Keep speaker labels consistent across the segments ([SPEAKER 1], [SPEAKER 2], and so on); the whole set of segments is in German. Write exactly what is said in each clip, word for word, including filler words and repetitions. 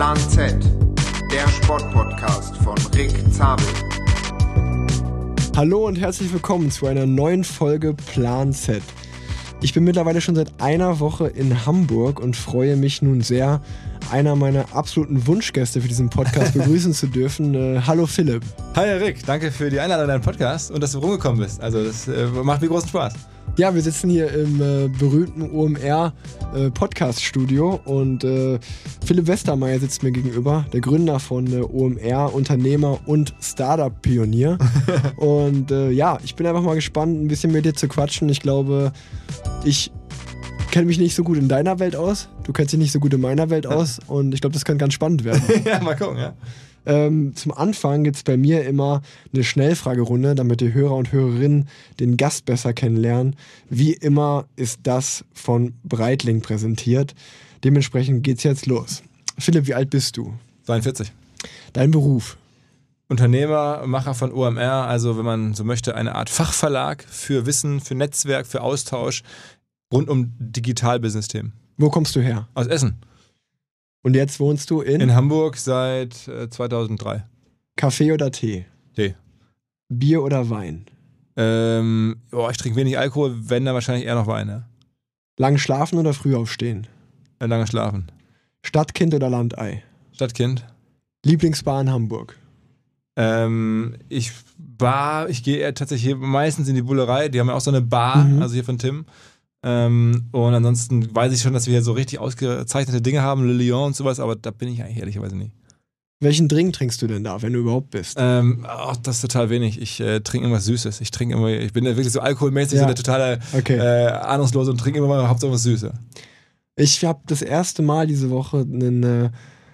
[SPEAKER 1] Plan Z, der Sportpodcast von Rick Zabel.
[SPEAKER 2] Hallo und herzlich willkommen zu einer neuen Folge Plan Z. Ich bin mittlerweile schon seit einer Woche in Hamburg und freue mich nun sehr, einer meiner absoluten Wunschgäste für diesen Podcast begrüßen zu dürfen. Äh, hallo Philipp.
[SPEAKER 3] Hi Rick, danke für die Einladung in deinen Podcast und dass du rumgekommen bist. Also das äh, macht mir großen Spaß.
[SPEAKER 2] Ja, wir sitzen hier im äh, berühmten O M R äh, Podcast Studio und äh, Philipp Westermeier sitzt mir gegenüber, der Gründer von äh, O M R, Unternehmer und Startup-Pionier. Und äh, ja, ich bin einfach mal gespannt, ein bisschen mit dir zu quatschen. Ich glaube, ich kenne mich nicht so gut in deiner Welt aus, du kennst dich nicht so gut in meiner Welt aus und ich glaube, das kann ganz spannend werden.
[SPEAKER 3] Ja, mal gucken, ja.
[SPEAKER 2] Ähm, zum Anfang gibt es bei mir immer eine Schnellfragerunde, damit die Hörer und Hörerinnen den Gast besser kennenlernen. Wie immer ist das von Breitling präsentiert. Dementsprechend geht's jetzt los. Philipp, wie alt bist du?
[SPEAKER 3] zweiundvierzig.
[SPEAKER 2] Dein Beruf?
[SPEAKER 3] Unternehmer, Macher von O M R, also wenn man so möchte, eine Art Fachverlag für Wissen, für Netzwerk, für Austausch rund um Digital-Business-Themen.
[SPEAKER 2] Wo kommst du her?
[SPEAKER 3] Aus Essen.
[SPEAKER 2] Und jetzt wohnst du in?
[SPEAKER 3] In Hamburg seit äh, zweitausenddrei.
[SPEAKER 2] Kaffee oder Tee?
[SPEAKER 3] Tee.
[SPEAKER 2] Bier oder Wein?
[SPEAKER 3] Ähm, oh, ich trinke wenig Alkohol, wenn dann wahrscheinlich eher noch Wein. Ja.
[SPEAKER 2] Lang schlafen oder früh aufstehen?
[SPEAKER 3] Äh, lange schlafen.
[SPEAKER 2] Stadtkind oder Landei?
[SPEAKER 3] Stadtkind.
[SPEAKER 2] Lieblingsbar in Hamburg?
[SPEAKER 3] Ähm, ich Bar, ich gehe tatsächlich meistens in die Bullerei, die haben ja auch so eine Bar,
[SPEAKER 2] Mhm.
[SPEAKER 3] also hier von Tim. Ähm, und ansonsten weiß ich schon, dass wir hier so richtig ausgezeichnete Dinge haben, Le Lion und sowas, aber da bin ich eigentlich ehrlicherweise nie.
[SPEAKER 2] Welchen Drink trinkst du denn da, wenn du überhaupt bist?
[SPEAKER 3] Ähm, ach, das ist total wenig. Ich äh, trinke irgendwas Süßes. Ich trinke immer, ich bin ja wirklich so alkoholmäßig,
[SPEAKER 2] Ja.
[SPEAKER 3] so der totale
[SPEAKER 2] Okay.
[SPEAKER 3] äh, Ahnungslose und trinke immer mal hauptsächlich was Süßes.
[SPEAKER 2] Ich habe das erste Mal diese Woche einen äh,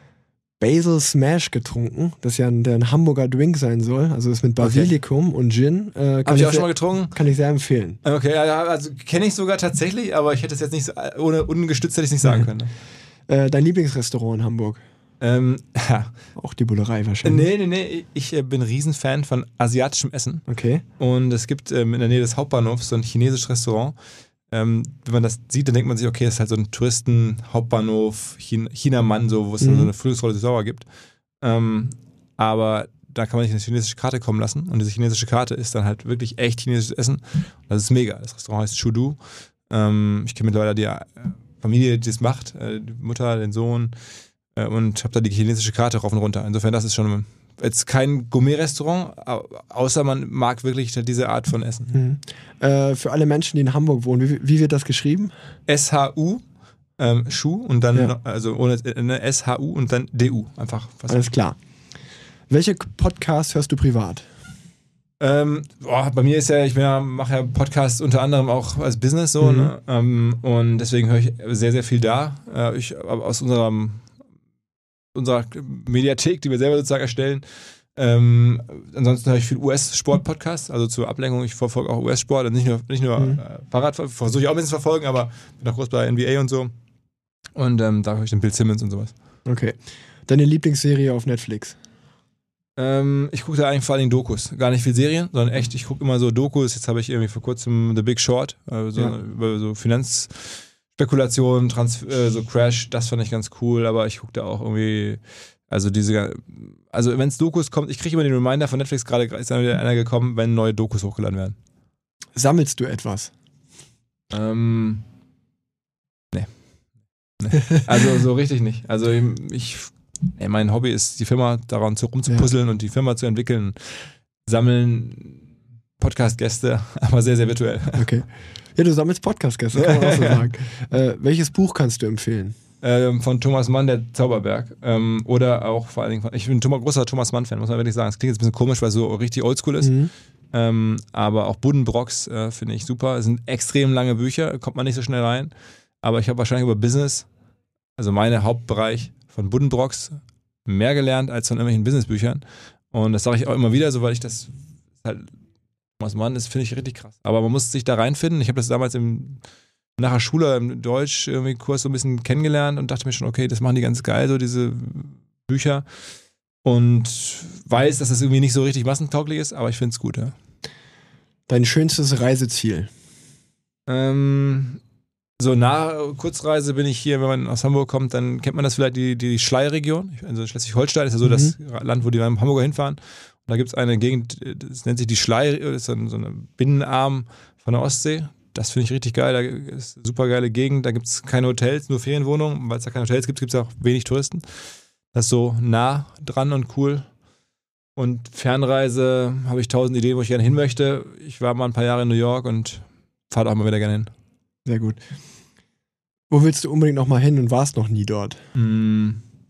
[SPEAKER 2] Basil Smash getrunken, das ja ein, der ein Hamburger Drink sein soll. Also ist mit Basilikum und Gin. Äh,
[SPEAKER 3] Habe ich auch
[SPEAKER 2] sehr,
[SPEAKER 3] schon mal getrunken?
[SPEAKER 2] Kann ich sehr empfehlen.
[SPEAKER 3] Okay, ja, ja, also kenne ich sogar tatsächlich, aber ich hätte es jetzt nicht, so, ohne ungestützt hätte ich es nicht sagen
[SPEAKER 2] Mhm.
[SPEAKER 3] können.
[SPEAKER 2] Äh, dein Lieblingsrestaurant in Hamburg?
[SPEAKER 3] Ähm, ja.
[SPEAKER 2] Auch die Bullerei wahrscheinlich.
[SPEAKER 3] Nee, nee, nee, ich äh, bin Riesenfan von asiatischem Essen.
[SPEAKER 2] Okay.
[SPEAKER 3] Und es gibt ähm, in der Nähe des Hauptbahnhofs so ein chinesisches Restaurant. Ähm, wenn man das sieht, dann denkt man sich, okay, das ist halt so ein Touristen-Hauptbahnhof, Chin- China-Mann, so, wo es
[SPEAKER 2] Mhm.
[SPEAKER 3] dann so eine Frühlingsrolle Sauer gibt. Ähm, aber da kann man sich eine chinesische Karte kommen lassen. Und diese chinesische Karte ist dann halt wirklich echt chinesisches Essen. Und das ist mega. Das Restaurant heißt Chudu. Ähm, ich kenne mittlerweile die äh, Familie, die das macht, äh, die Mutter, den Sohn. Äh, und habe da die chinesische Karte rauf und runter. Insofern, das ist schon jetzt kein Gourmet-Restaurant, außer man mag wirklich diese Art von Essen.
[SPEAKER 2] Mhm. Äh, für alle Menschen, die in Hamburg wohnen, wie, wie wird das geschrieben?
[SPEAKER 3] S H U, ähm, Schuh und dann,
[SPEAKER 2] Ja.
[SPEAKER 3] noch, also ohne äh, S H U und dann D U. Einfach. Was
[SPEAKER 2] Alles klar. Welche Podcasts hörst du privat?
[SPEAKER 3] Ähm, boah, bei mir ist ja, ich ja, mache ja Podcasts unter anderem auch als Business so,
[SPEAKER 2] Mhm.
[SPEAKER 3] ne? ähm, und deswegen höre ich sehr, sehr viel da. Äh, ich, aus unserer, unserer Mediathek, die wir selber sozusagen erstellen. Ähm, ansonsten höre ich viel U S-Sport-Podcasts, also zur Ablenkung. Ich verfolge auch U S-Sport, also nicht nur, nicht nur
[SPEAKER 2] Mhm.
[SPEAKER 3] äh, Fahrrad, versuche ich auch ein bisschen zu verfolgen, aber bin auch groß bei N B A und so. Und ähm, da höre ich den Bill Simmons und sowas.
[SPEAKER 2] Okay. Deine Lieblingsserie auf Netflix?
[SPEAKER 3] Ähm, ich gucke da eigentlich vor allen Dingen Dokus. Gar nicht viel Serien, sondern echt, ich gucke immer so Dokus. Jetzt habe ich irgendwie vor kurzem The Big Short, also
[SPEAKER 2] Ja.
[SPEAKER 3] über so Finanzspekulationen, Trans äh, so Crash, das fand ich ganz cool, aber ich gucke da auch irgendwie, also diese, also wenn es Dokus kommt, ich kriege immer den Reminder von Netflix, gerade ist dann wieder einer gekommen, wenn neue Dokus hochgeladen werden.
[SPEAKER 2] Sammelst du etwas?
[SPEAKER 3] Ähm, nee. nee. Also so richtig nicht. Also ich, ey, mein Hobby ist, die Firma daran zu, rumzupuzzeln ja. und die Firma zu entwickeln, sammeln, Podcast-Gäste, aber sehr, sehr virtuell.
[SPEAKER 2] Okay. Ja, du sammelst Podcast-Gäste, kann man auch so sagen. Äh, welches Buch kannst du empfehlen?
[SPEAKER 3] Ähm, von Thomas Mann, der Zauberberg. Ähm, oder auch vor allen Dingen, von, ich bin ein Thomas, großer Thomas Mann-Fan, muss man wirklich sagen. Das klingt jetzt ein bisschen komisch, weil es so richtig oldschool ist.
[SPEAKER 2] Mhm.
[SPEAKER 3] Ähm, aber auch Buddenbrocks äh, finde ich super. Es sind extrem lange Bücher, kommt man nicht so schnell rein. Aber ich habe wahrscheinlich über Business, also mein Hauptbereich von Buddenbrocks, mehr gelernt als von irgendwelchen Businessbüchern. Und das sage ich auch immer wieder, so weil ich das halt, Thomas Mann ist, finde ich richtig krass. Aber man muss sich da reinfinden. Ich habe das damals im nach der Schule im Deutsch irgendwie Kurs so ein bisschen kennengelernt und dachte mir schon, okay, das machen die ganz geil, so diese Bücher. Und weiß, dass das irgendwie nicht so richtig massentauglich ist, aber ich finde es gut, ja.
[SPEAKER 2] Dein schönstes Reiseziel?
[SPEAKER 3] Ähm, so nach Kurzreise bin ich hier, wenn man aus Hamburg kommt, dann kennt man das vielleicht, die, die Schlei-Region. Also Schleswig-Holstein ist ja so mhm. das Land, wo die beim Hamburger hinfahren. Und da gibt es eine Gegend, das nennt sich die Schlei, das ist so ein, so ein Binnenarm von der Ostsee. Das finde ich richtig geil, da ist eine super geile Gegend, da gibt es keine Hotels, nur Ferienwohnungen. Weil es da keine Hotels gibt, gibt es auch wenig Touristen. Das ist so nah dran und cool. Und Fernreise habe ich tausend Ideen, wo ich gerne hin möchte. Ich war mal ein paar Jahre in New York und fahre auch mal wieder gerne hin.
[SPEAKER 2] Sehr gut. Wo willst du unbedingt noch mal hin und warst noch nie dort?
[SPEAKER 3] Mm,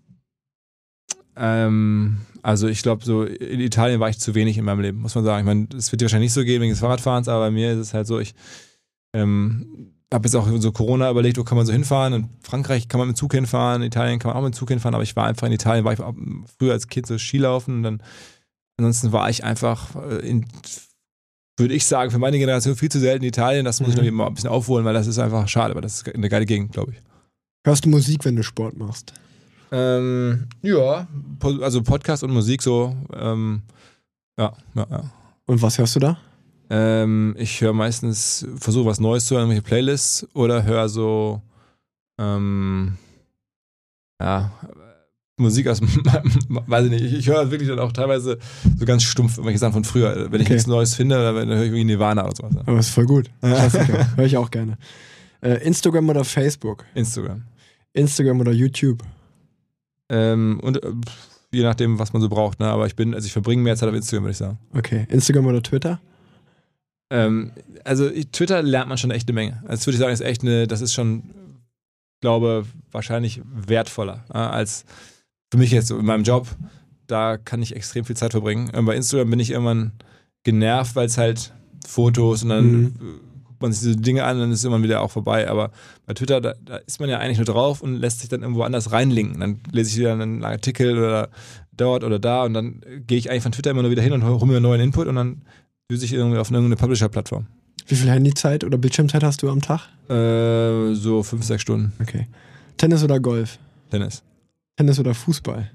[SPEAKER 3] ähm, also ich glaube, so in Italien war ich zu wenig in meinem Leben, muss man sagen. Ich meine, es wird dir wahrscheinlich nicht so gehen wegen des Fahrradfahrens, aber bei mir ist es halt so, ich ähm, habe jetzt auch so Corona überlegt, wo kann man so hinfahren. In Frankreich kann man mit dem Zug hinfahren, in Italien kann man auch mit dem Zug hinfahren, aber ich war einfach in Italien, war ich früher als Kind so Skilaufen und dann ansonsten war ich einfach in, würde ich sagen, für meine Generation viel zu selten in Italien. Das muss mhm. ich noch mal ein bisschen aufholen, weil das ist einfach schade, aber das ist eine geile Gegend, glaube ich.
[SPEAKER 2] Hörst du Musik, wenn du Sport machst?
[SPEAKER 3] Ähm, ja, also Podcast und Musik so, ähm, ja, ja, ja.
[SPEAKER 2] Und was hörst du da?
[SPEAKER 3] Ähm, ich höre meistens, versuche was Neues zu hören, irgendwelche Playlists oder höre so, ähm, ja, Musik aus, weiß ich nicht, ich, ich höre wirklich dann auch teilweise so ganz stumpf irgendwelche Sachen von früher, wenn ich okay. nichts Neues finde, oder dann höre ich irgendwie Nirvana oder sowas.
[SPEAKER 2] Aber das ist voll gut, Klassiker, höre ich auch gerne. Äh, Instagram oder Facebook?
[SPEAKER 3] Instagram.
[SPEAKER 2] Instagram oder YouTube?
[SPEAKER 3] Ähm, und äh, je nachdem, was man so braucht, ne? Aber ich bin, also ich verbringe mehr Zeit auf Instagram, würde ich sagen.
[SPEAKER 2] Okay, Instagram oder Twitter?
[SPEAKER 3] Ähm, also Twitter lernt man schon echt eine Menge. Also würde ich sagen, ist echt eine, das ist schon, glaube wahrscheinlich wertvoller äh, als für mich jetzt so in meinem Job, da kann ich extrem viel Zeit verbringen. Ähm, bei Instagram bin ich irgendwann genervt, weil es halt Fotos und dann mhm. guckt man sich diese Dinge an und dann ist es irgendwann wieder auch vorbei. Aber bei Twitter, da, da ist man ja eigentlich nur drauf und lässt sich dann irgendwo anders reinlinken. Dann lese ich wieder einen Artikel oder dort oder da und dann gehe ich eigentlich von Twitter immer nur wieder hin und hole mir einen neuen Input und dann düse ich irgendwie auf irgendeine Publisher-Plattform.
[SPEAKER 2] Wie viel Handyzeit oder Bildschirmzeit hast du am Tag?
[SPEAKER 3] Äh, so fünf, sechs Stunden.
[SPEAKER 2] Okay. Tennis oder Golf?
[SPEAKER 3] Tennis.
[SPEAKER 2] Tennis oder Fußball?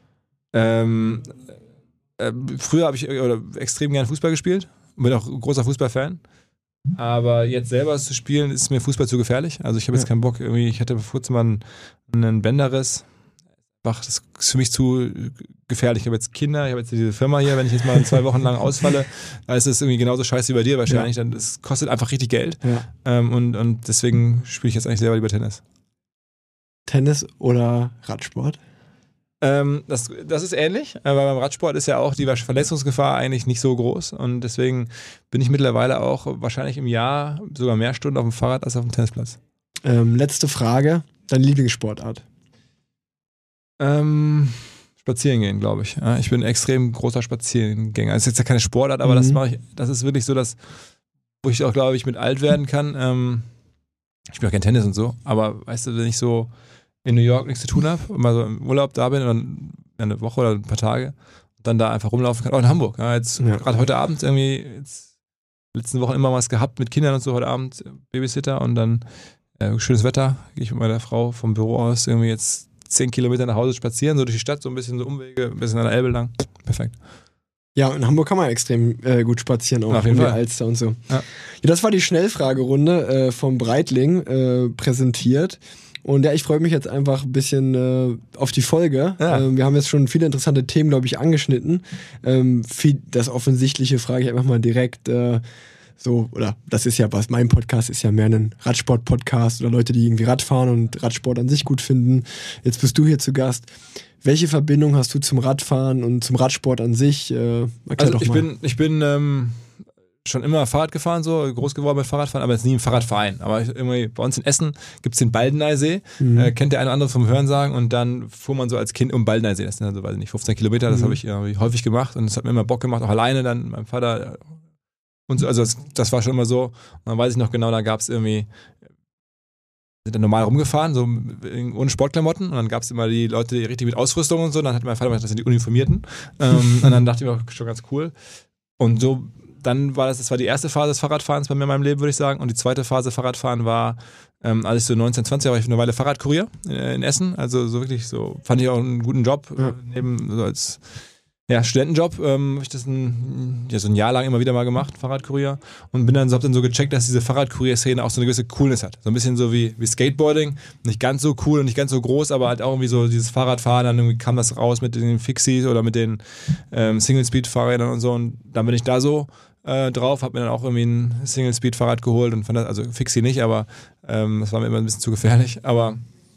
[SPEAKER 3] Ähm, äh, früher habe ich oder extrem gerne Fußball gespielt und bin auch ein großer Fußballfan. Aber jetzt selber zu spielen, ist mir Fußball zu gefährlich. Also ich habe jetzt ja. keinen Bock, irgendwie, ich hatte vor kurzem mal einen, einen Bänderriss. Ach, das ist für mich zu gefährlich. Ich habe jetzt Kinder, ich habe jetzt diese Firma hier, wenn ich jetzt mal zwei Wochen lang ausfalle, da ist es irgendwie genauso scheiße wie bei dir wahrscheinlich. Ja. Dann das kostet einfach richtig Geld. Ja. Ähm, und, und deswegen spiele ich jetzt eigentlich selber lieber Tennis.
[SPEAKER 2] Tennis oder Radsport?
[SPEAKER 3] Ähm, das, das ist ähnlich, aber beim Radsport ist ja auch die Verletzungsgefahr eigentlich nicht so groß und deswegen bin ich mittlerweile auch wahrscheinlich im Jahr sogar mehr Stunden auf dem Fahrrad als auf dem Tennisplatz.
[SPEAKER 2] Ähm, letzte Frage, deine Lieblingssportart?
[SPEAKER 3] Ähm, spazieren gehen, glaube ich. Ja, ich bin ein extrem großer Spazierengänger. Das ist jetzt ja keine Sportart, aber mhm. das mache ich, das ist wirklich so, dass, wo ich auch, glaube ich, mit alt werden kann. Ähm, ich spiele auch kein Tennis und so, aber weißt du, wenn ich so in New York nichts zu tun habe und mal so im Urlaub da bin, dann eine Woche oder ein paar Tage und dann da einfach rumlaufen kann. Auch in Hamburg. Ja, jetzt ja. gerade heute Abend irgendwie, jetzt letzten Wochen immer was gehabt mit Kindern und so, heute Abend Babysitter und dann äh, schönes Wetter, gehe ich mit meiner Frau vom Büro aus irgendwie jetzt zehn Kilometer nach Hause spazieren, so durch die Stadt, so ein bisschen so Umwege, ein bisschen an der Elbe lang. Perfekt.
[SPEAKER 2] Ja, in Hamburg kann man extrem äh, gut spazieren, auch
[SPEAKER 3] auf jeden
[SPEAKER 2] in
[SPEAKER 3] Fall.
[SPEAKER 2] der Alster und so. Ja. Ja, das war die Schnellfragerunde äh, vom Breitling äh, präsentiert. Und ja, ich freue mich jetzt einfach ein bisschen äh, auf die Folge. Ja. Ähm, wir haben jetzt schon viele interessante Themen, glaube ich, angeschnitten. Ähm, viel, das Offensichtliche frage ich einfach mal direkt äh, so, oder das ist ja was, mein Podcast ist ja mehr ein Radsport-Podcast oder Leute, die irgendwie Radfahren und Radsport an sich gut finden. Jetzt bist du hier zu Gast. Welche Verbindung hast du zum Radfahren und zum Radsport an sich? Äh,
[SPEAKER 3] also
[SPEAKER 2] doch
[SPEAKER 3] ich
[SPEAKER 2] mal.
[SPEAKER 3] bin, ich bin ähm, schon immer Fahrrad gefahren, so groß geworden mit Fahrradfahren, aber jetzt nie im Fahrradverein. Aber irgendwie bei uns in Essen gibt es den Baldeneysee, mhm. äh, kennt der eine oder andere vom Hörensagen und dann fuhr man so als Kind um Baldeneysee, das sind dann so, weiß ich nicht, fünfzehn Kilometer, das mhm. habe ich äh, häufig gemacht und das hat mir immer Bock gemacht, auch alleine dann mit meinem Vater und so, also das, das war schon immer so und dann weiß ich noch genau, da gab es irgendwie sind dann normal rumgefahren, so ohne Sportklamotten und dann gab es immer die Leute, die richtig mit Ausrüstung und so, und dann hat mein Vater gesagt, das sind die Uniformierten ähm, und dann dachte ich mir auch schon ganz cool und so, dann war das, das war die erste Phase des Fahrradfahrens bei mir in meinem Leben, würde ich sagen, und die zweite Phase Fahrradfahren war, ähm, als ich so neunzehn, zwanzig war, war ich eine Weile Fahrradkurier äh, in Essen, also so wirklich so, fand ich auch einen guten Job, ja. äh, neben so als Ja, Studentenjob, ähm, habe ich das ein, ja, so ein Jahr lang immer wieder mal gemacht, Fahrradkurier. Und bin dann so, hab dann so gecheckt, dass diese Fahrradkurier-Szene auch so eine gewisse Coolness hat. So ein bisschen so wie, wie Skateboarding. Nicht ganz so cool und nicht ganz so groß, aber halt auch irgendwie so dieses Fahrradfahren. Dann irgendwie kam das raus mit den Fixies oder mit den ähm, Single-Speed-Fahrrädern und so. Und dann bin ich da so äh, drauf, hab mir dann auch irgendwie ein Single-Speed-Fahrrad geholt und fand das, also Fixie nicht, aber ähm, das war mir immer ein bisschen zu gefährlich. Aber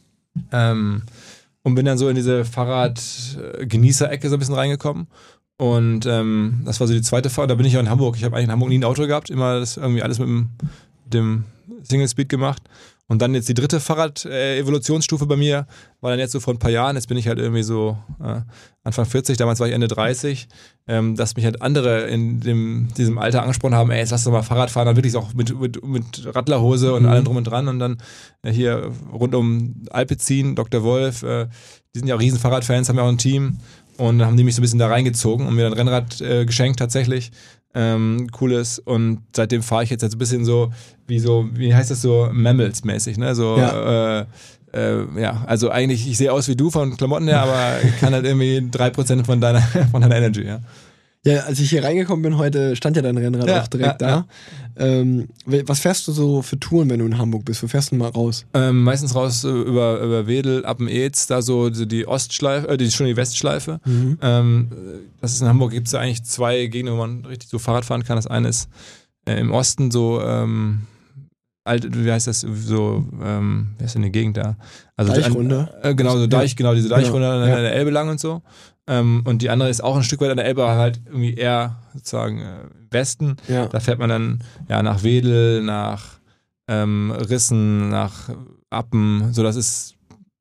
[SPEAKER 3] ähm, und bin dann so in diese Fahrrad-Genießer-Ecke so ein bisschen reingekommen. Und ähm, das war so die zweite Fahrt. Da bin ich auch in Hamburg. Ich habe eigentlich in Hamburg nie ein Auto gehabt. Immer das irgendwie alles mit dem, dem Single Speed gemacht. Und dann jetzt die dritte Fahrrad-Evolutionsstufe bei mir war dann jetzt so vor ein paar Jahren. Jetzt bin ich halt irgendwie so äh, Anfang vierzig, damals war ich Ende dreißig, ähm, dass mich halt andere in dem, diesem Alter angesprochen haben, ey, jetzt lass doch mal Fahrrad fahren, dann wirklich auch mit, mit, mit Radlerhose und mhm. allem drum und dran. Und dann äh, hier rund um Alpecin, Doktor Wolf, äh, die sind ja auch riesen Fahrradfans, haben ja auch ein Team. Und dann haben die mich so ein bisschen da reingezogen und mir ein Rennrad äh, geschenkt tatsächlich. Ähm, cooles. Und seitdem fahre ich jetzt, jetzt ein bisschen so, wie so, wie heißt das so, Mammals-mäßig, ne? So, ja. Äh, äh, ja, also eigentlich, ich sehe aus wie du von Klamotten her, aber ich kann halt irgendwie drei Prozent von deiner, von deiner Energy, ja.
[SPEAKER 2] Ja, als ich hier reingekommen bin heute, stand ja dein Rennrad ja, auch direkt ja, da. Ja. Ähm, was fährst du so für Touren, wenn du in Hamburg bist? Wo fährst du mal raus?
[SPEAKER 3] Ähm, meistens raus äh, über, über Wedel, Appen-Eetz, da so die Ostschleife, äh, die, schon die Westschleife. Mhm. Ähm, das ist in Hamburg, gibt es ja eigentlich zwei Gegenden, wo man richtig so Fahrrad fahren kann. Das eine ist äh, im Osten so, ähm, alt, wie heißt das, so, ähm, wie ist denn die Gegend da? Also
[SPEAKER 2] Deichrunde?
[SPEAKER 3] An, äh, genau, so Deich,
[SPEAKER 2] ja.
[SPEAKER 3] genau, diese Deichrunde
[SPEAKER 2] ja.
[SPEAKER 3] an der Elbe lang und so. Ähm, und die andere ist auch ein Stück weit an der Elbe, aber halt irgendwie eher sozusagen äh, Westen.
[SPEAKER 2] Ja.
[SPEAKER 3] Da fährt man dann ja nach Wedel, nach ähm, Rissen, nach Appen. So, das ist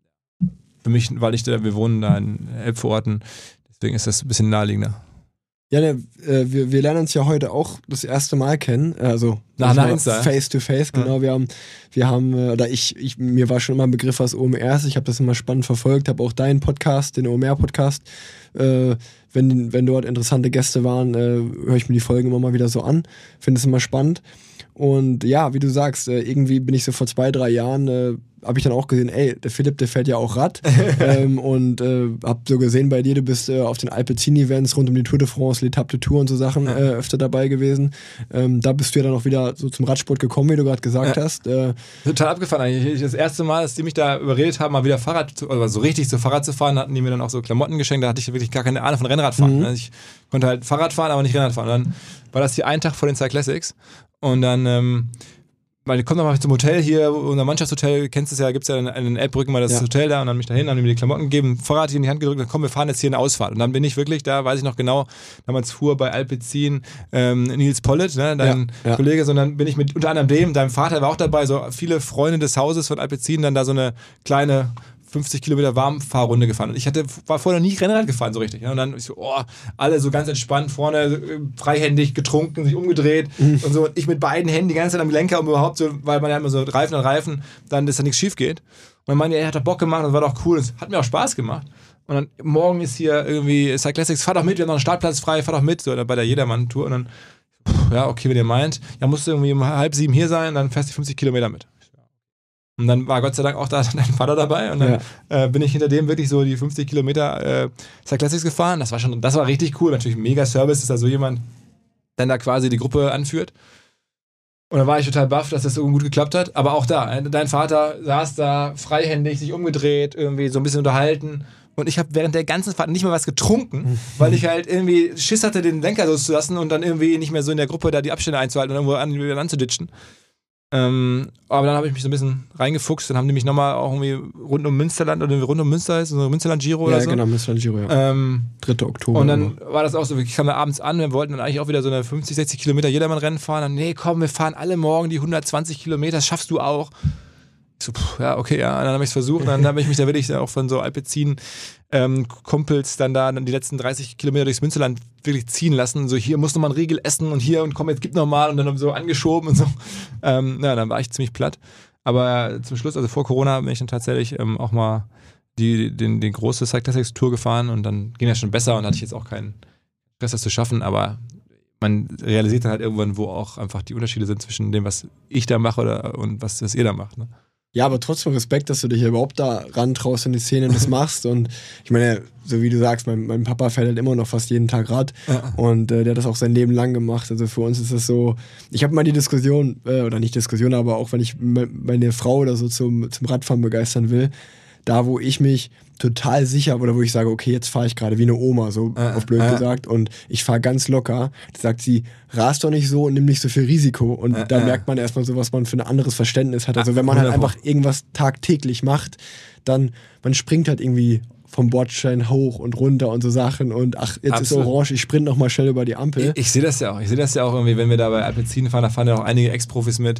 [SPEAKER 3] für mich, weil ich da, wir wohnen da in Elbvororten, deswegen ist das ein bisschen naheliegender.
[SPEAKER 2] Ja, ne, äh, wir, wir lernen uns ja heute auch das erste Mal kennen, also
[SPEAKER 3] nach einer Insta.
[SPEAKER 2] Face to Face, genau. Ja. Wir haben, wir haben, oder ich, ich, mir war schon immer ein Begriff, was O M R ist. Ich habe das immer spannend verfolgt, habe auch deinen Podcast, den O M R-Podcast. Äh, wenn, wenn dort interessante Gäste waren, äh, höre ich mir die Folgen immer mal wieder so an. Finde es immer spannend. Und ja, wie du sagst, äh, irgendwie bin ich so vor zwei, drei Jahren, äh, habe ich dann auch gesehen, ey, der Philipp, der fährt ja auch Rad. ähm, und äh, hab so gesehen bei dir, du bist äh, auf den Alpecin-Events rund um die Tour de France, l'Etape de Tour und so Sachen äh, öfter dabei gewesen. Ähm, da bist du ja dann auch wieder so zum Radsport gekommen, wie du gerade gesagt ja. hast. Äh,
[SPEAKER 3] Total abgefahren eigentlich. Das erste Mal, dass die mich da überredet haben, mal wieder Fahrrad, zu, also so richtig so Fahrrad zu fahren, hatten die mir dann auch so Klamotten geschenkt. Da hatte ich wirklich gar keine Ahnung von Rennradfahren. Mhm. Also ich konnte halt Fahrrad fahren, aber nicht Rennrad fahren. Und dann war das hier ein Tag vor den Cyclassics. Und dann, ähm, weil ich komme noch mal zum Hotel hier, unser Mannschaftshotel, kennst du es ja, gibt es ja in, in Elbbrücken mal das ja. Hotel da und dann mich dahin, haben die mir die Klamotten gegeben, Fahrrad hier in die Hand gedrückt und komm, wir fahren jetzt hier eine Ausfahrt. Und dann bin ich wirklich da, weiß ich noch genau, damals fuhr bei Alpecin ähm, Nils Pollitt, ne, dein ja, ja. Kollege, sondern bin ich mit unter anderem dem, deinem Vater war auch dabei, so viele Freunde des Hauses von Alpecin, dann da so eine kleine fünfzig Kilometer Warmfahrrunde gefahren. Und ich hatte, war vorher noch nie Rennrad gefahren, so richtig. Und dann ich so, oh, alle so ganz entspannt vorne, freihändig getrunken, sich umgedreht mhm. und so. Und ich mit beiden Händen die ganze Zeit am Lenker, um überhaupt so, weil man ja immer so Reifen an Reifen, dann, dass da nichts schief geht. Und dann meinte er, er hat da Bock gemacht, das war doch cool, das hat mir auch Spaß gemacht. Und dann, morgen ist hier irgendwie Cyclassics, fahr doch mit, wir haben noch einen Startplatz frei, fahr doch mit, so bei der Jedermann-Tour. Und dann, pff, ja, okay, wenn ihr meint, ja, musst du irgendwie um halb sieben hier sein, dann fährst du fünfzig Kilometer mit. Und dann war Gott sei Dank auch da dein Vater dabei und dann ja. äh, bin ich hinter dem wirklich so die fünfzig Kilometer äh, Cyclassics gefahren. Das war schon, das war richtig cool. Natürlich ein mega Service, dass da so jemand dann da quasi die Gruppe anführt. Und dann war ich total baff, dass das so gut geklappt hat. Aber auch da, dein Vater saß da freihändig, sich umgedreht, irgendwie so ein bisschen unterhalten. Und ich habe während der ganzen Fahrt nicht mal was getrunken, weil ich halt irgendwie Schiss hatte, den Lenker loszulassen und dann irgendwie nicht mehr so in der Gruppe da die Abstände einzuhalten und irgendwo an, wieder anzuditschen. Ähm, aber dann habe ich mich so ein bisschen reingefuchst, dann haben die mich nochmal auch irgendwie rund um Münsterland oder rund um Münster ist, so Münsterland-Giro
[SPEAKER 2] ja,
[SPEAKER 3] oder so.
[SPEAKER 2] Ja, genau, Münsterland-Giro, ja. Ähm, dritter Oktober.
[SPEAKER 3] Und dann immer. war das auch so, ich kam da abends an, wir wollten dann eigentlich auch wieder so eine fünfzig, sechzig Kilometer Jedermann-Rennen fahren. Dann, nee, komm, wir fahren alle morgen die hundertzwanzig Kilometer, das schaffst du auch. Ich so, pff, ja, okay, ja, und dann habe ich es versucht, dann habe ich mich da wirklich auch von so Alpecin ähm, Kumpels dann da dann die letzten dreißig Kilometer durchs Münsterland wirklich ziehen lassen, so hier muss noch mal ein Riegel essen und hier und komm, jetzt gib noch mal und dann so angeschoben und so. Ähm, ja, dann war ich ziemlich platt. Aber zum Schluss, also vor Corona, bin ich dann tatsächlich ähm, auch mal die, den, den große Cyclassics Tour gefahren und dann ging das schon besser und hatte ich jetzt auch keinen Stress, das zu schaffen, aber man realisiert dann halt irgendwann, wo auch einfach die Unterschiede sind zwischen dem, was ich da mache oder, und was das ihr da macht. Ne?
[SPEAKER 2] Ja, aber trotzdem Respekt, dass du dich überhaupt da rantraust in die Szene und das machst. Und ich meine, so wie du sagst, mein, mein Papa fährt halt immer noch fast jeden Tag Rad. Ja. Und äh, der hat das auch sein Leben lang gemacht. Also für uns ist das so, ich habe mal die Diskussion, äh, oder nicht Diskussion, aber auch wenn ich me- meine Frau oder so zum, zum Radfahren begeistern will, da wo ich mich total sicher, oder wo ich sage, okay, jetzt fahre ich gerade wie eine Oma, so äh, auf blöd äh. gesagt, und ich fahre ganz locker, da sagt sie, rast doch nicht so und nimm nicht so viel Risiko. Und äh, da äh. merkt man erstmal so, was man für ein anderes Verständnis hat. Also wenn man halt einfach irgendwas tagtäglich macht, dann, man springt halt irgendwie vom Bordstein hoch und runter und so Sachen und ach, jetzt Absolut. Ist orange, ich sprint noch mal schnell über die Ampel.
[SPEAKER 3] Ich, ich sehe das ja auch, ich sehe das ja auch irgendwie, wenn wir da bei Alpecin fahren, da fahren ja auch einige Ex-Profis mit,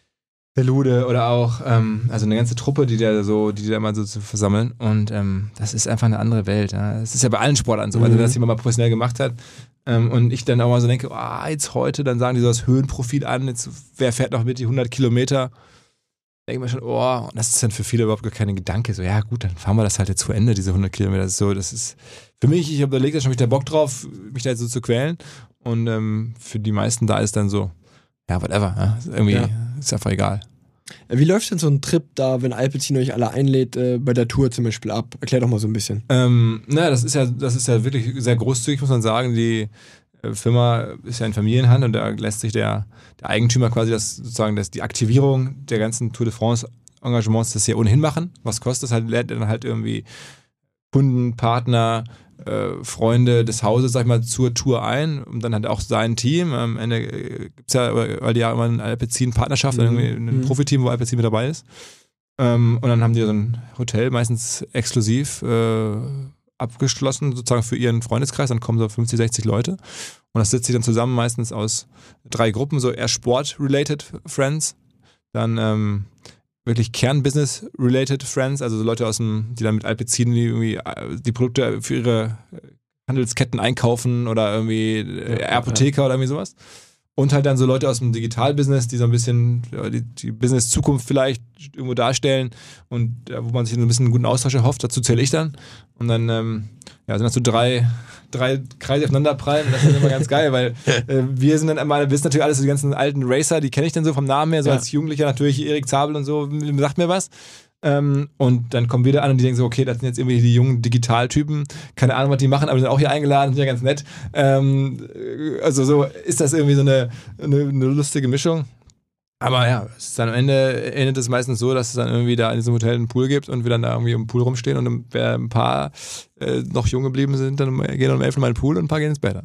[SPEAKER 3] der Lude oder auch, ähm, also eine ganze Truppe, die da so, die da immer so zu versammeln. Und ähm, das ist einfach eine andere Welt. Ja. Das ist ja bei allen Sportarten so, mhm. also wenn das jemand mal professionell gemacht hat. Ähm, und ich dann auch mal so denke, oh, jetzt heute, dann sagen die so das Höhenprofil an, jetzt, wer fährt noch mit die hundert Kilometer? Denke ich mir schon, oh, und das ist dann für viele überhaupt gar kein Gedanke. So, ja gut, dann fahren wir das halt jetzt zu Ende, diese hundert Kilometer. Das ist so, das ist für mich, ich habe überlegt, da schon wieder Bock drauf, mich da jetzt so zu quälen. Und ähm, für die meisten da ist dann so, ja, whatever. Ja. Irgendwie ja. Ist einfach egal.
[SPEAKER 2] Wie läuft denn so ein Trip da, wenn Alpecin euch alle einlädt, äh, bei der Tour zum Beispiel ab? Erklär doch mal so ein bisschen.
[SPEAKER 3] Ähm, naja, das ist ja, das ist ja wirklich sehr großzügig, muss man sagen. Die äh, Firma ist ja in Familienhand und da lässt sich der, der Eigentümer quasi das sozusagen das, die Aktivierung der ganzen Tour de France Engagements das ja ohnehin machen. Was kostet das? Halt, lädt dann halt irgendwie Kunden, Partner, Äh, Freunde des Hauses, sag ich mal, zur Tour ein und dann hat auch sein Team. Am Ende äh, gibt es ja weil die ja immer eine Alpecin-Partnerschaft, mhm. irgendwie ein mhm. Profiteam, wo Alpecin mit dabei ist. Ähm, und dann haben die so ein Hotel, meistens exklusiv, äh, abgeschlossen, sozusagen für ihren Freundeskreis. Dann kommen so fünfzig, sechzig Leute. Und das setzt sich dann zusammen meistens aus drei Gruppen, so eher Sport-related Friends. Dann ähm, wirklich Kern-Business-related Friends, also so Leute aus dem, die dann mit Alpecin die irgendwie die Produkte für ihre Handelsketten einkaufen oder irgendwie ja, Apotheker ja. oder irgendwie sowas. Und halt dann so Leute aus dem Digital-Business, die so ein bisschen ja, die, die Business-Zukunft vielleicht irgendwo darstellen und ja, wo man sich so ein bisschen einen guten Austausch erhofft. Dazu zähle ich dann. Und dann ähm, ja, sind das so drei, drei Kreise aufeinander prallen. Und das ist immer ganz geil, weil äh, wir sind dann immer, wir wissen natürlich alles, so die ganzen alten Racer, die kenne ich dann so vom Namen her, so ja. als Jugendlicher natürlich Erik Zabel und so, sagt mir was. Ähm, und dann kommen wir da an und die denken so, okay, das sind jetzt irgendwie die jungen Digitaltypen, keine Ahnung, was die machen, aber die sind auch hier eingeladen, sind ja ganz nett. Ähm, also so ist das irgendwie so eine, eine, eine lustige Mischung. Aber ja, es ist dann am Ende endet es meistens so, dass es dann irgendwie da in diesem Hotel einen Pool gibt und wir dann da irgendwie im Pool rumstehen und wer ein paar äh, noch jung geblieben sind, dann gehen um elf in meinen Pool und ein paar gehen ins Bett.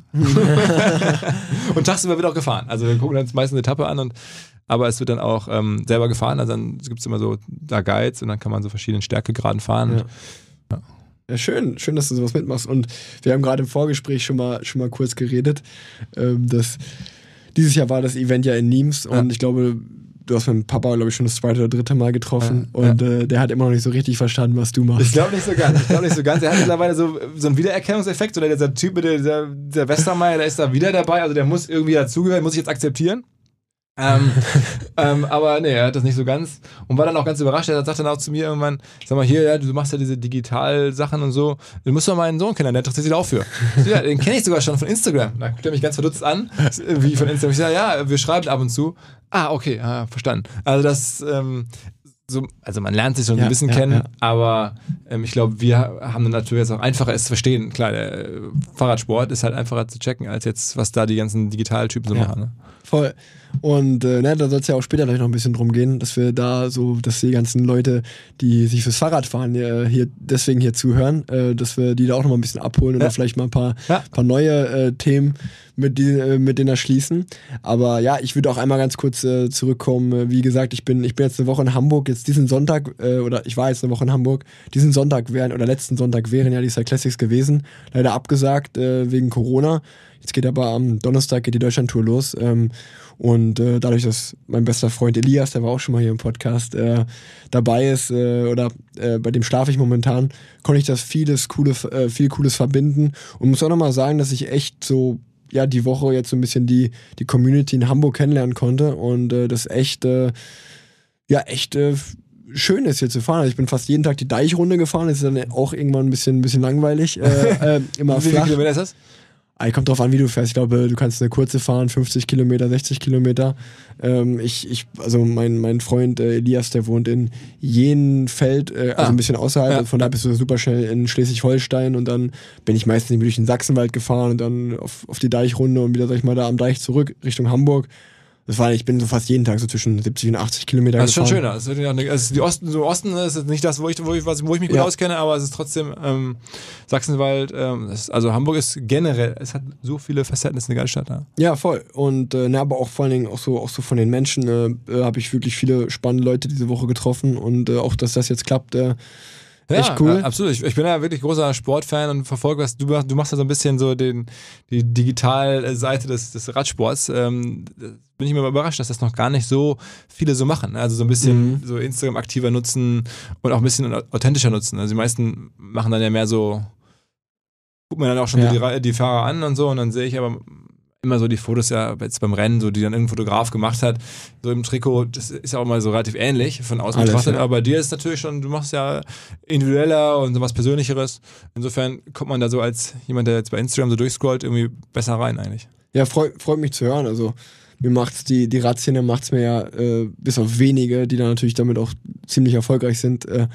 [SPEAKER 3] Und tagsüber wird auch gefahren. Also wir gucken uns meistens eine Etappe an und aber es wird dann auch ähm, selber gefahren, also dann gibt es immer so da Guides und dann kann man so verschiedene Stärkegraden fahren.
[SPEAKER 2] Ja.
[SPEAKER 3] Und, ja.
[SPEAKER 2] Ja, schön, schön, dass du sowas mitmachst. Und wir haben gerade im Vorgespräch schon mal, schon mal kurz geredet, ähm, dass dieses Jahr war das Event ja in Nimes und ja. ich glaube, du hast meinen Papa, glaube ich, schon das zweite oder dritte Mal getroffen ja, und ja. Äh, der hat immer noch nicht so richtig verstanden, was du machst.
[SPEAKER 3] Ich glaube nicht so ganz. Ich glaube nicht so ganz. Er hat mittlerweile so, so einen Wiedererkennungseffekt oder dieser Typ mit der, der, der Westermeier, der ist da wieder dabei, also der muss irgendwie dazugehören, muss ich jetzt akzeptieren. ähm, ähm, aber nee, er hat das nicht so ganz und war dann auch ganz überrascht. Er sagt dann auch zu mir irgendwann, sag mal hier, ja, du machst ja diese Digital-Sachen und so, du musst doch meinen Sohn kennen, der interessiert sich da auch für. So, ja, den kenne ich sogar schon von Instagram. Da guckt er mich ganz verdutzt an, wie von Instagram. Ich sage, ja, wir schreiben ab und zu. Ah, okay, ah, verstanden. Also das, ähm, so, also man lernt sich schon ja, ein bisschen ja, kennen, ja. aber ähm, ich glaube, wir haben dann natürlich jetzt auch einfacher es zu verstehen. Klar, der äh, Fahrradsport ist halt einfacher zu checken, als jetzt, was da die ganzen Digitaltypen so ja. machen. Ne?
[SPEAKER 2] Voll. Und äh, ne, da soll es ja auch später gleich noch ein bisschen drum gehen, dass wir da so, dass die ganzen Leute, die sich fürs Fahrradfahren äh, hier deswegen hier zuhören, äh, dass wir die da auch noch mal ein bisschen abholen und ja. da vielleicht mal ein paar, ja. paar neue äh, Themen mit, die, äh, mit denen erschließen. Aber ja, ich würde auch einmal ganz kurz äh, zurückkommen. Wie gesagt, ich bin, ich bin jetzt eine Woche in Hamburg, jetzt diesen Sonntag, äh, oder ich war jetzt eine Woche in Hamburg, diesen Sonntag wären, oder letzten Sonntag wären ja die Cyclassics gewesen, leider abgesagt äh, wegen Corona. Jetzt geht aber am Donnerstag geht die Deutschlandtour los. Ähm, und äh, dadurch, dass mein bester Freund Elias, der war auch schon mal hier im Podcast, äh, dabei ist, äh, oder äh, bei dem schlafe ich momentan, konnte ich das vieles Cooles, äh, viel Cooles verbinden. Und muss auch nochmal sagen, dass ich echt so, ja, die Woche jetzt so ein bisschen die, die Community in Hamburg kennenlernen konnte und äh, das echt, äh, ja, echt äh, schön ist hier zu fahren. Also ich bin fast jeden Tag die Deichrunde gefahren, das ist dann auch irgendwann ein bisschen, ein bisschen langweilig. Äh, äh, immer
[SPEAKER 3] Wie viele Kilometer ist das?
[SPEAKER 2] Ah, kommt drauf an, wie du fährst. Ich glaube, du kannst eine kurze fahren, fünfzig Kilometer, sechzig Kilometer. Ähm, ich, ich, also mein, mein Freund äh, Elias, der wohnt in Jenfeld, äh, also
[SPEAKER 3] Ah,
[SPEAKER 2] ein bisschen außerhalb.
[SPEAKER 3] ja.
[SPEAKER 2] Und von da bist du super schnell in Schleswig-Holstein und dann bin ich meistens irgendwie durch den Sachsenwald gefahren und dann auf, auf die Deichrunde und wieder, sag ich mal, da am Deich zurück Richtung Hamburg. Das war, ich bin so fast jeden Tag so zwischen siebzig und achtzig Kilometer
[SPEAKER 3] Das ist schon
[SPEAKER 2] gefahren.
[SPEAKER 3] schöner. Das ist ja eine, also die Osten, so Osten ist jetzt nicht das, wo ich, wo ich, was, wo ich mich gut
[SPEAKER 2] Ja.
[SPEAKER 3] auskenne, aber es ist trotzdem ähm, Sachsenwald. Ähm, das ist, also Hamburg ist generell, es hat so viele Facetten, es ist eine geile Stadt. Ja.
[SPEAKER 2] Ja, voll. Und äh, na, aber auch vor allen Dingen auch so, auch so von den Menschen äh, äh, habe ich wirklich viele spannende Leute diese Woche getroffen und äh, auch, dass das jetzt klappt, äh, echt cool.
[SPEAKER 3] Ja, absolut. Ich, ich bin ja wirklich großer Sportfan und verfolge was. Du, machst- du machst ja so ein bisschen so den, die Digitalseite des, des Radsports. Ähm, bin ich immer überrascht, dass das noch gar nicht so viele so machen. Also so ein bisschen
[SPEAKER 2] Mhm.
[SPEAKER 3] so Instagram aktiver nutzen und auch ein bisschen authentischer nutzen. Also die meisten machen dann ja mehr so, guckt mir dann auch schon
[SPEAKER 2] Ja.
[SPEAKER 3] so die, Ra- die Fahrer an und so und dann sehe ich aber immer so die Fotos ja jetzt beim Rennen, so die dann irgendein Fotograf gemacht hat, so im Trikot, das ist ja auch mal so relativ ähnlich von außen
[SPEAKER 2] Alles,
[SPEAKER 3] betrachtet,
[SPEAKER 2] ja.
[SPEAKER 3] aber bei dir ist es natürlich schon, du machst ja individueller und so was Persönlicheres. Insofern kommt man da so als jemand, der jetzt bei Instagram so durchscrollt, irgendwie besser rein eigentlich.
[SPEAKER 2] Ja, freut, freut mich zu hören. Also mir macht's die, die Radszene macht's mir ja, äh, bis auf wenige, die da natürlich damit auch ziemlich erfolgreich sind, äh,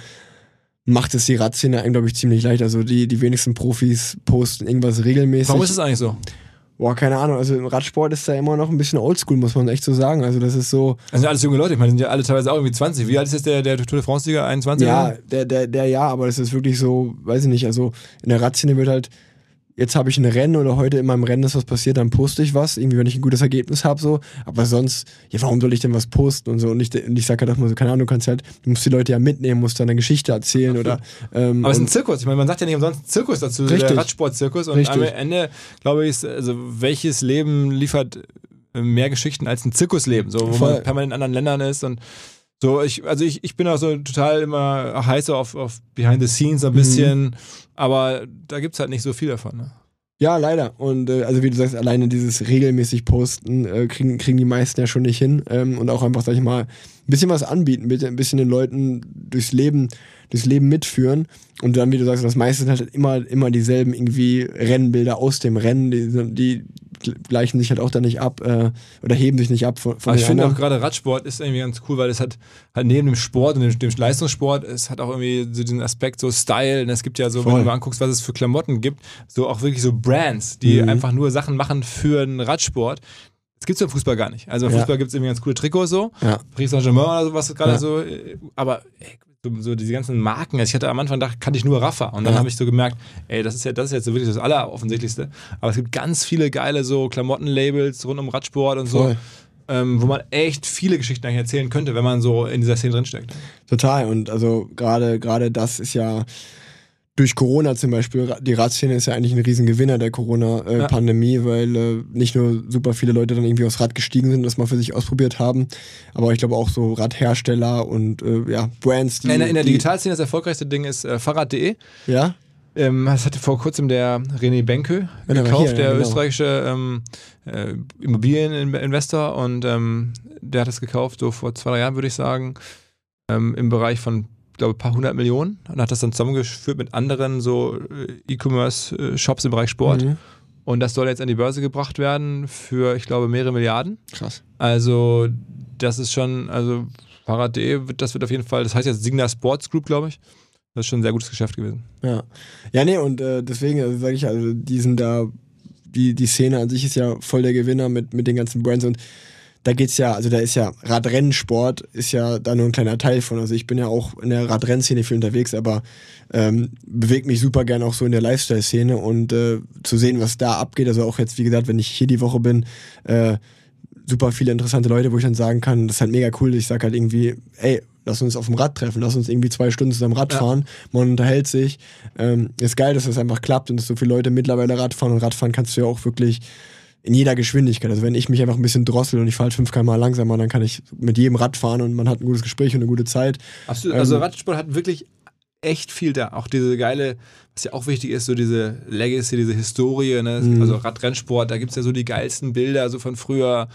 [SPEAKER 2] macht es die Radszene einem, glaube ich, ziemlich leicht. Also die, die wenigsten Profis posten irgendwas regelmäßig.
[SPEAKER 3] Warum ist es eigentlich so?
[SPEAKER 2] Boah, keine Ahnung. Also im Radsport ist da immer noch ein bisschen oldschool, muss man echt so sagen. Also das ist so,
[SPEAKER 3] Das sind ja alles junge Leute, ich meine, die sind ja alle teilweise auch irgendwie zwanzig. Wie alt ist jetzt der, der Tour de France-Sieger? einundzwanzig?
[SPEAKER 2] ja,
[SPEAKER 3] oder?
[SPEAKER 2] der, der, der ja, aber das ist wirklich so, weiß ich nicht, also in der Radszene wird halt, jetzt habe ich ein Rennen oder heute in meinem Rennen ist was passiert, dann poste ich was, irgendwie, wenn ich ein gutes Ergebnis habe, so, aber sonst, ja, warum soll ich denn was posten und so, und ich, und ich sage halt auch mal so, keine Ahnung, du kannst halt, du musst die Leute ja mitnehmen, musst dann eine Geschichte erzählen oder, ähm,
[SPEAKER 3] Aber es ist ein
[SPEAKER 2] und-
[SPEAKER 3] Zirkus. Ich meine, man sagt ja nicht umsonst Zirkus dazu,
[SPEAKER 2] Richtig.
[SPEAKER 3] der Radsport-Zirkus. Und
[SPEAKER 2] Richtig.
[SPEAKER 3] am Ende, glaube ich, ist, also welches Leben liefert mehr Geschichten als ein Zirkusleben, so, wo
[SPEAKER 2] Voll.
[SPEAKER 3] man permanent in anderen Ländern ist und so. Ich, also ich, ich bin auch so total immer heiß auf, auf Behind the Scenes ein bisschen, aber da gibt es halt nicht so viel davon. Ne?
[SPEAKER 2] Ja, leider. Und äh, also wie du sagst, alleine dieses regelmäßig Posten äh, kriegen, kriegen die meisten ja schon nicht hin. Ähm, und auch einfach, sag ich mal, ein bisschen was anbieten, bitte ein bisschen den Leuten durchs Leben, durchs Leben mitführen. Und dann, wie du sagst, das meiste sind halt immer, immer dieselben irgendwie Rennbilder aus dem Rennen, die, die gleichen sich halt auch dann nicht ab äh, oder heben sich nicht ab von, von
[SPEAKER 3] Aber ich
[SPEAKER 2] den
[SPEAKER 3] finde auch
[SPEAKER 2] anderen.
[SPEAKER 3] gerade Radsport ist irgendwie ganz cool, weil es hat halt neben dem Sport und dem, dem Leistungssport, es hat auch irgendwie so diesen Aspekt so Style. Und es gibt ja so,
[SPEAKER 2] Voll.
[SPEAKER 3] wenn du mal anguckst, was es für Klamotten gibt, so auch wirklich so Brands, die
[SPEAKER 2] Mhm.
[SPEAKER 3] einfach nur Sachen machen für den Radsport. Das gibt es im Fußball gar nicht. Also im
[SPEAKER 2] Ja.
[SPEAKER 3] Fußball gibt es irgendwie ganz coole Trikots so.
[SPEAKER 2] Ja.
[SPEAKER 3] Paris Saint-Germain oder sowas gerade
[SPEAKER 2] Ja.
[SPEAKER 3] so. äh, Aber ey, so, so diese ganzen Marken. Also ich hatte am Anfang gedacht, kannte ich nur Rafa. Und dann
[SPEAKER 2] Ja.
[SPEAKER 3] habe ich so gemerkt, ey, das ist ja das ist jetzt so wirklich das Alleroffensichtlichste. Aber es gibt ganz viele geile so Klamottenlabels rund um Radsport und so.
[SPEAKER 2] Voll.
[SPEAKER 3] Ähm, wo man echt viele Geschichten eigentlich erzählen könnte, wenn man so in dieser Szene drinsteckt.
[SPEAKER 2] Total. Und also gerade gerade das ist ja durch Corona zum Beispiel, die Radszene ist ja eigentlich ein Riesengewinner der Corona-Pandemie,
[SPEAKER 3] Ja.
[SPEAKER 2] weil äh, nicht nur super viele Leute dann irgendwie aufs Rad gestiegen sind und das mal für sich ausprobiert haben, aber ich glaube auch so Radhersteller und äh, ja, Brands, die...
[SPEAKER 3] in, der, in der
[SPEAKER 2] die,
[SPEAKER 3] Digitalszene das erfolgreichste Ding ist äh, Fahrrad punkt de.
[SPEAKER 2] Ja?
[SPEAKER 3] Ähm, das hatte vor kurzem der René Benke
[SPEAKER 2] Ja, der war
[SPEAKER 3] gekauft,
[SPEAKER 2] hier,
[SPEAKER 3] der
[SPEAKER 2] ja, genau.
[SPEAKER 3] österreichische ähm, äh, Immobilieninvestor, und ähm, der hat es gekauft, so vor zwei, drei Jahren würde ich sagen, ähm, im Bereich von, ich glaube, ein paar hundert Millionen, und hat das dann zusammengeführt mit anderen so äh, E-Commerce-Shops im Bereich Sport.
[SPEAKER 2] Mhm.
[SPEAKER 3] Und das soll jetzt an die Börse gebracht werden für, ich glaube, mehrere Milliarden.
[SPEAKER 2] Krass.
[SPEAKER 3] Also das ist schon, also Fahrrad punkt de, wird- das wird auf jeden Fall, das heißt jetzt Signa Sports Group, glaube ich. Das ist schon ein sehr gutes Geschäft gewesen.
[SPEAKER 2] Ja, ja, nee, und äh, deswegen also sage ich, also die sind da, die, die Szene an sich ist ja voll der Gewinner mit, mit den ganzen Brands, und da geht's ja, also da ist ja Radrennsport ist ja da nur ein kleiner Teil von. Also ich bin ja auch in der Radrennszene viel unterwegs, aber ähm, bewege mich super gern auch so in der Lifestyle-Szene, und äh, zu sehen, was da abgeht, also auch jetzt, wie gesagt, wenn ich hier die Woche bin, äh, super viele interessante Leute, wo ich dann sagen kann, das ist halt mega cool. Ich sag halt irgendwie, ey, lass uns auf dem Rad treffen, lass uns irgendwie zwei Stunden zusammen Rad
[SPEAKER 3] Ja.
[SPEAKER 2] fahren, man unterhält sich. Ähm, ist geil, dass das einfach klappt und dass so viele Leute mittlerweile Rad fahren, und Radfahren kannst du ja auch wirklich in jeder Geschwindigkeit. Also wenn ich mich einfach ein bisschen drossel und ich fahre halt fünf Kilometer pro Stunde langsamer, dann kann ich mit jedem Rad fahren und man hat ein gutes Gespräch und eine gute Zeit.
[SPEAKER 3] Absolut. Also
[SPEAKER 2] Ähm,
[SPEAKER 3] Radsport hat wirklich echt viel da. Auch diese geile, was ja auch wichtig ist, so diese Legacy, diese Historie, ne?
[SPEAKER 2] Mhm.
[SPEAKER 3] Also Radrennsport, da gibt es ja so die geilsten Bilder so von früher.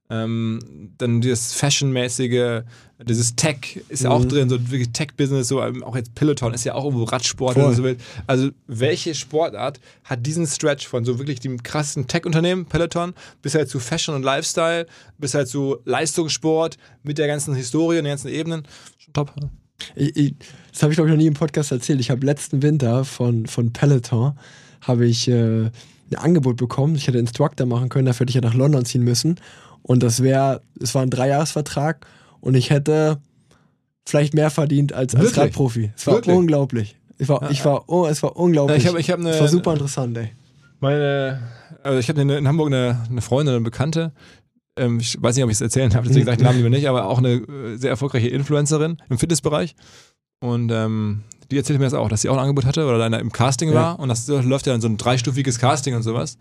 [SPEAKER 3] Ähm, dann das Fashion-mäßige, dieses Tech ist ja mhm. auch drin, so wirklich Tech-Business, so auch jetzt Peloton ist ja auch irgendwo Radsport oder so. Also welche Sportart hat diesen Stretch von so wirklich dem krassen Tech-Unternehmen, Peloton, bis halt zu Fashion und Lifestyle, bis halt zu Leistungssport mit der ganzen Historie und den ganzen Ebenen. Schon top.
[SPEAKER 2] Ich, ich, das habe ich, glaube ich, noch nie im Podcast erzählt. Ich habe letzten Winter von, von Peloton habe ich äh, ein Angebot bekommen. Ich hätte Instructor machen können, dafür hätte ich ja nach London ziehen müssen. Und das wäre, es war ein Dreijahresvertrag und ich hätte vielleicht mehr verdient als, als Radprofi. Es war Wirklich? unglaublich. Ich war, ja, ich war, oh, es war unglaublich.
[SPEAKER 3] Ich hab, ich hab eine,
[SPEAKER 2] es war super interessant, ey.
[SPEAKER 3] Meine, also ich habe in Hamburg eine, eine Freundin, eine Bekannte, ähm, ich weiß nicht, ob ich es erzählen habe, deswegen sage ich den Namen lieber nicht, aber auch eine sehr erfolgreiche Influencerin im Fitnessbereich. Und ähm, die erzählte mir das auch, dass sie auch ein Angebot hatte oder da im Casting ja. war und das läuft ja dann so ein dreistufiges Casting und sowas.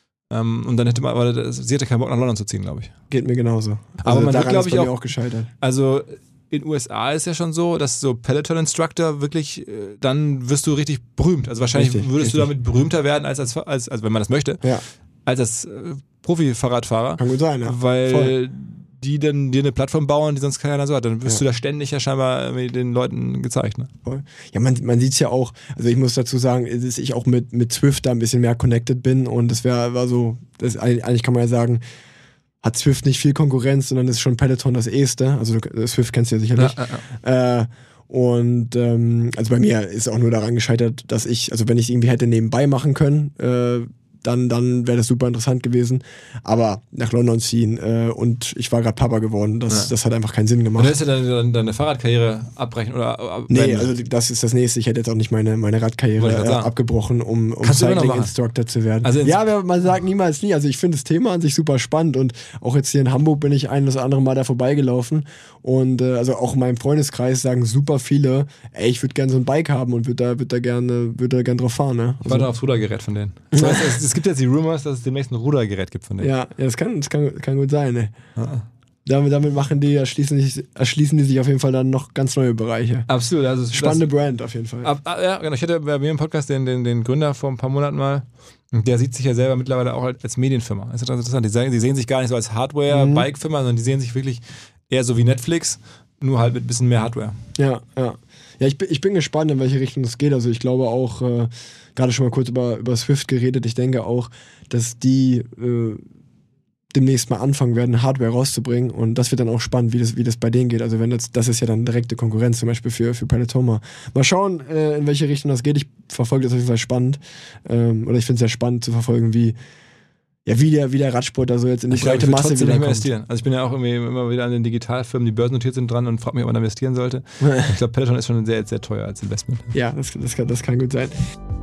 [SPEAKER 3] Um, und dann hätte man, aber sie hatte keinen Bock nach London zu ziehen, glaube ich.
[SPEAKER 2] Geht mir genauso.
[SPEAKER 3] Also aber man wird, glaube ich, auch,
[SPEAKER 2] auch gescheitert.
[SPEAKER 3] Also in den U S A ist ja schon so, dass so Peloton-Instructor wirklich, dann wirst du richtig berühmt. Also wahrscheinlich richtig, würdest richtig. du damit berühmter werden, als, als, als, als wenn man das möchte,
[SPEAKER 2] ja.
[SPEAKER 3] als als äh, Profi-Fahrradfahrer.
[SPEAKER 2] Kann gut sein, ja.
[SPEAKER 3] Weil
[SPEAKER 2] Voll.
[SPEAKER 3] die dann dir eine Plattform bauen, die sonst keiner so hat. Dann wirst ja. du da ständig ja scheinbar den Leuten gezeigt. Ne?
[SPEAKER 2] Ja, man, man sieht es ja auch, also ich muss dazu sagen, dass ich auch mit, mit Zwift da ein bisschen mehr connected bin und das wäre war so, das, eigentlich kann man ja sagen, hat Zwift nicht viel Konkurrenz, sondern ist schon Peloton das Eheste. Also Zwift kennst du ja sicherlich. Ja, ja, ja. Äh, und ähm, also bei mir ist auch nur daran gescheitert, dass ich, also wenn ich es irgendwie hätte nebenbei machen können, äh, dann, dann wäre das super interessant gewesen. Aber nach London ziehen äh, und ich war gerade Papa geworden, das, ja. das hat einfach keinen Sinn gemacht.
[SPEAKER 3] Und hättest du dann, dann deine Fahrradkarriere abbrechen? Oder ab-
[SPEAKER 2] nee, also das ist das Nächste. Ich hätte jetzt auch nicht meine, meine Radkarriere äh, abgebrochen, um, um Cycling-Instructor zu werden. Also ja, man sagt niemals nie. Also ich finde das Thema an sich super spannend und auch jetzt hier in Hamburg bin ich ein oder andere Mal da vorbeigelaufen und äh, also auch in meinem Freundeskreis sagen super viele, ey, ich würde gerne so ein Bike haben und würde da, würd da gerne würd da gern drauf fahren. Ne?
[SPEAKER 3] Ich war
[SPEAKER 2] also,
[SPEAKER 3] da aufs Rudergerät von denen. Das heißt, es, es gibt jetzt die Rumors, dass es demnächst ein Rudergerät gibt von denen.
[SPEAKER 2] Ja, ja das, kann, das kann, kann gut sein. Ne? Ah. Damit, damit machen die, erschließen die, erschließen die sich auf jeden Fall dann noch ganz neue Bereiche.
[SPEAKER 3] Absolut. Also
[SPEAKER 2] spannende das, Brand auf jeden Fall.
[SPEAKER 3] Ab, ja, genau. Ich hatte bei mir im Podcast den, den, den Gründer vor ein paar Monaten mal. Und der sieht sich ja selber mittlerweile auch als Medienfirma. Das ist interessant. Die, sagen, die sehen sich gar nicht so als Hardware-Bike-Firma, mhm. sondern die sehen sich wirklich eher so wie Netflix, nur halt mit ein bisschen mehr Hardware.
[SPEAKER 2] Ja, ja. Ja, ich bin, ich bin gespannt, in welche Richtung das geht. Also ich glaube auch, äh, gerade schon mal kurz über, über Zwift geredet, ich denke auch, dass die äh, demnächst mal anfangen werden, Hardware rauszubringen und das wird dann auch spannend, wie das, wie das bei denen geht. Also wenn das, das ist ja dann direkte Konkurrenz, zum Beispiel für, für Peloton. Mal, mal schauen, äh, in welche Richtung das geht. Ich verfolge das auf jeden Fall spannend. Ähm, oder ich finde es sehr spannend zu verfolgen, wie Ja, wie der, wie der Radsport da so jetzt in die
[SPEAKER 3] ich
[SPEAKER 2] breite
[SPEAKER 3] glaub, ich
[SPEAKER 2] Masse wieder kommt.
[SPEAKER 3] Also ich bin ja auch irgendwie immer wieder an den Digitalfirmen, die börsennotiert sind, dran und frage mich, ob man da investieren sollte. Ich glaube, Peloton ist schon sehr, sehr teuer als Investment.
[SPEAKER 2] Ja, das, das, kann, das kann gut sein.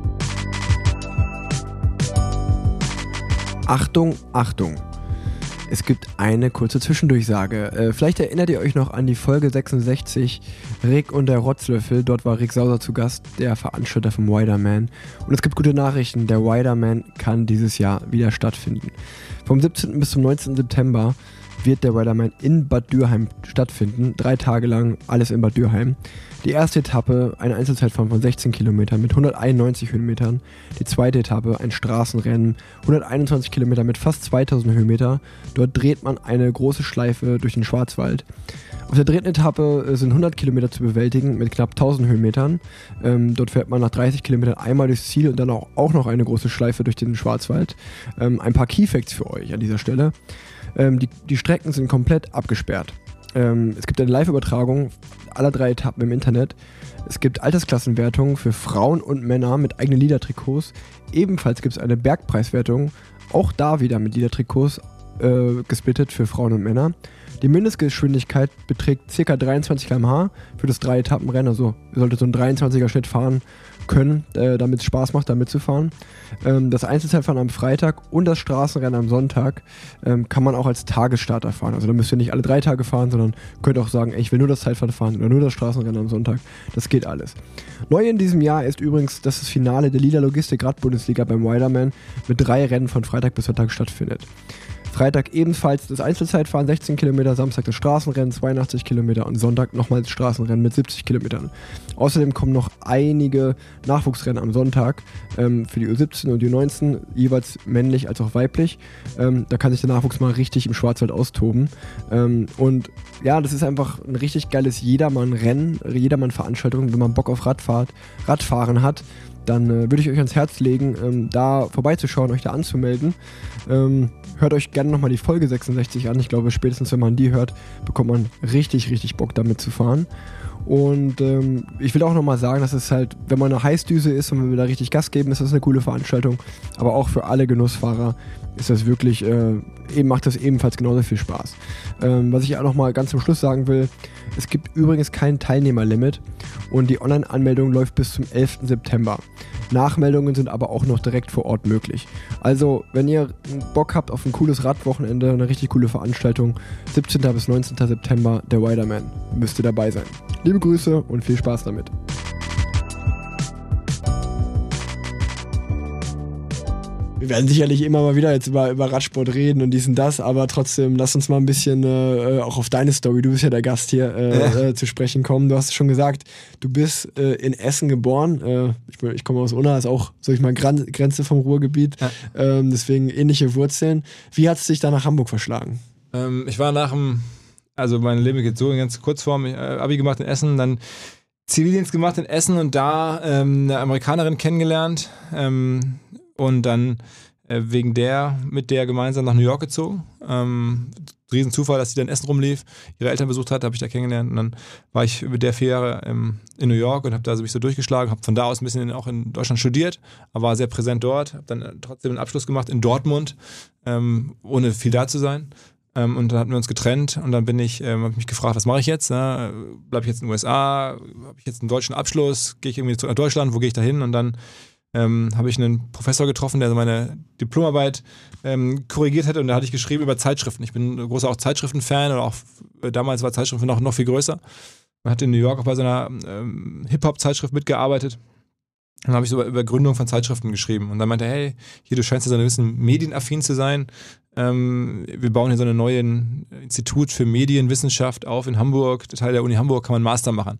[SPEAKER 2] Achtung, Achtung. Es gibt eine kurze Zwischendurchsage. Äh, vielleicht erinnert ihr euch noch an die Folge sechsundsechzig, Rick und der Rotzlöffel. Dort war Rick Sauser zu Gast, der Veranstalter vom Widerman. Und es gibt gute Nachrichten. Der Widerman kann dieses Jahr wieder stattfinden. Vom siebzehnten bis zum neunzehnten September wird der Widerman in Bad Dürheim stattfinden. Drei Tage lang alles in Bad Dürheim. Die erste Etappe, eine Einzelzeitform von sechzehn Kilometern mit hunderteinundneunzig Höhenmetern. Die zweite Etappe, ein Straßenrennen, hunderteinundzwanzig Kilometer mit fast zweitausend Höhenmeter. Dort dreht man eine große Schleife durch den Schwarzwald. Auf der dritten Etappe sind hundert Kilometer zu bewältigen mit knapp tausend Höhenmetern. Ähm, dort fährt man nach dreißig Kilometern einmal durchs Ziel und dann auch, auch noch eine große Schleife durch den Schwarzwald. Ähm, ein paar Keyfacts für euch an dieser Stelle. Ähm, die, die Strecken sind komplett abgesperrt. Ähm, es gibt eine Live-Übertragung aller drei Etappen im Internet. Es gibt Altersklassenwertungen für Frauen und Männer mit eigenen Liedertrikots. Ebenfalls gibt es eine Bergpreiswertung, auch da wieder mit Liedertrikots äh, gesplittet für Frauen und Männer. Die Mindestgeschwindigkeit beträgt ca. dreiundzwanzig Kilometer pro Stunde für das drei Etappenrennen. Also ihr solltet so einen dreiundzwanziger Schnitt fahren können, äh, damit es Spaß macht, da mitzufahren. Ähm, das Einzelzeitfahren am Freitag und das Straßenrennen am Sonntag ähm, kann man auch als Tagesstarter fahren. Also da müsst ihr nicht alle drei Tage fahren, sondern könnt auch sagen, ey, ich will nur das Zeitfahren fahren oder nur das Straßenrennen am Sonntag. Das geht alles. Neu in diesem Jahr ist übrigens, dass das Finale der Lila Logistik Radbundesliga beim Widerman mit drei Rennen von Freitag bis Sonntag stattfindet. Freitag ebenfalls das Einzelzeitfahren, sechzehn Kilometer, Samstag das Straßenrennen, zweiundachtzig Kilometer und Sonntag nochmal das Straßenrennen mit siebzig Kilometern. Außerdem kommen noch einige Nachwuchsrennen am Sonntag ähm, für die U siebzehn und U neunzehn, jeweils männlich als auch weiblich. Ähm, da kann sich der Nachwuchs mal richtig im Schwarzwald austoben. Ähm, und ja, das ist einfach ein richtig geiles Jedermann-Rennen, Jedermann-Veranstaltung. Wenn man Bock auf Radfahrt, Radfahren hat, dann äh, würde ich euch ans Herz legen, ähm, da vorbeizuschauen, euch da anzumelden. Ähm, hört euch gerne nochmal die Folge sechsundsechzig an. Ich glaube, spätestens wenn man die hört, bekommt man richtig, richtig Bock damit zu fahren. Und ähm, ich will auch nochmal sagen, dass es halt, wenn man eine Heißdüse ist und wenn wir da richtig Gas geben, ist das eine coole Veranstaltung. Aber auch für alle Genussfahrer ist das wirklich, äh, eben macht das ebenfalls genauso viel Spaß. Ähm, was ich auch nochmal ganz zum Schluss sagen will, es gibt übrigens kein Teilnehmerlimit und die Online-Anmeldung läuft bis zum elften September. Nachmeldungen sind aber auch noch direkt vor Ort möglich. Also, wenn ihr Bock habt auf ein cooles Radwochenende, eine richtig coole Veranstaltung, siebzehnten bis neunzehnten September, der Widerman, müsst ihr dabei sein. Liebe Grüße und viel Spaß damit. Wir werden sicherlich immer mal wieder jetzt über, über Radsport reden und dies und das, aber trotzdem, lass uns mal ein bisschen äh, auch auf deine Story, du bist ja der Gast hier, äh, ja. äh, zu sprechen kommen. Du hast schon gesagt, du bist äh, in Essen geboren. Äh, ich, ich komme aus Unna, ist auch, sag ich mal, Gran- Grenze vom Ruhrgebiet. Ja. Ähm, deswegen ähnliche Wurzeln. Wie hat es dich da nach Hamburg verschlagen?
[SPEAKER 3] Ähm, ich war nach dem, also mein Leben geht so in ganz Kurzform, ich, äh, Abi gemacht in Essen, dann Zivildienst gemacht in Essen und da ähm, eine Amerikanerin kennengelernt. Ähm, Und dann äh, wegen der, mit der gemeinsam nach New York gezogen. Ähm, Riesenzufall, dass sie dann in Essen rumlief, ihre Eltern besucht hat, habe ich da kennengelernt. Und dann war ich mit der vier Jahre ähm, in New York und habe da so mich so durchgeschlagen, habe von da aus ein bisschen in, auch in Deutschland studiert, aber war sehr präsent dort, habe dann trotzdem einen Abschluss gemacht in Dortmund, ähm, ohne viel da zu sein. Ähm, und dann hatten wir uns getrennt und dann bin ich, ähm, habe mich gefragt, was mache ich jetzt? Ne? Bleibe ich jetzt in den U S A? Habe ich jetzt einen deutschen Abschluss? Gehe ich irgendwie zurück nach Deutschland? Wo gehe ich da hin? Und dann Ähm, habe ich einen Professor getroffen, der meine Diplomarbeit ähm, korrigiert hat und da hatte ich geschrieben über Zeitschriften. Ich bin ein großer auch Zeitschriften-Fan oder auch äh, damals war Zeitschriften noch, noch viel größer. Man hat in New York auch bei so einer ähm, Hip-Hop-Zeitschrift mitgearbeitet. Dann habe ich so über, über Gründung von Zeitschriften geschrieben und dann meinte er, hey, hier, du scheinst ja so ein bisschen medienaffin zu sein. Ähm, wir bauen hier so ein neues Institut für Medienwissenschaft auf in Hamburg, Teil der Uni Hamburg, kann man einen Master machen.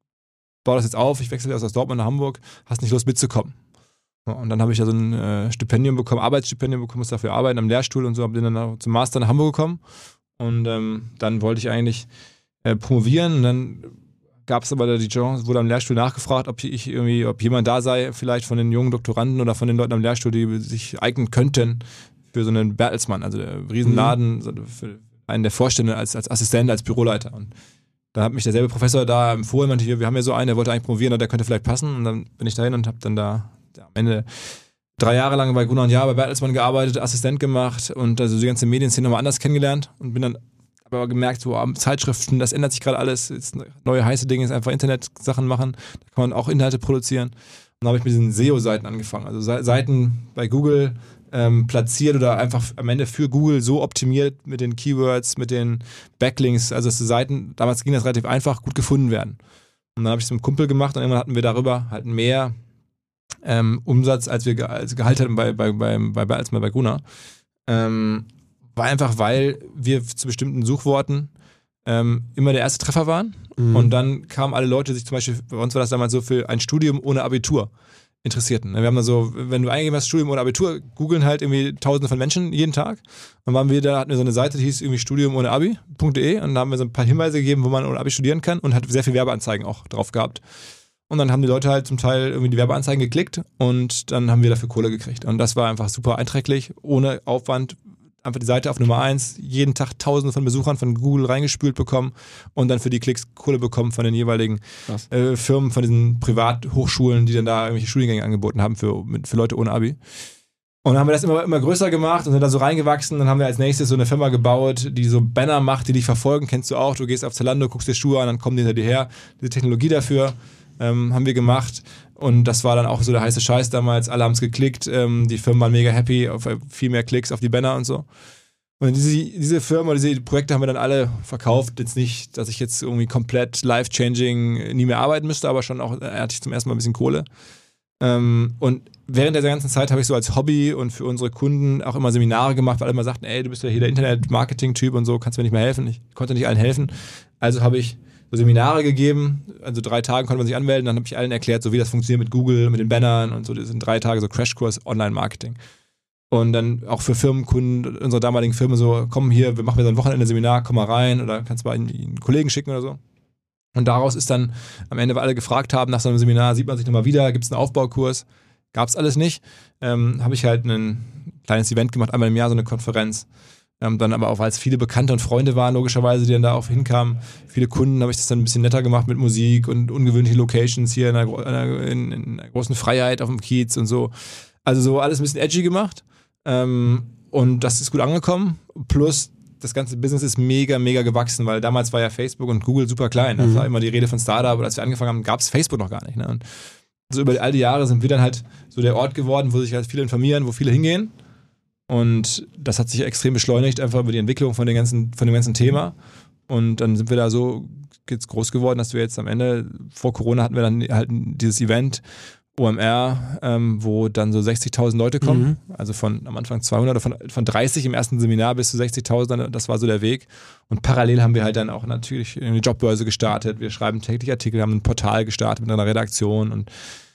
[SPEAKER 3] Bau das jetzt auf, ich wechsle aus Dortmund nach Hamburg, hast nicht Lust mitzukommen. Und dann habe ich ja so ein äh, Stipendium bekommen, Arbeitsstipendium bekommen, muss dafür arbeiten am Lehrstuhl und so, habe dann zum Master nach Hamburg gekommen und ähm, dann wollte ich eigentlich äh, promovieren und dann gab es aber da die Chance, wurde am Lehrstuhl nachgefragt, ob ich irgendwie, ob jemand da sei, vielleicht von den jungen Doktoranden oder von den Leuten am Lehrstuhl, die sich eignen könnten für so einen Bertelsmann, also der Riesenladen, mhm. für einen der Vorstände als, als Assistent, als Büroleiter. Und dann hat mich derselbe Professor da empfohlen, meinte, wir haben ja so einen, der wollte eigentlich promovieren, der könnte vielleicht passen und dann bin ich dahin und habe dann da ja, am Ende drei Jahre lang bei Gunnar und Jahr bei Bertelsmann gearbeitet, Assistent gemacht und also die ganze Medienszene nochmal anders kennengelernt und bin dann aber gemerkt, so Zeitschriften, das ändert sich gerade alles, jetzt neue heiße Dinge ist einfach Internet-Sachen machen, da kann man auch Inhalte produzieren. Und dann habe ich mit diesen S E O-Seiten angefangen, also Seiten bei Google ähm, platziert oder einfach am Ende für Google so optimiert mit den Keywords, mit den Backlinks, also dass die Seiten, damals ging das relativ einfach, gut gefunden werden. Und dann habe ich es mit einem Kumpel gemacht und irgendwann hatten wir darüber halt mehr Ähm, Umsatz, als wir ge- als Gehalt hatten bei, bei, bei, bei, als bei Gruner. Ähm, war einfach, weil wir zu bestimmten Suchworten ähm, immer der erste Treffer waren. Mhm. Und dann kamen alle Leute, die sich zum Beispiel, bei uns war das damals so, für ein Studium ohne Abitur interessierten. Wir haben da so, wenn du eingegeben hast, Studium ohne Abitur, googeln halt irgendwie tausende von Menschen jeden Tag. Und waren wir da, hatten wir so eine Seite, die hieß irgendwie studium ohne abi punkt de und da haben wir so ein paar Hinweise gegeben, wo man ohne Abi studieren kann und hat sehr viel Werbeanzeigen auch drauf gehabt. Und dann haben die Leute halt zum Teil irgendwie die Werbeanzeigen geklickt und dann haben wir dafür Kohle gekriegt. Und das war einfach super einträglich, ohne Aufwand, einfach die Seite auf Nummer eins, jeden Tag tausende von Besuchern von Google reingespült bekommen und dann für die Klicks Kohle bekommen von den jeweiligen äh, Firmen, von diesen Privathochschulen, die dann da irgendwelche Studiengänge angeboten haben für, für Leute ohne Abi. Und dann haben wir das immer, immer größer gemacht und sind da so reingewachsen. Dann haben wir als nächstes so eine Firma gebaut, die so Banner macht, die dich verfolgen. Kennst du auch. Du gehst auf Zalando, guckst dir Schuhe an, dann kommen die hinter dir her. Diese Technologie dafür ähm, haben wir gemacht. Und das war dann auch so der heiße Scheiß damals. Alle haben es geklickt. Ähm, die Firmen waren mega happy. Auf viel mehr Klicks auf die Banner und so. Und diese, diese Firmen oder diese Projekte haben wir dann alle verkauft. Jetzt nicht, dass ich jetzt irgendwie komplett life-changing nie mehr arbeiten müsste, aber schon auch, er hatte ich zum ersten Mal ein bisschen Kohle. Ähm, und während der ganzen Zeit habe ich so als Hobby und für unsere Kunden auch immer Seminare gemacht, weil alle immer sagten, ey, du bist ja hier der Internet-Marketing-Typ und so, kannst mir nicht mehr helfen. Ich konnte nicht allen helfen. Also habe ich so Seminare gegeben, also drei Tage konnte man sich anmelden, dann habe ich allen erklärt, so wie das funktioniert mit Google, mit den Bannern und so, das sind drei Tage so Crashkurs Online-Marketing. Und dann auch für Firmenkunden, unsere damaligen Firmen so, komm hier, wir machen mir so ein Wochenende-Seminar, komm mal rein oder kannst mal einen, einen Kollegen schicken oder so. Und daraus ist dann am Ende, weil alle gefragt haben, nach so einem Seminar sieht man sich nochmal wieder, gibt es einen Aufbaukurs, gab es alles nicht, ähm, habe ich halt ein kleines Event gemacht, einmal im Jahr so eine Konferenz. Ähm, dann aber auch, weil es viele Bekannte und Freunde waren, logischerweise, die dann da auch hinkamen. Viele Kunden habe ich das dann ein bisschen netter gemacht mit Musik und ungewöhnliche Locations hier in einer, in, in einer großen Freiheit auf dem Kiez und so. Also so alles ein bisschen edgy gemacht. Ähm, und das ist gut angekommen. Plus, das ganze Business ist mega, mega gewachsen, weil damals war ja Facebook und Google super klein. Da mhm. war immer die Rede von Startup. Und als wir angefangen haben, gab es Facebook noch gar nicht. Ne? Und so über all die Jahre sind wir dann halt so der Ort geworden, wo sich halt viele informieren, wo viele hingehen. Und das hat sich extrem beschleunigt, einfach über die Entwicklung von, den ganzen, von dem ganzen Thema. Und dann sind wir da so jetzt groß geworden, dass wir jetzt am Ende, vor Corona hatten wir dann halt dieses Event, O M R, ähm, wo dann so sechzigtausend Leute kommen. Mhm. Also von am Anfang zweihundert oder von, von dreißig im ersten Seminar bis zu sechzigtausend, das war so der Weg. Und parallel haben wir halt dann auch natürlich eine Jobbörse gestartet. Wir schreiben täglich Artikel, haben ein Portal gestartet mit einer Redaktion und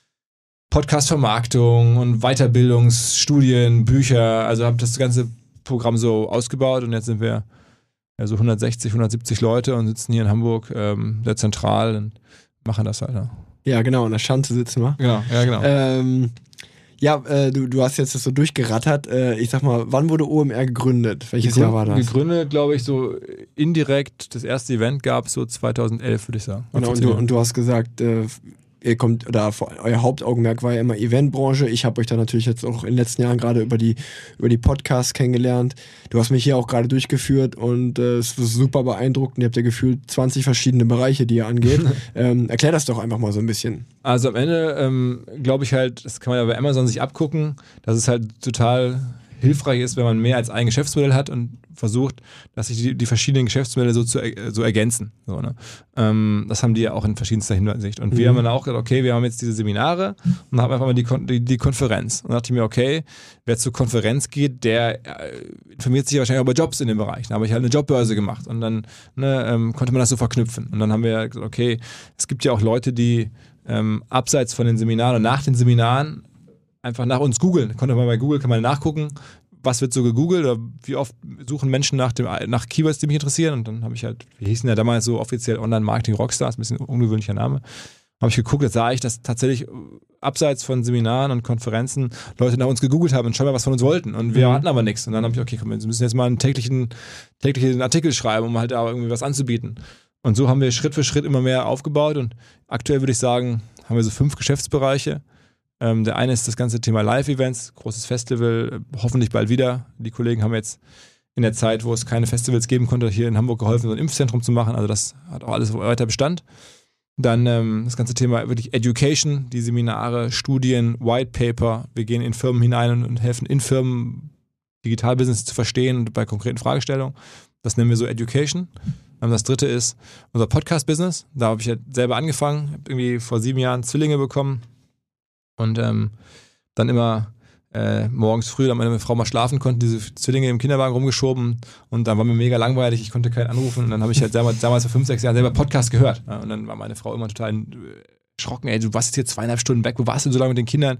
[SPEAKER 3] Podcast-Vermarktung und Weiterbildungsstudien, Bücher, also habe das ganze Programm so ausgebaut und jetzt sind wir ja so hundertsechzig, hundertsiebzig Leute und sitzen hier in Hamburg ähm, sehr zentral und machen das halt. Ja,
[SPEAKER 2] ja genau, in der Schanze sitzen wir.
[SPEAKER 3] Genau, ja genau.
[SPEAKER 2] Ähm, ja, äh, du, du hast jetzt das so durchgerattert. Äh, ich sag mal, wann wurde O M R gegründet? Welches Jahr war das?
[SPEAKER 3] Gegründet, glaube ich, so indirekt, das erste Event gab es so zweitausendelf, würde ich sagen.
[SPEAKER 2] Genau, und du, und du hast gesagt, äh, ihr kommt, oder euer Hauptaugenmerk war ja immer Eventbranche. Ich habe euch da natürlich jetzt auch in den letzten Jahren gerade über die, über die Podcasts kennengelernt. Du hast mich hier auch gerade durchgeführt und äh, es war super beeindruckend. Ihr habt ja gefühlt zwanzig verschiedene Bereiche, die ihr angeht. ähm, erklär das doch einfach mal so ein bisschen.
[SPEAKER 3] Also am Ende ähm, glaube ich halt, das kann man ja bei Amazon sich abgucken, dass es halt total hilfreich ist, wenn man mehr als ein Geschäftsmodell hat und versucht, dass sich die, die verschiedenen Geschäftsmodelle so, zu, so ergänzen. So, ne? ähm, das haben die ja auch in verschiedenster Hinsicht. Und mhm. wir haben dann auch gesagt, okay, wir haben jetzt diese Seminare und haben einfach mal die, Kon- die, die Konferenz. Und dann dachte ich mir, okay, wer zur Konferenz geht, der äh, informiert sich ja wahrscheinlich auch über Jobs in dem Bereich. Da habe ich halt eine Jobbörse gemacht und dann ne, ähm, konnte man das so verknüpfen. Und dann haben wir gesagt, okay, es gibt ja auch Leute, die ähm, abseits von den Seminaren und nach den Seminaren einfach nach uns googeln. Konnte man bei Google, kann man nachgucken, was wird so gegoogelt oder wie oft suchen Menschen nach, dem, nach Keywords, die mich interessieren. Und dann habe ich halt, wir hießen ja damals so offiziell Online-Marketing-Rockstars, ein bisschen ungewöhnlicher Name. Habe ich geguckt, jetzt sah ich, dass tatsächlich abseits von Seminaren und Konferenzen Leute nach uns gegoogelt haben und schon mal was von uns wollten. Und wir mhm. hatten aber nichts. Und dann habe ich, okay, komm, wir müssen jetzt mal einen täglichen, täglichen Artikel schreiben, um halt da irgendwie was anzubieten. Und so haben wir Schritt für Schritt immer mehr aufgebaut. Und aktuell würde ich sagen, haben wir so fünf Geschäftsbereiche. Ähm, der eine ist das ganze Thema Live-Events, großes Festival, hoffentlich bald wieder. Die Kollegen haben jetzt in der Zeit, wo es keine Festivals geben konnte, hier in Hamburg geholfen, so ein Impfzentrum zu machen. Also das hat auch alles weiter Bestand. Dann ähm, das ganze Thema wirklich Education, die Seminare, Studien, White Paper. Wir gehen in Firmen hinein und, und helfen in Firmen Digitalbusiness zu verstehen und bei konkreten Fragestellungen. Das nennen wir so Education. Das dritte ist unser Podcast-Business. Da habe ich ja selber angefangen, habe irgendwie vor sieben Jahren Zwillinge bekommen. Und ähm, dann immer äh, morgens früh, damit meine Frau mal schlafen konnte, diese Zwillinge im Kinderwagen rumgeschoben und dann war mir mega langweilig, ich konnte keinen anrufen und dann habe ich halt damals, damals vor fünf, sechs Jahren selber Podcast gehört. Ja, und dann war meine Frau immer total erschrocken, ey, du warst jetzt hier zweieinhalb Stunden weg, wo warst du so lange mit den Kindern?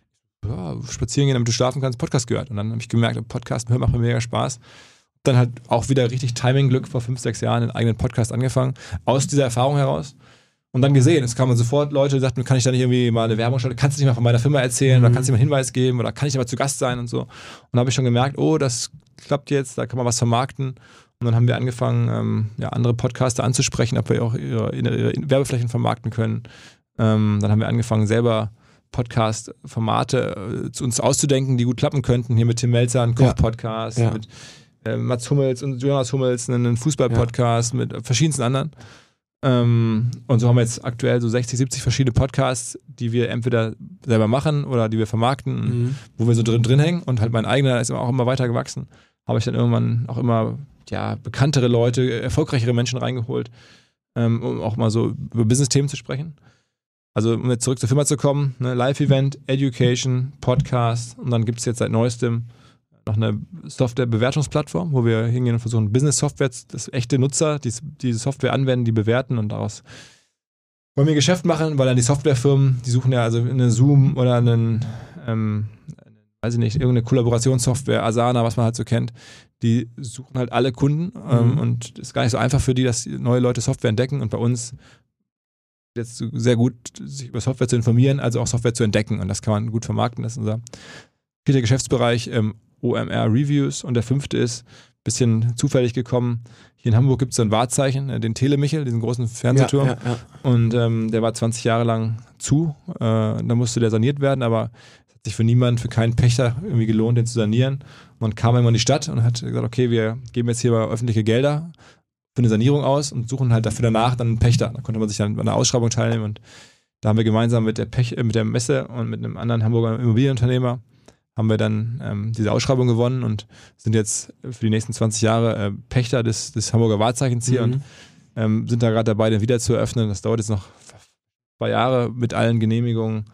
[SPEAKER 3] Ja, spazieren gehen, damit du schlafen kannst, Podcast gehört. Und dann habe ich gemerkt, Podcast hören macht mir mega Spaß. Dann halt auch wieder richtig Timing-Glück vor fünf, sechs Jahren einen eigenen Podcast angefangen, aus dieser Erfahrung heraus. Und dann gesehen, es kamen sofort Leute, die sagten, kann ich da nicht irgendwie mal eine Werbung schalten, kannst du nicht mal von meiner Firma erzählen mhm. oder kannst du mir einen Hinweis geben oder kann ich da mal zu Gast sein und so. Und dann habe ich schon gemerkt, oh, das klappt jetzt, da kann man was vermarkten. Und dann haben wir angefangen, ähm, ja, andere Podcaster anzusprechen, ob wir auch ihre, ihre Werbeflächen vermarkten können. Ähm, dann haben wir angefangen, selber Podcast-Formate äh, zu uns auszudenken, die gut klappen könnten. Hier mit Tim Melzer, ein Koch-Podcast, ja. Ja. mit äh, Mats Hummels und Jonas Hummels, einen Fußball-Podcast, ja. mit verschiedensten anderen. Ähm, und so haben wir jetzt aktuell so sechzig, siebzig verschiedene Podcasts, die wir entweder selber machen oder die wir vermarkten, mhm. wo wir so drin, drin hängen. Und halt mein eigener ist auch immer weiter gewachsen. Habe ich dann irgendwann auch immer ja, bekanntere Leute, erfolgreichere Menschen reingeholt, ähm, um auch mal so über Business-Themen zu sprechen. Also um jetzt zurück zur Firma zu kommen, ne, Live-Event, Education, Podcast und dann gibt es jetzt seit neuestem noch eine Software-Bewertungsplattform, wo wir hingehen und versuchen, Business-Software, das echte Nutzer, die diese Software anwenden, die bewerten und daraus wollen wir Geschäft machen, weil dann die Softwarefirmen, die suchen ja also eine Zoom oder einen, ähm, weiß ich nicht, irgendeine Kollaborationssoftware, Asana, was man halt so kennt, die suchen halt alle Kunden ähm, mhm. und es ist gar nicht so einfach für die, dass neue Leute Software entdecken und bei uns jetzt sehr gut, sich über Software zu informieren, also auch Software zu entdecken und das kann man gut vermarkten. Das ist unser vierter Geschäftsbereich, ähm, O M R Reviews und der fünfte ist bisschen zufällig gekommen. Hier in Hamburg gibt es so ein Wahrzeichen, den Telemichel, diesen großen Fernsehturm. Ja, ja, ja. Und ähm, der war zwanzig Jahre lang zu. Äh, da musste der saniert werden, aber es hat sich für niemanden, für keinen Pächter irgendwie gelohnt, den zu sanieren. Und dann kam irgendwann die Stadt und hat gesagt, okay, wir geben jetzt hier mal öffentliche Gelder für eine Sanierung aus und suchen halt dafür danach dann einen Pächter. Da konnte man sich dann an einer Ausschreibung teilnehmen und da haben wir gemeinsam mit der, Pech, äh, mit der Messe und mit einem anderen Hamburger Immobilienunternehmer haben wir dann ähm, diese Ausschreibung gewonnen und sind jetzt für die nächsten zwanzig Jahre äh, Pächter des, des Hamburger Wahrzeichens hier mhm. und ähm, sind da gerade dabei, den wieder zu eröffnen. Das dauert jetzt noch zwei Jahre mit allen Genehmigungen,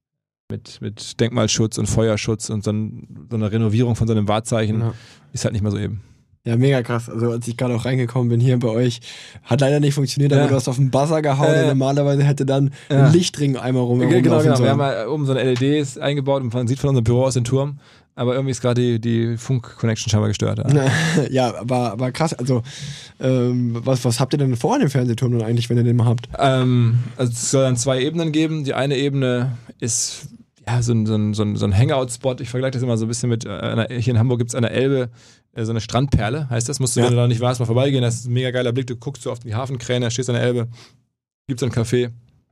[SPEAKER 3] mit, mit Denkmalschutz und Feuerschutz und so, ein, so eine Renovierung von so einem Wahrzeichen. Ja. Ist halt nicht mal so eben.
[SPEAKER 2] Ja, mega krass. Also als ich gerade auch reingekommen bin hier bei euch, hat leider nicht funktioniert, aber ja. du hast auf den Buzzer gehauen äh, und normalerweise hätte dann ja. ein Lichtring einmal rum.
[SPEAKER 3] Genau, genau. genau. Wir haben mal oben so eine L E Ds eingebaut und man sieht von unserem Büro aus den Turm, aber irgendwie ist gerade die, die Funk-Connection scheinbar gestört. Ja,
[SPEAKER 2] ja aber, aber krass. Also ähm, was, was habt ihr denn vor an dem Fernsehturm nun eigentlich, wenn ihr den mal habt?
[SPEAKER 3] Ähm, also es soll dann zwei Ebenen geben. Die eine Ebene ist ja, so ein, so ein, so ein, so ein Hangout-Spot. Ich vergleiche das immer so ein bisschen mit, einer, hier in Hamburg gibt es an der Elbe so eine Strandperle, heißt das. Musst du, ja. wenn du da nicht warst, mal vorbeigehen. Das ist ein mega geiler Blick. Du guckst so auf die Hafenkräne, stehst an der Elbe, gibt es ein Café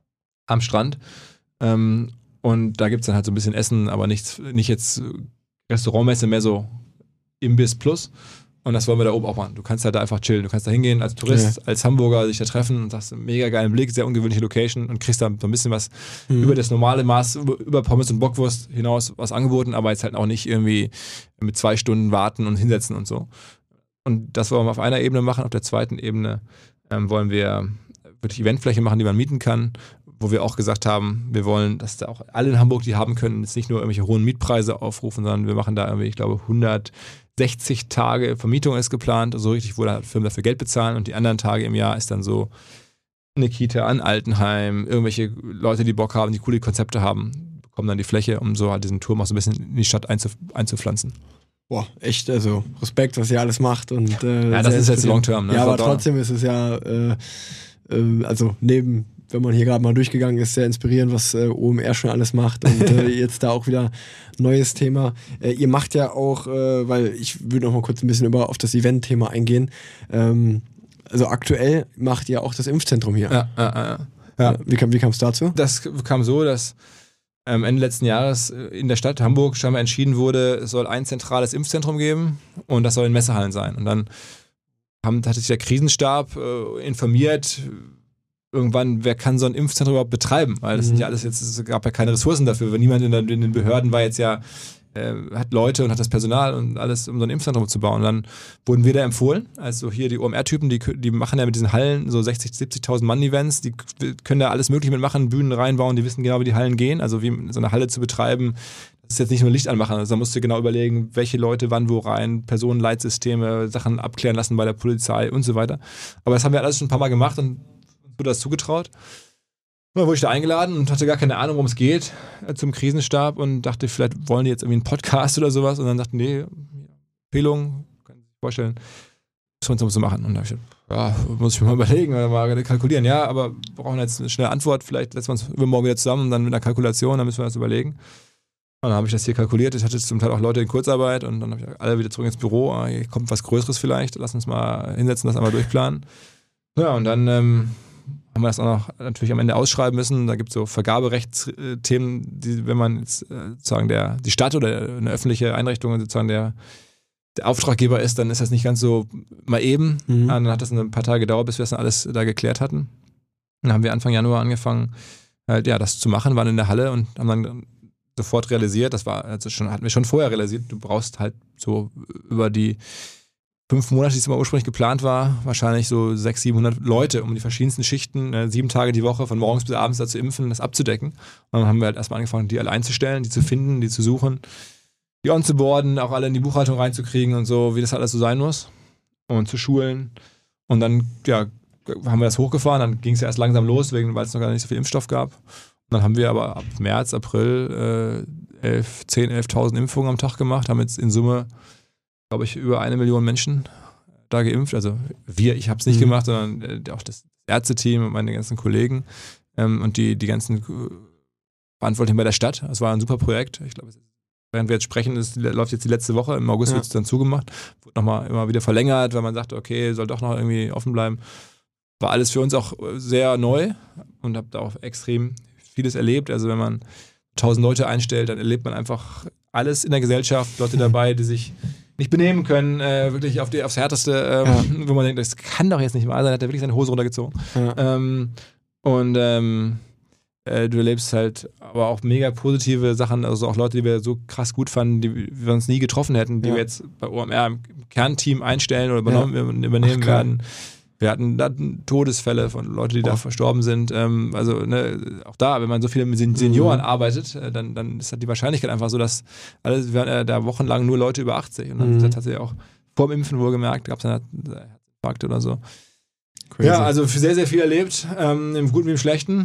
[SPEAKER 3] am Strand. Ähm, und da gibt es dann halt so ein bisschen Essen, aber nichts, nicht jetzt Restaurantmesse, mehr so Imbiss Plus. Und das wollen wir da oben auch machen. Du kannst halt da einfach chillen. Du kannst da hingehen als Tourist, ja. als Hamburger, sich da treffen und hast einen mega geilen Blick, sehr ungewöhnliche Location und kriegst da so ein bisschen was mhm. über das normale Maß, über Pommes und Bockwurst hinaus was angeboten, aber jetzt halt auch nicht irgendwie mit zwei Stunden warten und hinsetzen und so. Und das wollen wir auf einer Ebene machen. Auf der zweiten Ebene ähm, wollen wir wirklich Eventfläche machen, die man mieten kann, wo wir auch gesagt haben, wir wollen, dass da auch alle in Hamburg die haben können, jetzt nicht nur irgendwelche hohen Mietpreise aufrufen, sondern wir machen da irgendwie, ich glaube, hundertsechzig Tage Vermietung ist geplant, so richtig, wo da Firmen dafür Geld bezahlen und die anderen Tage im Jahr ist dann so eine Kita, ein Altenheim, irgendwelche Leute, die Bock haben, die coole Konzepte haben, bekommen dann die Fläche, um so halt diesen Turm auch so ein bisschen in die Stadt einzuf- einzupflanzen.
[SPEAKER 2] Boah, echt, also Respekt, was ihr alles macht. Und, äh,
[SPEAKER 3] ja, das ist jetzt Long Term. Ne?
[SPEAKER 2] Ja, aber trotzdem ist es ja, äh, äh, also neben, wenn man hier gerade mal durchgegangen ist, sehr inspirierend, was äh, O M R schon alles macht und äh, jetzt da auch wieder neues Thema. Äh, ihr macht ja auch, äh, weil ich würde noch mal kurz ein bisschen über auf das Event-Thema eingehen, ähm, also aktuell macht ihr auch das Impfzentrum hier.
[SPEAKER 3] Ja, ja, ja. ja.
[SPEAKER 2] Wie kam, wie kam es dazu?
[SPEAKER 3] Das kam so, dass ähm, Ende letzten Jahres in der Stadt Hamburg scheinbar entschieden wurde, es soll ein zentrales Impfzentrum geben und das soll in Messehallen sein. Und dann haben, hat sich der Krisenstab äh, informiert, irgendwann, wer kann so ein Impfzentrum überhaupt betreiben? Weil das mhm. sind ja alles jetzt, es gab ja keine Ressourcen dafür. Wenn niemand in, der, in den Behörden war jetzt ja, äh, hat Leute und hat das Personal und alles, um so ein Impfzentrum zu bauen. Und dann wurden wir da empfohlen. Also hier die O M R-Typen, die, die machen ja mit diesen Hallen so sechzig, siebzigtausend Mann-Events, die können da alles Mögliche mitmachen, Bühnen reinbauen, die wissen genau, wie die Hallen gehen. Also wie so eine Halle zu betreiben, das ist jetzt nicht nur Licht anmachen. Also da musst du genau überlegen, welche Leute wann wo rein, Personenleitsysteme, Sachen abklären lassen bei der Polizei und so weiter. Aber das haben wir alles schon ein paar Mal gemacht und das zugetraut. Dann wurde ich da eingeladen und hatte gar keine Ahnung, worum es geht, äh, zum Krisenstab und dachte, vielleicht wollen die jetzt irgendwie einen Podcast oder sowas und dann dachten, nee, Empfehlung, können Sie sich vorstellen, was wir uns so machen. Und da habe ich gedacht, ja, muss ich mir mal überlegen oder mal kalkulieren. Ja, aber wir brauchen jetzt eine schnelle Antwort, vielleicht setzen wir uns übermorgen wieder zusammen und dann mit einer Kalkulation, dann müssen wir das überlegen. Und dann habe ich das hier kalkuliert. Ich hatte zum Teil auch Leute in Kurzarbeit und dann habe ich alle wieder zurück ins Büro. Ah, hier kommt was Größeres vielleicht, lass uns mal hinsetzen, das einmal durchplanen. Ja, und dann ähm, haben wir das auch noch natürlich am Ende ausschreiben müssen. Da gibt es so Vergaberechtsthemen, die, wenn man jetzt äh, sozusagen der, die Stadt oder eine öffentliche Einrichtung sozusagen der, der Auftraggeber ist, dann ist das nicht ganz so mal eben. Mhm. Dann hat das ein paar Tage gedauert, bis wir das dann alles da geklärt hatten. Dann haben wir Anfang Januar angefangen, halt, ja, das zu machen, waren in der Halle und haben dann sofort realisiert, das war also schon, hatten wir schon vorher realisiert, du brauchst halt so über die fünf Monate, die es mal ursprünglich geplant war, wahrscheinlich so sechshundert, siebenhundert Leute, um die verschiedensten Schichten, äh, sieben Tage die Woche, von morgens bis abends da zu impfen, das abzudecken. Und dann haben wir halt erstmal angefangen, die alle einzustellen, die zu finden, die zu suchen, die onzuboarden, auch alle in die Buchhaltung reinzukriegen und so, wie das alles so sein muss. Und zu schulen. Und dann, ja, haben wir das hochgefahren, dann ging es ja erst langsam los, wegen, weil es noch gar nicht so viel Impfstoff gab. Und dann haben wir aber ab März, April äh, elf, zehn, elftausend Impfungen am Tag gemacht, haben jetzt in Summe, glaube ich, über eine Million Menschen da geimpft. Also wir, ich habe es nicht mhm. gemacht, sondern äh, auch das Ärzteteam und meine ganzen Kollegen ähm, und die, die ganzen äh, Verantwortlichen bei der Stadt. Das war ein super Projekt. Ich glaube, während wir jetzt sprechen, das läuft jetzt die letzte Woche. Im August ja. wird es dann zugemacht. Wurde nochmal immer wieder verlängert, weil man sagte, okay, soll doch noch irgendwie offen bleiben. War alles für uns auch sehr neu und habe da auch extrem vieles erlebt. Also wenn man tausend Leute einstellt, dann erlebt man einfach alles in der Gesellschaft. Leute dabei, die sich nicht benehmen können, äh, wirklich auf die, aufs Härteste, ähm, ja. wo man denkt, das kann doch jetzt nicht wahr sein, hat er wirklich seine Hose runtergezogen. Ja. Ähm, und ähm, äh, du erlebst halt aber auch mega positive Sachen, also auch Leute, die wir so krass gut fanden, die wir uns nie getroffen hätten, die ja. wir jetzt bei O M R im Kernteam einstellen oder übernommen, ja. übernehmen Ach, werden. Wir hatten da Todesfälle von Leuten, die oh. da verstorben sind. Ähm, also ne, auch da, wenn man so viele mit Senioren mhm. arbeitet, äh, dann, dann ist halt die Wahrscheinlichkeit einfach so, dass alles, wir hatten äh, da wochenlang nur Leute über achtzig. Und dann mhm. hat sie auch vor dem Impfen wohl gemerkt, gab es dann Herzinfarkte oder so. Crazy. Ja, also sehr, sehr viel erlebt, ähm, im Guten wie im Schlechten.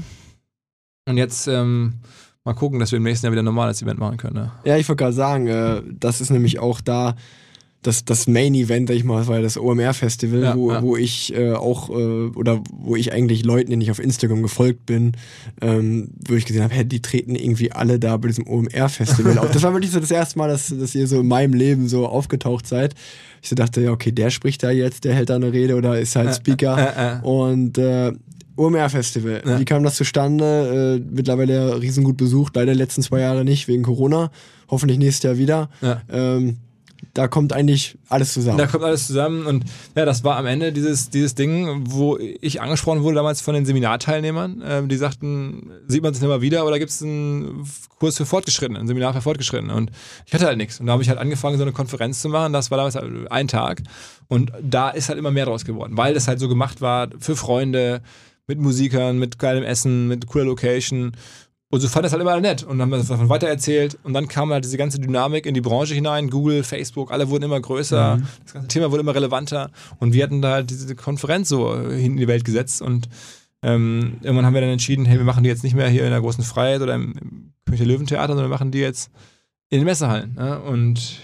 [SPEAKER 3] Und jetzt ähm, mal gucken, dass wir im nächsten Jahr wieder ein normales Event machen können. Ne?
[SPEAKER 2] Ja, ich wollte gerade sagen, äh, das ist nämlich auch da Das, das Main-Event, sag ich mal, war das O M R-Festival, ja, wo, ja. wo ich äh, auch, äh, oder wo ich eigentlich Leuten, denen ich auf Instagram gefolgt bin, ähm, wo ich gesehen habe, hey, die treten irgendwie alle da bei diesem O M R-Festival auf. Das war wirklich so das erste Mal, dass, dass ihr so in meinem Leben so aufgetaucht seid. Ich so dachte, ja, okay, der spricht da jetzt, der hält da eine Rede oder ist halt Speaker. Äh, äh, äh. Und äh, O M R-Festival, ja. wie kam das zustande? Äh, mittlerweile ja riesengut besucht, leider die letzten zwei Jahre nicht, wegen Corona. Hoffentlich nächstes Jahr wieder. Ja. Ähm, Da kommt eigentlich alles zusammen.
[SPEAKER 3] Da kommt alles zusammen und ja, das war am Ende dieses, dieses Ding, wo ich angesprochen wurde damals von den Seminarteilnehmern, äh, die sagten, sieht man sich nicht mal wieder oder gibt es einen Kurs für Fortgeschrittene, ein Seminar für Fortgeschrittene und ich hatte halt nichts und da habe ich halt angefangen, so eine Konferenz zu machen, das war damals halt ein Tag und da ist halt immer mehr draus geworden, weil das halt so gemacht war für Freunde, mit Musikern, mit geilem Essen, mit cooler Location. Und so fand das halt immer nett und haben davon weitererzählt und dann kam halt diese ganze Dynamik in die Branche hinein, Google, Facebook, alle wurden immer größer, mhm. das ganze Thema wurde immer relevanter und wir hatten da halt diese Konferenz so in die Welt gesetzt und ähm, irgendwann haben wir dann entschieden, hey, wir machen die jetzt nicht mehr hier in der großen Freiheit oder im, im König der Löwen-Theater, sondern wir machen die jetzt in den Messehallen, ne? Und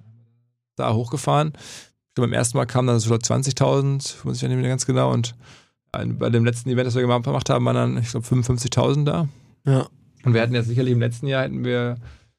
[SPEAKER 3] da hochgefahren. Ich glaube, beim ersten Mal kamen dann so zwanzigtausend, weiß ich ja nicht mehr ganz genau und bei dem letzten Event, das wir gemacht haben, waren dann, ich glaube, fünfundfünfzigtausend da.
[SPEAKER 2] Ja.
[SPEAKER 3] Und wir hatten jetzt sicherlich im letzten Jahr hätten wir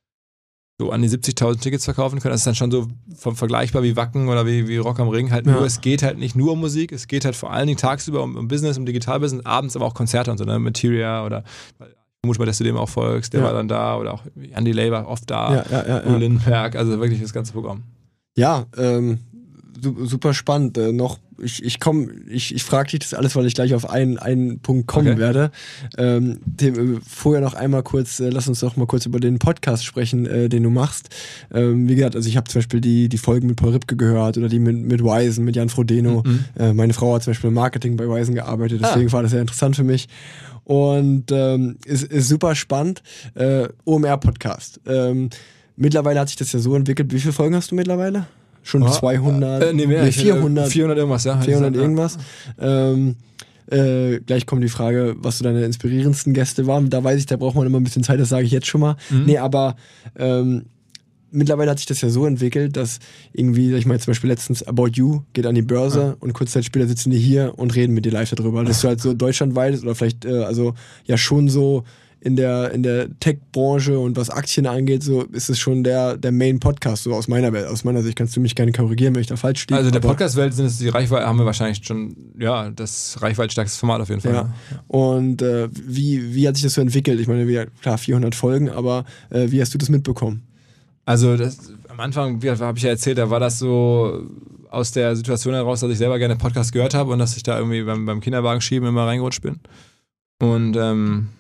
[SPEAKER 3] so an die siebzigtausend Tickets verkaufen können. Das ist dann schon so vom vergleichbar wie Wacken oder wie, wie Rock am Ring. Halt ja. nur, es geht halt nicht nur um Musik, es geht halt vor allen Dingen tagsüber um, um Business, um Digitalbusiness, abends aber auch Konzerte und so, ne? Materia oder ich vermute mal, dass du dem auch folgst, der ja. war dann da oder auch Andy Lay war oft da,
[SPEAKER 2] ja, ja, ja,
[SPEAKER 3] Uwe Lindenberg, also wirklich das ganze Programm.
[SPEAKER 2] Ja, ähm, super spannend. Äh, noch, ich, ich komme, ich, ich frage dich das alles, weil ich gleich auf einen, einen Punkt kommen okay. werde. Ähm, dem, vorher noch einmal kurz, äh, lass uns doch mal kurz über den Podcast sprechen, äh, den du machst. Ähm, wie gesagt, also ich habe zum Beispiel die, die Folgen mit Paul Ripke gehört oder die mit, mit Wisen, mit Jan Frodeno. Mhm. Äh, meine Frau hat zum Beispiel im Marketing bei Wisen gearbeitet, deswegen ah. war das sehr interessant für mich. Und ähm, ist, ist super spannend. Äh, O M R-Podcast. Ähm, mittlerweile hat sich das ja so entwickelt. Wie viele Folgen hast du mittlerweile? Schon oh, zweihundert,
[SPEAKER 3] äh, nee, mehr,
[SPEAKER 2] nee, vierhundert,
[SPEAKER 3] vierhundert irgendwas, ja.
[SPEAKER 2] vierhundert irgendwas. Ähm, äh, gleich kommt die Frage, was so deine inspirierendsten Gäste waren. Da weiß ich, da braucht man immer ein bisschen Zeit, das sage ich jetzt schon mal. Mhm. Nee, aber ähm, mittlerweile hat sich das ja so entwickelt, dass irgendwie, ich meine zum Beispiel letztens About You geht an die Börse ja. und kurze Zeit später sitzen die hier und reden mit dir live darüber. Das ist halt so deutschlandweit oder vielleicht äh, also ja schon so in der, in der Tech-Branche und was Aktien angeht, so ist es schon der, der Main-Podcast, so aus meiner Welt. Aus meiner Sicht kannst du mich gerne korrigieren, wenn ich da falsch stehe.
[SPEAKER 3] Also der Podcast-Welt sind es die Reichweite, haben wir wahrscheinlich schon, ja, das reichweitstärkste Format auf jeden Fall.
[SPEAKER 2] Ja. Und äh, wie, wie hat sich das so entwickelt? Ich meine, wieder, klar, vierhundert Folgen, aber äh, wie hast du das mitbekommen?
[SPEAKER 3] Also das, am Anfang, wie habe ich ja erzählt, da war das so aus der Situation heraus, dass ich selber gerne Podcast gehört habe und dass ich da irgendwie beim, beim Kinderwagen schieben immer reingerutscht bin. Und ähm,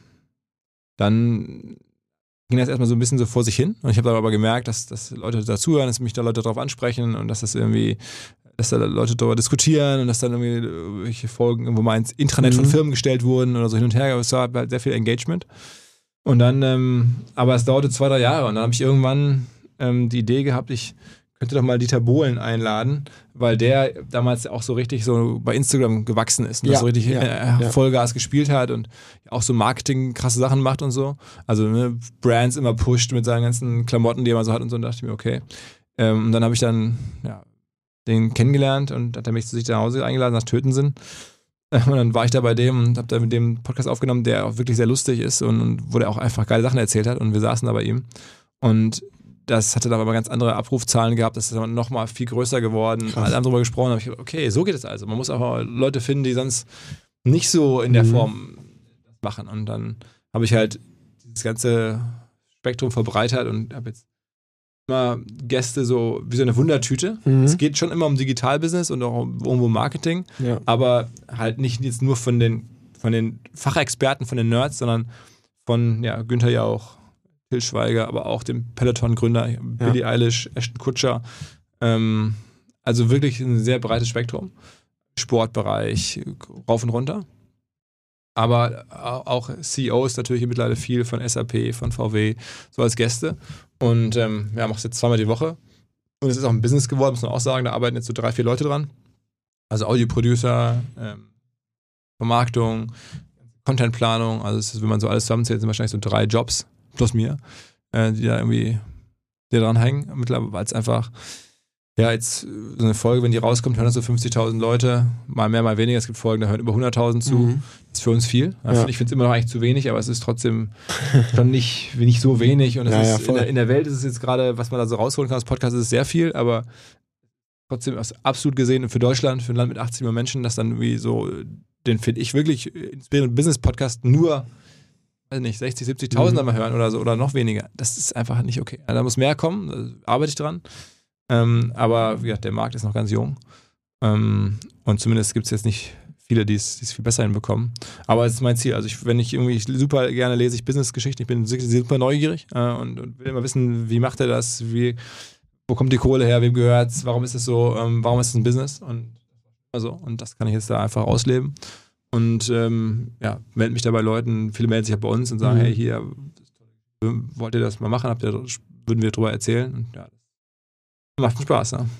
[SPEAKER 3] dann ging das erstmal so ein bisschen so vor sich hin und ich habe dann aber gemerkt, dass, dass Leute dazuhören, dass mich da Leute drauf ansprechen und dass das irgendwie dass da Leute darüber diskutieren und dass dann irgendwie irgendwelche Folgen irgendwo mal ins Intranet mhm. von Firmen gestellt wurden oder so hin und her. Es war halt sehr viel Engagement. Und dann, ähm, aber es dauerte zwei, drei Jahre und dann habe ich irgendwann ähm, die Idee gehabt, ich könnte doch mal Dieter Bohlen einladen, weil der damals auch so richtig so bei Instagram gewachsen ist und
[SPEAKER 2] ja,
[SPEAKER 3] so richtig
[SPEAKER 2] ja,
[SPEAKER 3] äh,
[SPEAKER 2] ja.
[SPEAKER 3] Vollgas gespielt hat und auch so Marketing krasse Sachen macht und so. Also ne, Brands immer pusht mit seinen ganzen Klamotten, die er mal so hat und so. Und dachte ich mir, okay. Ähm, und dann habe ich dann ja, den kennengelernt und hat er mich zu sich nach Hause eingeladen nach Tötensen. Und dann war ich da bei dem und habe da mit dem Podcast aufgenommen, der auch wirklich sehr lustig ist und, und wo der auch einfach geile Sachen erzählt hat und wir saßen da bei ihm. Und das hatte dann aber ganz andere Abrufzahlen gehabt, das ist dann nochmal viel größer geworden. Krass. Alle haben darüber gesprochen, habe ich gedacht, okay, so geht es also. Man muss auch Leute finden, die sonst nicht so in der
[SPEAKER 2] mhm.
[SPEAKER 3] Form machen. Und dann habe ich halt das ganze Spektrum verbreitert und habe jetzt immer Gäste so wie so eine Wundertüte. Mhm. Es geht schon immer um Digitalbusiness und auch um irgendwo Marketing, ja. aber halt nicht jetzt nur von den, von den Fachexperten, von den Nerds, sondern von ja, Günther Jauch, Till Schweiger, aber auch dem Peloton-Gründer, Billie ja. Eilish, Ashton Kutscher. Ähm, also wirklich ein sehr breites Spektrum. Sportbereich, rauf und runter. Aber auch C E Os natürlich mittlerweile viel von S A P, von V W, so als Gäste. Und ähm, ja, machst jetzt zweimal die Woche. Und es ist auch ein Business geworden, muss man auch sagen. Da arbeiten jetzt so drei, vier Leute dran. Also Audio-Producer, ähm, Vermarktung, Contentplanung. Also es ist, wenn man so alles zusammenzählt, sind wahrscheinlich so drei Jobs plus mir, äh, die da irgendwie die dran hängen. Mittlerweile, weil es einfach, ja, jetzt so eine Folge, wenn die rauskommt, hören das so fünfzigtausend Leute, mal mehr, mal weniger. Es gibt Folgen, da hören über hunderttausend zu. Mhm. Das ist für uns viel. Ja. Ich finde es immer noch eigentlich zu wenig, aber es ist trotzdem schon nicht, nicht so wenig. Und es
[SPEAKER 2] ja,
[SPEAKER 3] ist
[SPEAKER 2] ja,
[SPEAKER 3] in, der, in der Welt ist es jetzt gerade, was man da so rausholen kann aus Podcast, ist es sehr viel, aber trotzdem absolut gesehen für Deutschland, für ein Land mit achtzig Millionen Menschen, dass dann irgendwie so, den finde ich wirklich inspirierenden Business-Podcast nur weiß nicht, sechzig, siebzigtausend mhm. mal hören oder so oder noch weniger. Das ist einfach nicht okay. Da muss mehr kommen, da arbeite ich dran. Ähm, aber wie gesagt, der Markt ist noch ganz jung. Ähm, und zumindest gibt es jetzt nicht viele, die es viel besser hinbekommen. Aber es ist mein Ziel. Also ich, wenn ich irgendwie, ich super gerne lese ich Business-Geschichten, ich bin super neugierig äh, und, und will immer wissen, wie macht er das, wie, wo kommt die Kohle her, wem gehört's, warum ist es so, ähm, warum ist es ein Business? Und, also, und das kann ich jetzt da einfach ausleben. Und ähm, ja, melde mich da bei Leuten, viele melden sich ja bei uns und sagen, mhm. hey, hier, wollt ihr das mal machen? Habt ihr, würden wir drüber erzählen? Und ja, das macht Spaß, ne?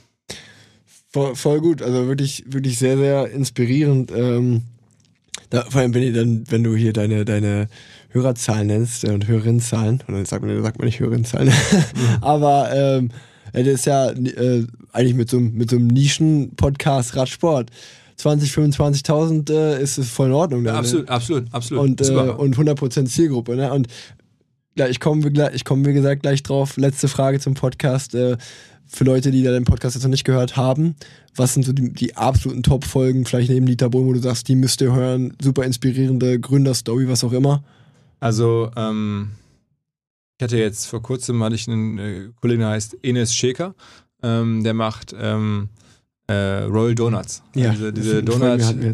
[SPEAKER 2] Voll, voll gut, also wirklich, wirklich sehr, sehr inspirierend. Ähm, da, vor allem, wenn, ihr dann, wenn du hier deine, deine Hörerzahlen nennst und Hörerinnenzahlen, und dann sagt man, sagt man nicht Hörerinnenzahlen, mhm. aber ähm, das ist ja äh, eigentlich mit so, mit so einem Nischen-Podcast Radsport. zwanzig, fünfundzwanzigtausend äh, ist es voll in Ordnung. Dann,
[SPEAKER 3] ja, absolut,
[SPEAKER 2] ne?
[SPEAKER 3] absolut, absolut.
[SPEAKER 2] Und, äh, und hundert Prozent Zielgruppe. Ne? Und ja, ich komme, ich komme, wie gesagt, gleich drauf. Letzte Frage zum Podcast. Äh, für Leute, die da den Podcast jetzt noch nicht gehört haben, was sind so die, die absoluten Top-Folgen, vielleicht neben Dieter Bohlen, wo du sagst, die müsst ihr hören, super inspirierende Gründerstory, was auch immer?
[SPEAKER 3] Also, ähm, ich hatte jetzt vor kurzem, hatte ich einen äh, Kollegen, der heißt Enes Scheker, ähm, der macht ähm, Äh, Royal Donuts.
[SPEAKER 2] Ja,
[SPEAKER 3] also diese diese Donut-Läden,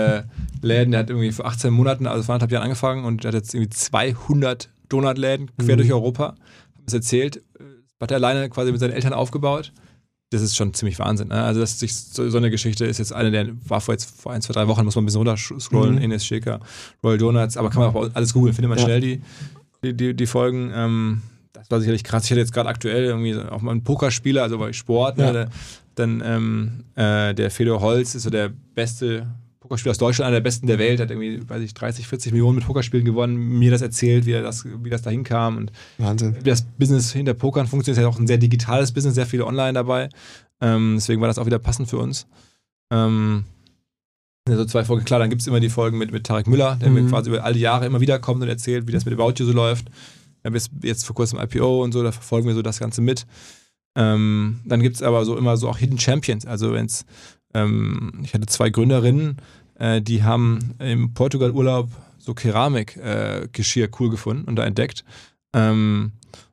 [SPEAKER 3] äh, der hat irgendwie vor achtzehn Monaten, also vor anderthalb Jahren angefangen und der hat jetzt irgendwie zweihundert Donutläden quer mhm. durch Europa. Hat es erzählt, hat er alleine quasi mit seinen Eltern aufgebaut. Das ist schon ziemlich Wahnsinn. Ne? Also das ist so, so eine Geschichte ist jetzt eine, der war vor jetzt vor ein, zwei, drei Wochen, muss man ein bisschen runterscrollen, mhm. Enes Scheker, Royal Donuts, aber kann man auch alles googeln, findet man ja. schnell die, die, die, die Folgen. Ähm, das war sicherlich krass. Ich hatte jetzt gerade aktuell irgendwie auch mal einen Pokerspieler, also bei Sport, ja. ne, dann ähm, äh, der Fedor Holz ist so der beste Pokerspieler aus Deutschland, einer der besten der Welt, hat irgendwie, weiß ich, dreißig, vierzig Millionen mit Pokerspielen gewonnen, mir das erzählt, wie, er das, wie das da hinkam und
[SPEAKER 2] Wahnsinn.
[SPEAKER 3] Wie das Business hinter Pokern funktioniert, ist ja auch ein sehr digitales Business, sehr viele online dabei, ähm, deswegen war das auch wieder passend für uns. Ähm, also zwei Folgen, klar, dann gibt es immer die Folgen mit, mit Tarek Müller, der mhm. mir quasi über all die Jahre immer wieder kommt und erzählt, wie das mit About You so läuft. Wir haben jetzt, jetzt vor kurzem I P O und so, da verfolgen wir so das Ganze mit. Ähm, dann gibt es aber so immer so auch Hidden Champions. Also wenn es, ähm, ich hatte zwei Gründerinnen, äh, die haben im Portugal-Urlaub so Keramik-Geschirr äh, cool gefunden und da entdeckt. Ähm,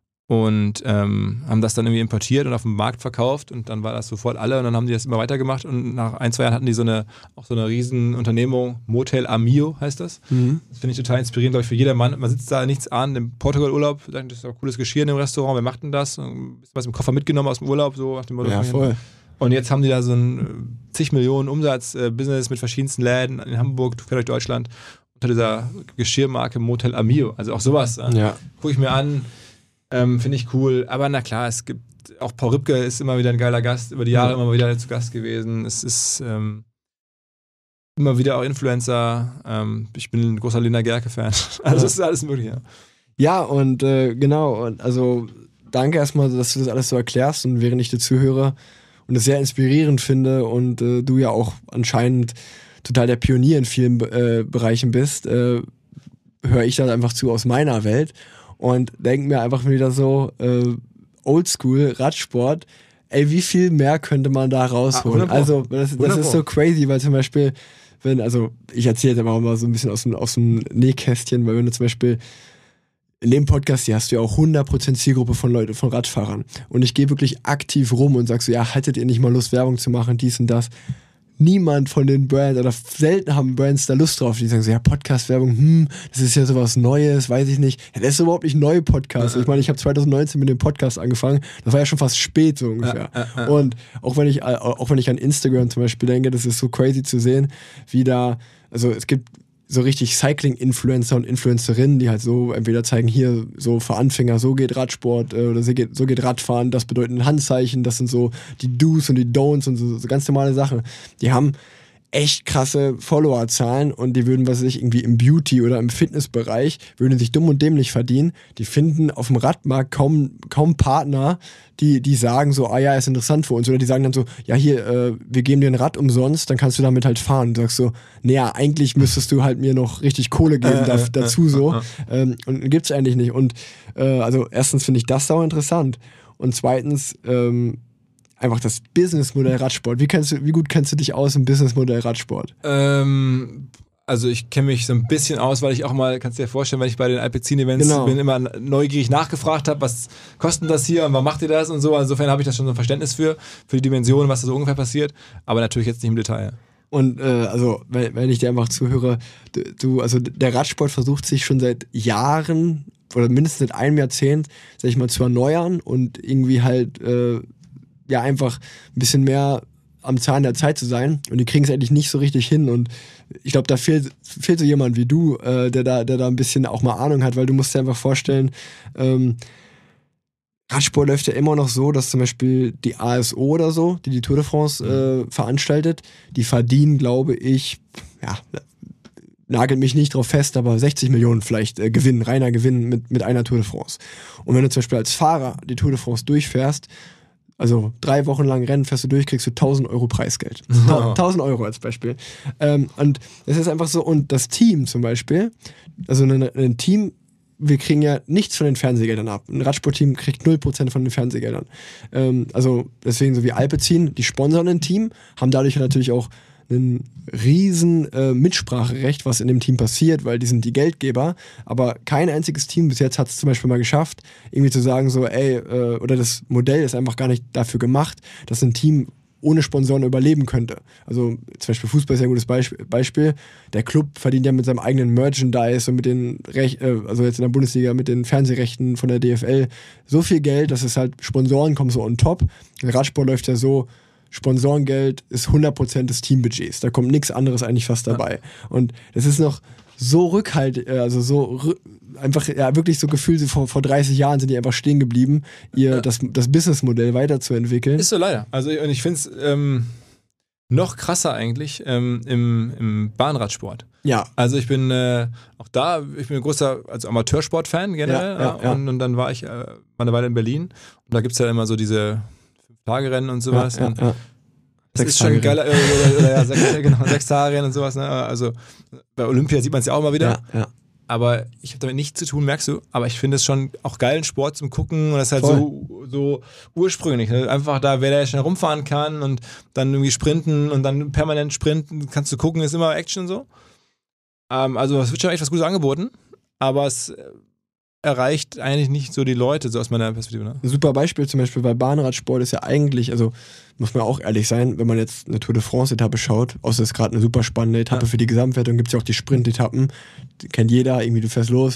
[SPEAKER 3] und ähm, haben das dann irgendwie importiert und auf dem Markt verkauft und dann war das sofort alle und dann haben die das immer weitergemacht und nach ein, zwei Jahren hatten die so eine, auch so eine riesen Unternehmung, Motel Amio heißt das. Mhm. Das finde ich total inspirierend, glaube ich, für jedermann. Man sitzt da nichts an, im Portugal-Urlaub, das ist auch cooles Geschirr in dem Restaurant, wer macht denn das? Ein bisschen was im Koffer mitgenommen aus dem Urlaub, so nach dem Motto.
[SPEAKER 2] Ja, voll.
[SPEAKER 3] Und jetzt haben die da so ein zig Millionen Umsatz-Business mit verschiedensten Läden in Hamburg, quer durch Deutschland, unter dieser Geschirrmarke Motel Amio. Also auch sowas. Äh,
[SPEAKER 2] Ja.
[SPEAKER 3] Gucke ich mir an, ähm, finde ich cool. Aber na klar, es gibt, auch Paul Rübke ist immer wieder ein geiler Gast, über die Jahre immer wieder zu Gast gewesen. Es ist ähm, immer wieder auch Influencer. Ähm, ich bin ein großer Lena Gerke-Fan. Also es ist alles möglich, ja.
[SPEAKER 2] Ja, und äh, genau, und also danke erstmal, dass du das alles so erklärst und während ich dir zuhöre und es sehr inspirierend finde und äh, du ja auch anscheinend total der Pionier in vielen äh, Bereichen bist, äh, höre ich dann einfach zu aus meiner Welt und denke mir einfach wieder so, äh, Oldschool, Radsport, ey, wie viel mehr könnte man da rausholen?
[SPEAKER 3] Ah,
[SPEAKER 2] also das, das ist so crazy, weil zum Beispiel, wenn, also ich erzähle jetzt einfach mal so ein bisschen aus dem, aus dem Nähkästchen, weil wenn du zum Beispiel in dem Podcast, hier hast du ja auch hundert Prozent Zielgruppe von Leuten, von Radfahrern. Und ich gehe wirklich aktiv rum und sag so, ja, haltet ihr nicht mal Lust, Werbung zu machen, dies und das. Niemand von den Brands, oder selten haben Brands da Lust drauf. Die sagen so, ja, Podcast-Werbung, hm, das ist ja sowas Neues, weiß ich nicht. Ja, das ist überhaupt nicht neu Podcast. Ich meine, ich habe zwanzig neunzehn mit dem Podcast angefangen. Das war ja schon fast spät so ungefähr. Ja, ja, ja. Und auch wenn ich, auch wenn ich an Instagram zum Beispiel denke, das ist so crazy zu sehen, wie da, also es gibt so richtig Cycling-Influencer und Influencerinnen, die halt so entweder zeigen, hier so für Anfänger, so geht Radsport äh, oder so geht, so geht Radfahren, das bedeutet ein Handzeichen, das sind so die Do's und die Don'ts und so, so ganz normale Sachen. Die haben echt krasse Followerzahlen und die würden, was weiß ich, irgendwie im Beauty- oder im Fitnessbereich, würden sich dumm und dämlich verdienen. Die finden auf dem Radmarkt kaum, kaum Partner, die, die sagen so, ah ja, ist interessant für uns. Oder die sagen dann so, ja hier, äh, wir geben dir ein Rad umsonst, dann kannst du damit halt fahren. Du sagst so, naja, eigentlich müsstest du halt mir noch richtig Kohle geben
[SPEAKER 3] äh,
[SPEAKER 2] da,
[SPEAKER 3] äh,
[SPEAKER 2] dazu
[SPEAKER 3] äh,
[SPEAKER 2] so.
[SPEAKER 3] äh, äh.
[SPEAKER 2] Ähm, und gibt's eigentlich nicht. Und äh, also erstens finde ich das sau interessant. Und zweitens, ähm, einfach das Businessmodell Radsport. Wie, kennst du, wie gut kennst du dich aus im Businessmodell Radsport?
[SPEAKER 3] Ähm, also ich kenne mich so ein bisschen aus, weil ich auch mal, kannst du dir vorstellen, wenn ich bei den Alpecin-Events
[SPEAKER 2] Genau.
[SPEAKER 3] bin, immer neugierig nachgefragt habe, was kostet das hier und wann macht ihr das und so. Insofern habe ich da schon so ein Verständnis für, für die Dimensionen, was da so ungefähr passiert. Aber natürlich jetzt nicht im Detail.
[SPEAKER 2] Und äh, also, wenn, wenn ich dir einfach zuhöre, du, du, also der Radsport versucht sich schon seit Jahren oder mindestens seit einem Jahrzehnt, sag ich mal, zu erneuern und irgendwie halt äh, ja einfach ein bisschen mehr am Zahn der Zeit zu sein. Und die kriegen es eigentlich nicht so richtig hin. Und ich glaube, da fehlt, fehlt so jemand wie du, äh, der, da, der da ein bisschen auch mal Ahnung hat, weil du musst dir einfach vorstellen, ähm, Radsport läuft ja immer noch so, dass zum Beispiel die A S O oder so, die die Tour de France äh, veranstaltet, die verdienen, glaube ich, ja, nagelt mich nicht drauf fest, aber sechzig Millionen vielleicht äh, Gewinn, reiner Gewinn mit, mit einer Tour de France. Und wenn du zum Beispiel als Fahrer die Tour de France durchfährst, also drei Wochen lang Rennen fährst du durch, kriegst du tausend Euro Preisgeld.
[SPEAKER 3] Oh.
[SPEAKER 2] tausend Euro als Beispiel. Ähm, und das ist einfach so, und das Team zum Beispiel, also ein, ein Team, wir kriegen ja nichts von den Fernsehgeldern ab. Ein Radsportteam kriegt null Prozent von den Fernsehgeldern. Ähm, also deswegen so wie Alpecin, die sponsern ein Team, haben dadurch natürlich auch ein riesen äh, Mitspracherecht, was in dem Team passiert, weil die sind die Geldgeber, aber kein einziges Team bis jetzt hat es zum Beispiel mal geschafft, irgendwie zu sagen so, ey, äh, oder das Modell ist einfach gar nicht dafür gemacht, dass ein Team ohne Sponsoren überleben könnte. Also zum Beispiel Fußball ist ja ein gutes Beisp- Beispiel. Der Club verdient ja mit seinem eigenen Merchandise und mit den, Rech- äh, also jetzt in der Bundesliga mit den Fernsehrechten von der D F L so viel Geld, dass es halt Sponsoren kommen so on top. Der Radsport läuft ja so, Sponsorengeld ist hundert Prozent des Teambudgets. Da kommt nichts anderes eigentlich fast dabei. Und das ist noch so rückhalt, also so rü- einfach, ja, wirklich so gefühlt, vor, vor dreißig Jahren sind die einfach stehen geblieben, ihr
[SPEAKER 3] Ja.
[SPEAKER 2] das, das Businessmodell weiterzuentwickeln.
[SPEAKER 3] Ist so leider. Also und ich finde es ähm, noch krasser eigentlich ähm, im, im Bahnradsport.
[SPEAKER 2] Ja.
[SPEAKER 3] Also ich bin äh, auch da, ich bin ein großer also Amateursport-Fan generell.
[SPEAKER 2] Ja, ja, ja.
[SPEAKER 3] Und, und dann war ich äh, mal eine Weile in Berlin und da gibt es ja immer so diese Fünf-Tage-Rennen und sowas.
[SPEAKER 2] Ja, ja,
[SPEAKER 3] und
[SPEAKER 2] ja.
[SPEAKER 3] das ist schon geiler, oder, oder, oder ja, sechs, genau, sechs Tage und sowas. Ne? Also bei Olympia sieht man es ja auch immer wieder.
[SPEAKER 2] Ja, ja.
[SPEAKER 3] Aber ich habe damit nichts zu tun, merkst du. Aber ich finde es schon auch geilen Sport zum Gucken und das ist halt
[SPEAKER 2] Voll.
[SPEAKER 3] so, so ursprünglich. Ne? Einfach da, wer da schnell rumfahren kann und dann irgendwie sprinten und dann permanent sprinten, kannst du gucken, ist immer Action so. Ähm, also es wird schon echt was Gutes angeboten, aber es erreicht eigentlich nicht so die Leute, so aus meiner Perspektive. Ne?
[SPEAKER 2] Ein super Beispiel zum Beispiel bei Bahnradsport ist ja eigentlich, also muss man auch ehrlich sein, wenn man jetzt eine Tour de France-Etappe schaut, außer es ist gerade eine super spannende Etappe
[SPEAKER 3] Ja.
[SPEAKER 2] für die Gesamtwertung, gibt es ja auch die Sprint-Etappen, die kennt jeder, irgendwie du fährst los,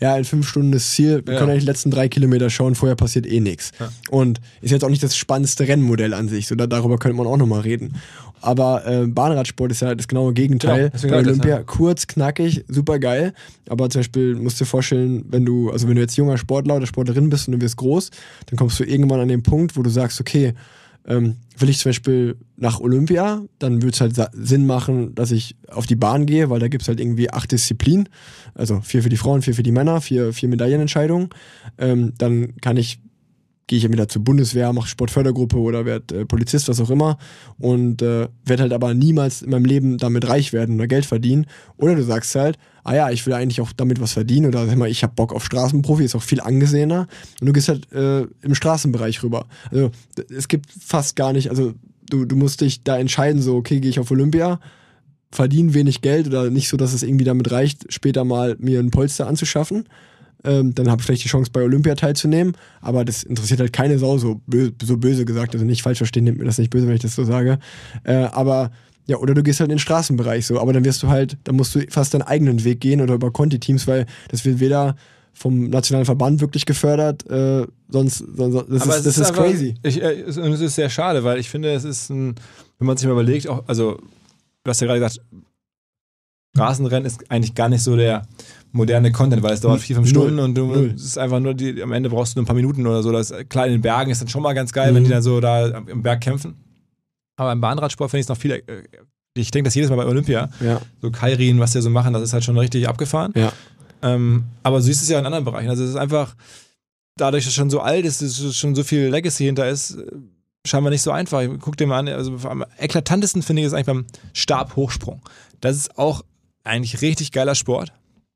[SPEAKER 2] ja, in fünf Stunden das Ziel, wir
[SPEAKER 3] Ja.
[SPEAKER 2] können ja die letzten drei Kilometer schauen, vorher passiert eh nichts.
[SPEAKER 3] Ja.
[SPEAKER 2] Und ist jetzt auch nicht das spannendste Rennmodell an sich, so, da, darüber könnte man auch nochmal reden. Aber äh, Bahnradsport ist ja das genaue Gegenteil.
[SPEAKER 3] Genau, deswegen
[SPEAKER 2] Bei
[SPEAKER 3] sag ich das,
[SPEAKER 2] Olympia,
[SPEAKER 3] ja.
[SPEAKER 2] kurz, knackig, super geil. Aber zum Beispiel musst du dir vorstellen, wenn du, also wenn du jetzt junger Sportler oder Sportlerin bist und du wirst groß, dann kommst du irgendwann an den Punkt, wo du sagst, okay, ähm, will ich zum Beispiel nach Olympia, dann würde es halt sa- Sinn machen, dass ich auf die Bahn gehe, weil da gibt es halt irgendwie acht Disziplinen, also vier für die Frauen, vier für die Männer, vier, vier Medaillenentscheidungen. Ähm, dann kann ich gehe ich ja wieder zur Bundeswehr, mache Sportfördergruppe oder werde äh, Polizist, was auch immer und äh, werde halt aber niemals in meinem Leben damit reich werden oder Geld verdienen. Oder du sagst halt, ah ja, ich will eigentlich auch damit was verdienen oder sag mal, ich habe Bock auf Straßenprofi, ist auch viel angesehener und du gehst halt äh, im Straßenbereich rüber. Also d- es gibt fast gar nicht, also du, du musst dich da entscheiden, so okay, gehe ich auf Olympia, verdiene wenig Geld oder nicht so, dass es irgendwie damit reicht, später mal mir ein Polster anzuschaffen. Ähm, dann habe ich vielleicht die Chance, bei Olympia teilzunehmen, aber das interessiert halt keine Sau, so, bö- so böse gesagt, also nicht falsch verstehen, nimmt mir das nicht böse, wenn ich das so sage, äh, aber ja, oder du gehst halt in den Straßenbereich so, aber dann wirst du halt, dann musst du fast deinen eigenen Weg gehen oder über Conti-Teams, weil das wird weder vom nationalen Verband wirklich gefördert, äh, sonst, sonst das
[SPEAKER 3] Aber
[SPEAKER 2] ist,
[SPEAKER 3] es
[SPEAKER 2] das ist
[SPEAKER 3] einfach-
[SPEAKER 2] crazy.
[SPEAKER 3] Ich, äh, es, und es ist sehr schade, weil ich finde, es ist ein, wenn man sich mal überlegt, auch, also du hast ja gerade gesagt, Straßenrennen ist eigentlich gar nicht so der moderne Content, weil es dauert vier, fünf
[SPEAKER 2] Null.
[SPEAKER 3] Stunden und du,
[SPEAKER 2] Null.
[SPEAKER 3] es ist einfach nur, die, am Ende brauchst du nur ein paar Minuten oder so. Das, klar, in den Bergen ist dann schon mal ganz geil,
[SPEAKER 2] Mhm.
[SPEAKER 3] wenn die dann so da im Berg kämpfen. Aber im Bahnradsport finde ich es noch viel, äh, ich denke das jedes Mal bei Olympia,
[SPEAKER 2] Ja,
[SPEAKER 3] so Kairin, was die so machen, das ist halt schon richtig abgefahren.
[SPEAKER 2] ja.
[SPEAKER 3] Ähm, aber du siehst es ja in anderen Bereichen. Also es ist einfach, dadurch, dass es schon so alt ist, dass es schon so viel Legacy hinter ist, äh, scheinbar nicht so einfach. Guck dir mal an, also am eklatantesten finde ich es eigentlich beim Stabhochsprung. Das ist auch eigentlich richtig geiler Sport.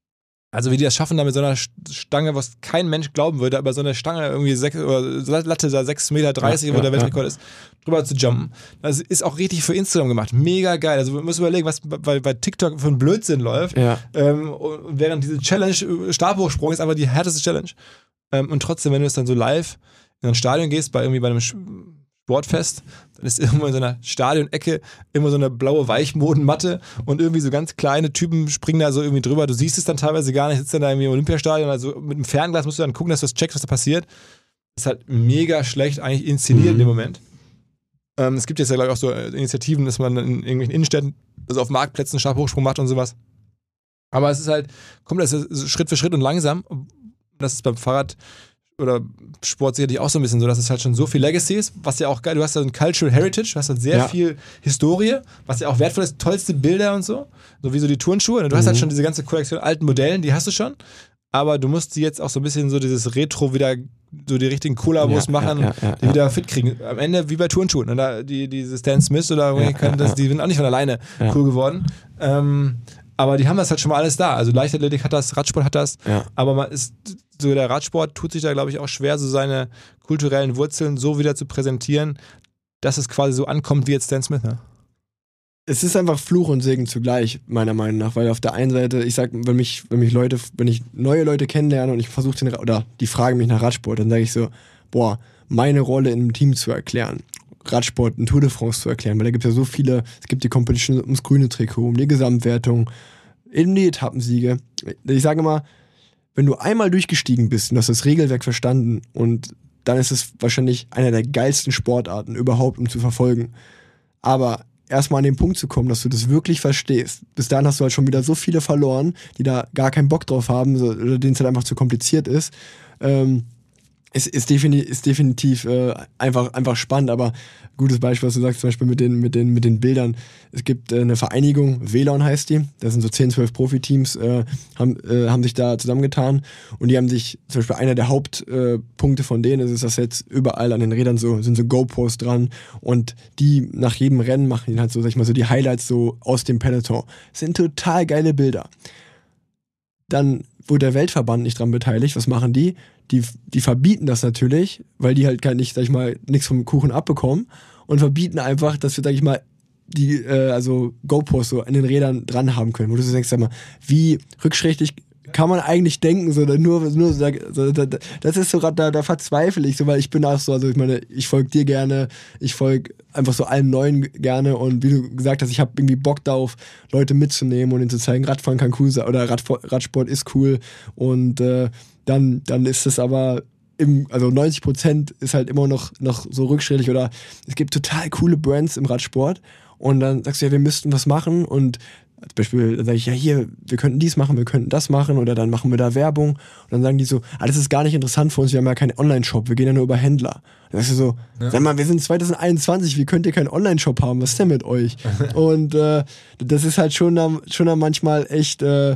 [SPEAKER 3] Also wie die das schaffen, da mit so einer Stange, was kein Mensch glauben würde, aber so eine Stange irgendwie sechs, oder so Latte da sechs Meter dreißig,
[SPEAKER 2] Ja,
[SPEAKER 3] wo
[SPEAKER 2] ja,
[SPEAKER 3] der Weltrekord ist, drüber zu jumpen. Das ist auch richtig für Instagram gemacht. Mega geil. Also man muss überlegen, was bei, bei TikTok für ein Blödsinn läuft.
[SPEAKER 2] Ja.
[SPEAKER 3] Ähm, und während diese Challenge, äh, Stabhochsprung ist einfach die härteste Challenge. Ähm, und trotzdem, wenn du es dann so live in ein Stadion gehst, bei irgendwie bei einem Sportfest, dann ist irgendwo in so einer Stadionecke immer so eine blaue Weichmodenmatte und irgendwie so ganz kleine Typen springen da so irgendwie drüber. Du siehst es dann teilweise gar nicht, sitzt dann da irgendwie im Olympiastadion, also mit dem Fernglas musst du dann gucken, dass du das checkst, was da passiert. Das ist halt mega schlecht eigentlich inszeniert
[SPEAKER 2] Mhm.
[SPEAKER 3] in dem Moment. Ähm, es gibt jetzt ja, glaube ich, auch so äh, Initiativen, dass man in irgendwelchen Innenstädten, also auf Marktplätzen Stabhochsprung macht und sowas. Aber es ist halt, kommt das ist Schritt für Schritt und langsam. Das ist beim Fahrrad oder Sport sicherlich auch so ein bisschen so, dass es halt schon so viel Legacy ist, was ja auch geil, du hast ja ein Cultural Heritage, du hast halt sehr
[SPEAKER 2] Ja.
[SPEAKER 3] viel Historie, was ja auch wertvoll ist, tollste Bilder und so, so wie so die Turnschuhe. Du hast halt
[SPEAKER 2] Mhm.
[SPEAKER 3] schon diese ganze Kollektion alten Modellen, die hast du schon, aber du musst die jetzt auch so ein bisschen so dieses Retro wieder, so die richtigen Kollabos
[SPEAKER 2] Ja,
[SPEAKER 3] machen,
[SPEAKER 2] ja, ja, ja,
[SPEAKER 3] die
[SPEAKER 2] ja.
[SPEAKER 3] wieder fit kriegen. Am Ende wie bei Turnschuhen. Und da, die, diese Stan Smith oder
[SPEAKER 2] Ja,
[SPEAKER 3] ja, das,
[SPEAKER 2] ja.
[SPEAKER 3] die sind auch nicht von alleine
[SPEAKER 2] Ja.
[SPEAKER 3] cool geworden. Ähm, aber die haben das halt schon mal alles da. Also Leichtathletik hat das, Radsport hat das,
[SPEAKER 2] Ja.
[SPEAKER 3] aber man ist, so der Radsport tut sich da, glaube ich, auch schwer, so seine kulturellen Wurzeln so wieder zu präsentieren, dass es quasi so ankommt wie jetzt Stan Smith. Ne?
[SPEAKER 2] Es ist einfach Fluch und Segen zugleich, meiner Meinung nach, weil auf der einen Seite, ich sag, wenn mich, wenn mich Leute, wenn ich neue Leute kennenlerne und ich versuche den, Ra- oder die fragen mich nach Radsport, dann sage ich so, boah, meine Rolle in einem Team zu erklären, Radsport, ein Tour de France zu erklären, weil da gibt es ja so viele, es gibt die Competition ums grüne Trikot, um die Gesamtwertung, eben die Etappensiege. Ich sage immer, wenn du einmal durchgestiegen bist und hast das Regelwerk verstanden und dann ist es wahrscheinlich einer der geilsten Sportarten überhaupt, um zu verfolgen. Aber erstmal an den Punkt zu kommen, dass du das wirklich verstehst. Bis dahin hast du halt schon wieder so viele verloren, die da gar keinen Bock drauf haben so, oder denen es halt einfach zu kompliziert ist. Ähm, ist, ist, defini- ist definitiv äh, einfach, einfach spannend, aber gutes Beispiel, was du sagst, zum Beispiel mit den, mit den, mit den Bildern. Es gibt äh, eine Vereinigung, W L A N heißt die, das sind so zehn, zwölf Profiteams, äh, haben, äh, haben sich da zusammengetan und die haben sich, zum Beispiel einer der Hauptpunkte äh, von denen ist, ist, dass jetzt überall an den Rädern so, sind so GoPros dran und die nach jedem Rennen machen die halt so, sag ich mal, so die Highlights so aus dem Peloton. Das sind total geile Bilder. Dann wurde der Weltverband nicht dran beteiligt. Was machen die? Die, die verbieten das natürlich, weil die halt gar nicht, sag ich mal, nichts vom Kuchen abbekommen und verbieten einfach, dass wir, sag ich mal, die, äh, also GoPros so an den Rädern dran haben können. Wo du so denkst, sag mal, wie rückschrittlich, kann man eigentlich denken, so, nur, nur so, so das ist so gerade, da, da verzweifle ich so, weil ich bin auch so, also ich meine, ich folge dir gerne, ich folge einfach so allen Neuen gerne und wie du gesagt hast, ich habe irgendwie Bock darauf, Leute mitzunehmen und ihnen zu zeigen, Radfahren kann cool sein oder Rad, Radsport ist cool und äh, dann, dann ist es aber im, also neunzig Prozent ist halt immer noch, noch so rückschrittlich oder es gibt total coole Brands im Radsport und dann sagst du ja, wir müssten was machen und als Beispiel, dann sage ich, ja hier, wir könnten dies machen, wir könnten das machen oder dann machen wir da Werbung und dann sagen die so, ah, das ist gar nicht interessant für uns, wir haben ja keinen Online-Shop, wir gehen ja nur über Händler. Dann sagst du so, ja. Sag mal, wir sind zwanzig einundzwanzig, wie könnt ihr keinen Online-Shop haben, was ist denn mit euch? Und äh, das ist halt schon dann, schon dann manchmal echt äh,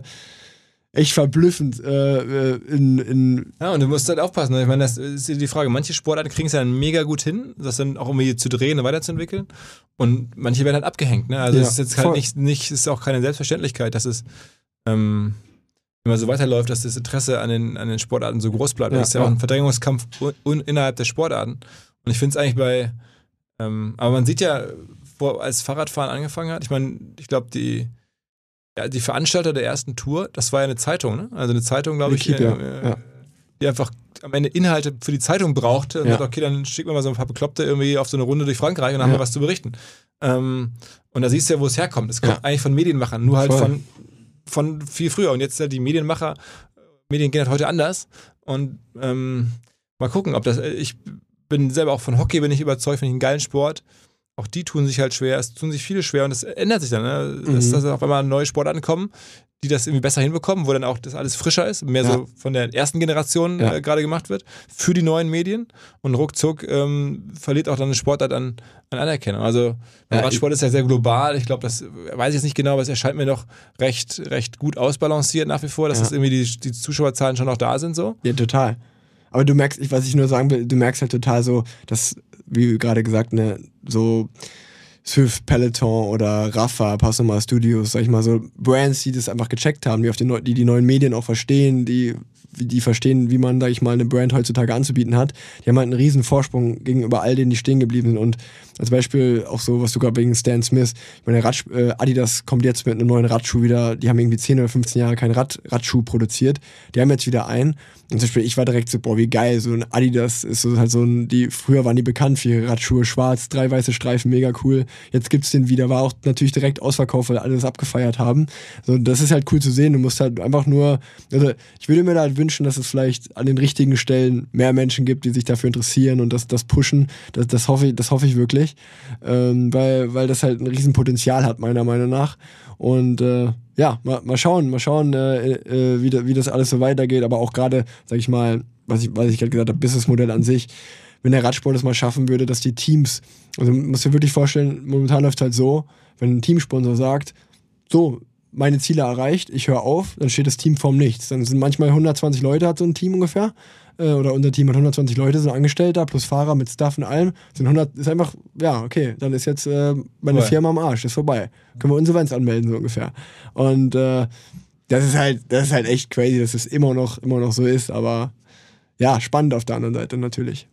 [SPEAKER 2] echt verblüffend. Äh, in, in
[SPEAKER 3] ja, und du musst halt aufpassen. Ich meine, das ist die Frage. Manche Sportarten kriegen es ja dann mega gut hin, das dann auch irgendwie zu drehen und weiterzuentwickeln. Und manche werden halt abgehängt. Ne? Also es ja, ist jetzt halt nicht, nicht, ist auch keine Selbstverständlichkeit, dass es ähm, immer so weiterläuft, dass das Interesse an den, an den Sportarten so groß bleibt. Ja, das ist ja, ja auch ein Verdrängungskampf un, innerhalb der Sportarten. Und ich finde es eigentlich bei, ähm, aber man sieht ja, wo als Fahrradfahren angefangen hat, ich meine, ich glaube, die Ja, die Veranstalter der ersten Tour, das war ja eine Zeitung, ne? Also eine Zeitung, glaube ich,
[SPEAKER 2] Keep, ja.
[SPEAKER 3] äh,
[SPEAKER 2] Ja.
[SPEAKER 3] die einfach am Ende Inhalte für die Zeitung brauchte und
[SPEAKER 2] ja.
[SPEAKER 3] sagt, okay, dann schicken wir mal so ein paar Bekloppte irgendwie auf so eine Runde durch Frankreich und dann ja. haben wir was zu berichten. Ähm, und da siehst du ja, wo es herkommt. Es kommt ja. eigentlich von Medienmachern, nur halt von, von viel früher. Und jetzt halt die Medienmacher, Medien gehen halt heute anders. Und ähm, mal gucken, ob das, ich bin selber auch von Hockey, bin ich überzeugt, finde ich einen geilen Sport. Auch die tun sich halt schwer, es tun sich viele schwer und das ändert sich dann, ne? Mhm. dass, dass auf einmal neue Sportarten kommen, die das irgendwie besser hinbekommen, wo dann auch das alles frischer ist, mehr ja. so von der ersten Generation ja. äh, gerade gemacht wird, für die neuen Medien und ruckzuck ähm, verliert auch dann eine Sportart an, an Anerkennung. Also der ja, Radsport ist ja sehr global, ich glaube, das weiß ich jetzt nicht genau, aber es erscheint mir doch recht, recht gut ausbalanciert nach wie vor, dass ja. das irgendwie die, die Zuschauerzahlen schon noch da sind so.
[SPEAKER 2] Ja, total. Aber du merkst, was ich nur sagen will, du merkst halt total so, dass, wie gerade gesagt, ne, so Swift, Peloton oder Rafa, Passoma Studios, sag ich mal, so Brands, die das einfach gecheckt haben, die auf die, Neu- die, die neuen Medien auch verstehen, die, die verstehen, wie man, sag ich mal, eine Brand heutzutage anzubieten hat, die haben halt einen riesen Vorsprung gegenüber all denen, die stehen geblieben sind. Und als Beispiel auch so, was du gerade wegen Stan Smith, ich meine, Rad, äh, Adidas kommt jetzt mit einem neuen Radschuh wieder, die haben irgendwie zehn oder fünfzehn Jahre keinen Rad, Radschuh produziert, die haben jetzt wieder einen. Und zum Beispiel, ich war direkt so, boah, wie geil, so ein Adidas ist so halt so ein, die, früher waren die bekannt für ihre Radschuhe, schwarz, drei weiße Streifen, mega cool. Jetzt gibt's den wieder, war auch natürlich direkt ausverkauft, weil alle das abgefeiert haben. So, das ist halt cool zu sehen, du musst halt einfach nur, also ich würde mir da halt wünschen, dass es vielleicht an den richtigen Stellen mehr Menschen gibt, die sich dafür interessieren und das, das pushen, das, das hoffe ich, das hoffe ich wirklich, ähm, weil, weil das halt ein Riesenpotenzial hat, meiner Meinung nach. Und äh, ja, mal, mal schauen, mal schauen, äh, äh, wie, da, wie das alles so weitergeht, aber auch gerade, sag ich mal, was ich, was ich gerade gesagt habe, Businessmodell an sich, wenn der Radsport es mal schaffen würde, dass die Teams, also man muss dir wirklich vorstellen, momentan läuft es halt so, wenn ein Teamsponsor sagt, so, meine Ziele erreicht, ich höre auf, dann steht das Team vorm Nichts. Dann sind manchmal hundertzwanzig Leute, hat so ein Team ungefähr, äh, oder unser Team hat hundertzwanzig Leute, so ein Angestellter plus Fahrer mit Stuff und allem, sind hundert, ist einfach, ja, okay, dann ist jetzt äh, meine cool. Firma am Arsch, ist vorbei. Können wir Insolvenz anmelden, so ungefähr. Und äh, das ist halt, das ist halt echt crazy, dass es immer noch, immer noch so ist, aber ja, spannend auf der anderen Seite natürlich.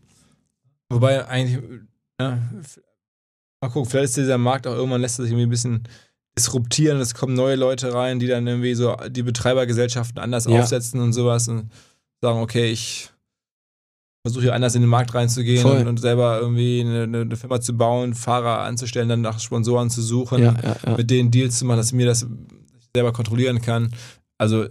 [SPEAKER 3] Wobei eigentlich, ja, mal gucken, vielleicht ist dieser Markt auch irgendwann, lässt er sich irgendwie ein bisschen disruptieren, es kommen neue Leute rein, die dann irgendwie so die Betreibergesellschaften anders ja. aufsetzen und sowas und sagen, okay, ich versuche hier anders in den Markt reinzugehen und, und selber irgendwie eine, eine Firma zu bauen, Fahrer anzustellen, dann nach Sponsoren zu suchen,
[SPEAKER 2] ja, ja, ja.
[SPEAKER 3] mit denen Deals zu machen, dass ich mir das selber kontrollieren kann. Also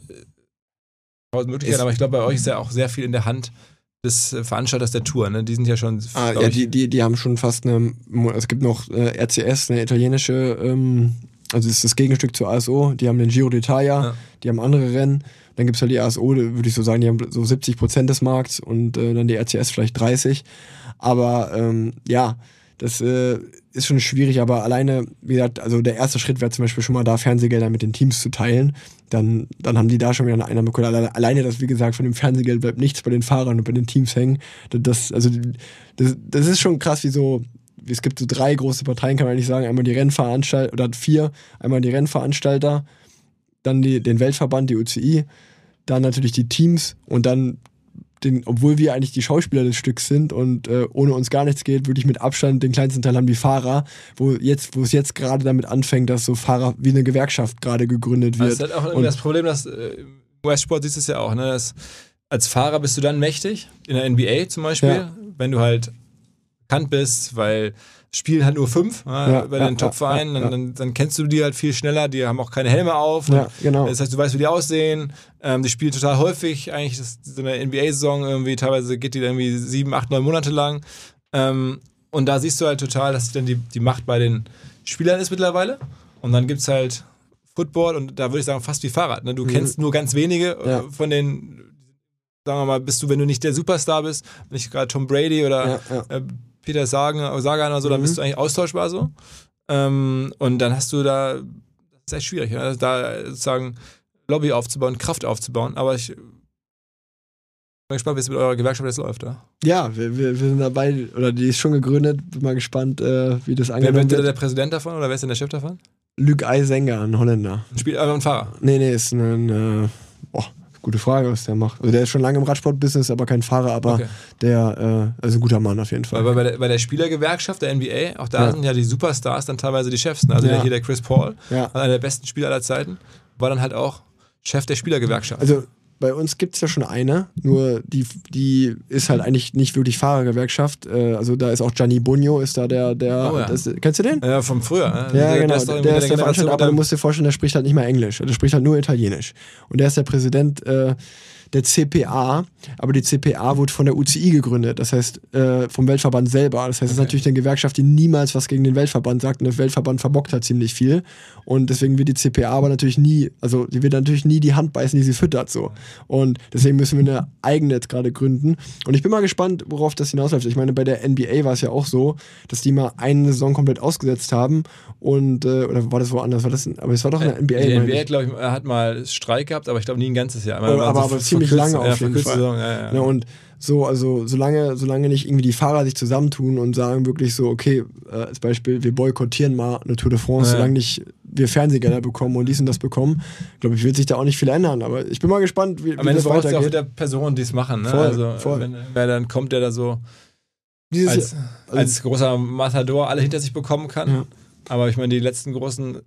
[SPEAKER 3] tausend Möglichkeiten, aber ich glaube, bei euch ist ja auch sehr viel in der Hand des Veranstalters der Tour, ne? Die sind ja schon...
[SPEAKER 2] Ah, ja, die, die, die haben schon fast eine... Es gibt noch äh, R C S, eine italienische... Ähm, also das ist das Gegenstück zur A S O. Die haben den Giro d'Italia, ja. Die haben andere Rennen. Dann gibt es halt die A S O, würde ich so sagen, die haben so siebzig Prozent des Markts und äh, dann die R C S vielleicht dreißig. Aber ähm, ja, das äh, ist schon schwierig, aber alleine, wie gesagt, also der erste Schritt wäre zum Beispiel schon mal da, Fernsehgelder mit den Teams zu teilen. Dann, dann haben die da schon wieder eine Einnahme bekommen. Alleine, alleine das, wie gesagt, von dem Fernsehgeld bleibt nichts bei den Fahrern und bei den Teams hängen. Das, also, das, das ist schon krass, wie so, es gibt so drei große Parteien, kann man eigentlich sagen. Einmal die Rennveranstalter, oder vier, einmal die Rennveranstalter, dann die, den Weltverband, die U C I, dann natürlich die Teams und dann den, obwohl wir eigentlich die Schauspieler des Stücks sind und äh, ohne uns gar nichts geht, wirklich mit Abstand den kleinsten Teil haben die Fahrer, wo jetzt, wo es jetzt gerade damit anfängt, dass so Fahrer wie eine Gewerkschaft gerade gegründet wird.
[SPEAKER 3] Das ist halt auch irgendwie das Problem, dass äh, U S-Sport siehst du es ja auch, ne? Das, als Fahrer bist du dann mächtig, in der N B A zum Beispiel,
[SPEAKER 2] Ja.
[SPEAKER 3] wenn du halt bekannt bist, weil spielen halt nur fünf ja,
[SPEAKER 2] Ja,
[SPEAKER 3] bei
[SPEAKER 2] ja,
[SPEAKER 3] den Top-Vereinen,
[SPEAKER 2] ja, ja.
[SPEAKER 3] dann, dann, dann kennst du die halt viel schneller, die haben auch keine Helme auf.
[SPEAKER 2] Ja, genau.
[SPEAKER 3] Das heißt, du weißt, wie die aussehen. Ähm, die spielen total häufig, eigentlich das, so eine N B A-Saison irgendwie, teilweise geht die dann irgendwie sieben, acht, neun Monate lang. Ähm, und da siehst du halt total, dass dann die, die Macht bei den Spielern ist mittlerweile. Und dann gibt es halt Football und da würde ich sagen, fast wie Fahrrad. Ne? Du
[SPEAKER 2] Mhm.
[SPEAKER 3] kennst nur ganz wenige
[SPEAKER 2] Ja.
[SPEAKER 3] äh, von den, sagen wir mal, bist du, wenn du nicht der Superstar bist, nicht gerade Tom Brady oder
[SPEAKER 2] Ja, ja.
[SPEAKER 3] äh, Peter Sagan, Sagan oder so, dann
[SPEAKER 2] Mhm.
[SPEAKER 3] bist du eigentlich austauschbar so. Ähm, und dann hast du da, das ist echt schwierig, ja? Da sozusagen Lobby aufzubauen, Kraft aufzubauen. Aber ich bin gespannt, wie es mit eurer Gewerkschaft jetzt läuft. Ja?
[SPEAKER 2] Ja, wir, wir, wir sind dabei, oder die ist schon gegründet, bin mal gespannt, äh, wie das
[SPEAKER 3] Wer
[SPEAKER 2] angenommen
[SPEAKER 3] wird denn
[SPEAKER 2] wird.
[SPEAKER 3] der Präsident davon oder wer ist denn der Chef davon?
[SPEAKER 2] Luc Eisenger, ein Holländer.
[SPEAKER 3] Ein Spiel, aber ein Fahrer.
[SPEAKER 2] Nee, nee, ist ein, äh, oh, gute Frage, was der macht. Also der ist schon lange im Radsport-Business, aber kein Fahrer, aber
[SPEAKER 3] Okay.
[SPEAKER 2] der, äh, also ein guter Mann auf jeden Fall.
[SPEAKER 3] Weil bei der, bei der Spielergewerkschaft der N B A, auch da
[SPEAKER 2] Ja.
[SPEAKER 3] sind ja die Superstars dann teilweise die Chefs. Ne? Also
[SPEAKER 2] Ja.
[SPEAKER 3] der, hier der Chris Paul,
[SPEAKER 2] Ja.
[SPEAKER 3] einer der besten Spieler aller Zeiten, war dann halt auch Chef der Spielergewerkschaft.
[SPEAKER 2] Also bei uns gibt es ja schon eine, nur die, die ist halt eigentlich nicht wirklich Fahrergewerkschaft. Äh, also da ist auch Gianni Bugno, ist da der, der
[SPEAKER 3] Oh ja.
[SPEAKER 2] das, kennst du den?
[SPEAKER 3] ja, vom früher. Ne?
[SPEAKER 2] Ja,
[SPEAKER 3] der,
[SPEAKER 2] genau,
[SPEAKER 3] ist doch
[SPEAKER 2] der,
[SPEAKER 3] irgendwie
[SPEAKER 2] ist der
[SPEAKER 3] Generation
[SPEAKER 2] Veranstalter, aber
[SPEAKER 3] mit
[SPEAKER 2] du musst dir vorstellen, der spricht halt nicht mal Englisch, der spricht halt nur Italienisch. Und der ist der Präsident äh, der C P A, aber die C P A wurde von der U C I gegründet, das heißt äh, vom Weltverband selber. Das heißt, es ist
[SPEAKER 3] Okay.
[SPEAKER 2] natürlich eine Gewerkschaft, die niemals was gegen den Weltverband sagt und der Weltverband verbockt hat ziemlich viel und deswegen wird die C P A aber natürlich nie, also die wird natürlich nie die Hand beißen, die sie füttert so. Und deswegen müssen wir eine eigene jetzt gerade gründen und ich bin mal gespannt, worauf das hinausläuft. Ich meine, bei der N B A war es ja auch so, dass die mal eine Saison komplett ausgesetzt haben und, äh, oder war das woanders? War das, aber es war doch in der N B A.
[SPEAKER 3] Die N
[SPEAKER 2] meine
[SPEAKER 3] B A,
[SPEAKER 2] ich.
[SPEAKER 3] glaube ich, hat mal Streik gehabt, aber ich glaube nie ein ganzes Jahr.
[SPEAKER 2] Aber- aber- aber ziemlich lange
[SPEAKER 3] ja,
[SPEAKER 2] auf jeden
[SPEAKER 3] verkürzte
[SPEAKER 2] Fall.
[SPEAKER 3] Saison, ja, ja.
[SPEAKER 2] Ne, und so, also solange, solange nicht irgendwie die Fahrer sich zusammentun und sagen wirklich so, okay, äh, als Beispiel, wir boykottieren mal eine Tour de France,
[SPEAKER 3] Ja.
[SPEAKER 2] solange nicht wir Fernsehgelder bekommen und dies und das bekommen, glaube ich, wird sich da auch nicht viel ändern. Aber ich bin mal gespannt, wie,
[SPEAKER 3] Am
[SPEAKER 2] wie
[SPEAKER 3] Ende
[SPEAKER 2] das
[SPEAKER 3] brauchst du auch
[SPEAKER 2] weitergeht.
[SPEAKER 3] wieder Personen, die es machen. Ne?
[SPEAKER 2] Voll,
[SPEAKER 3] also,
[SPEAKER 2] voll.
[SPEAKER 3] Wenn, wer dann kommt, der da so
[SPEAKER 2] Dieses
[SPEAKER 3] als,
[SPEAKER 2] Jahr- also-
[SPEAKER 3] als großer Matador alle hinter sich bekommen kann.
[SPEAKER 2] Ja.
[SPEAKER 3] Aber ich meine, die letzten großen,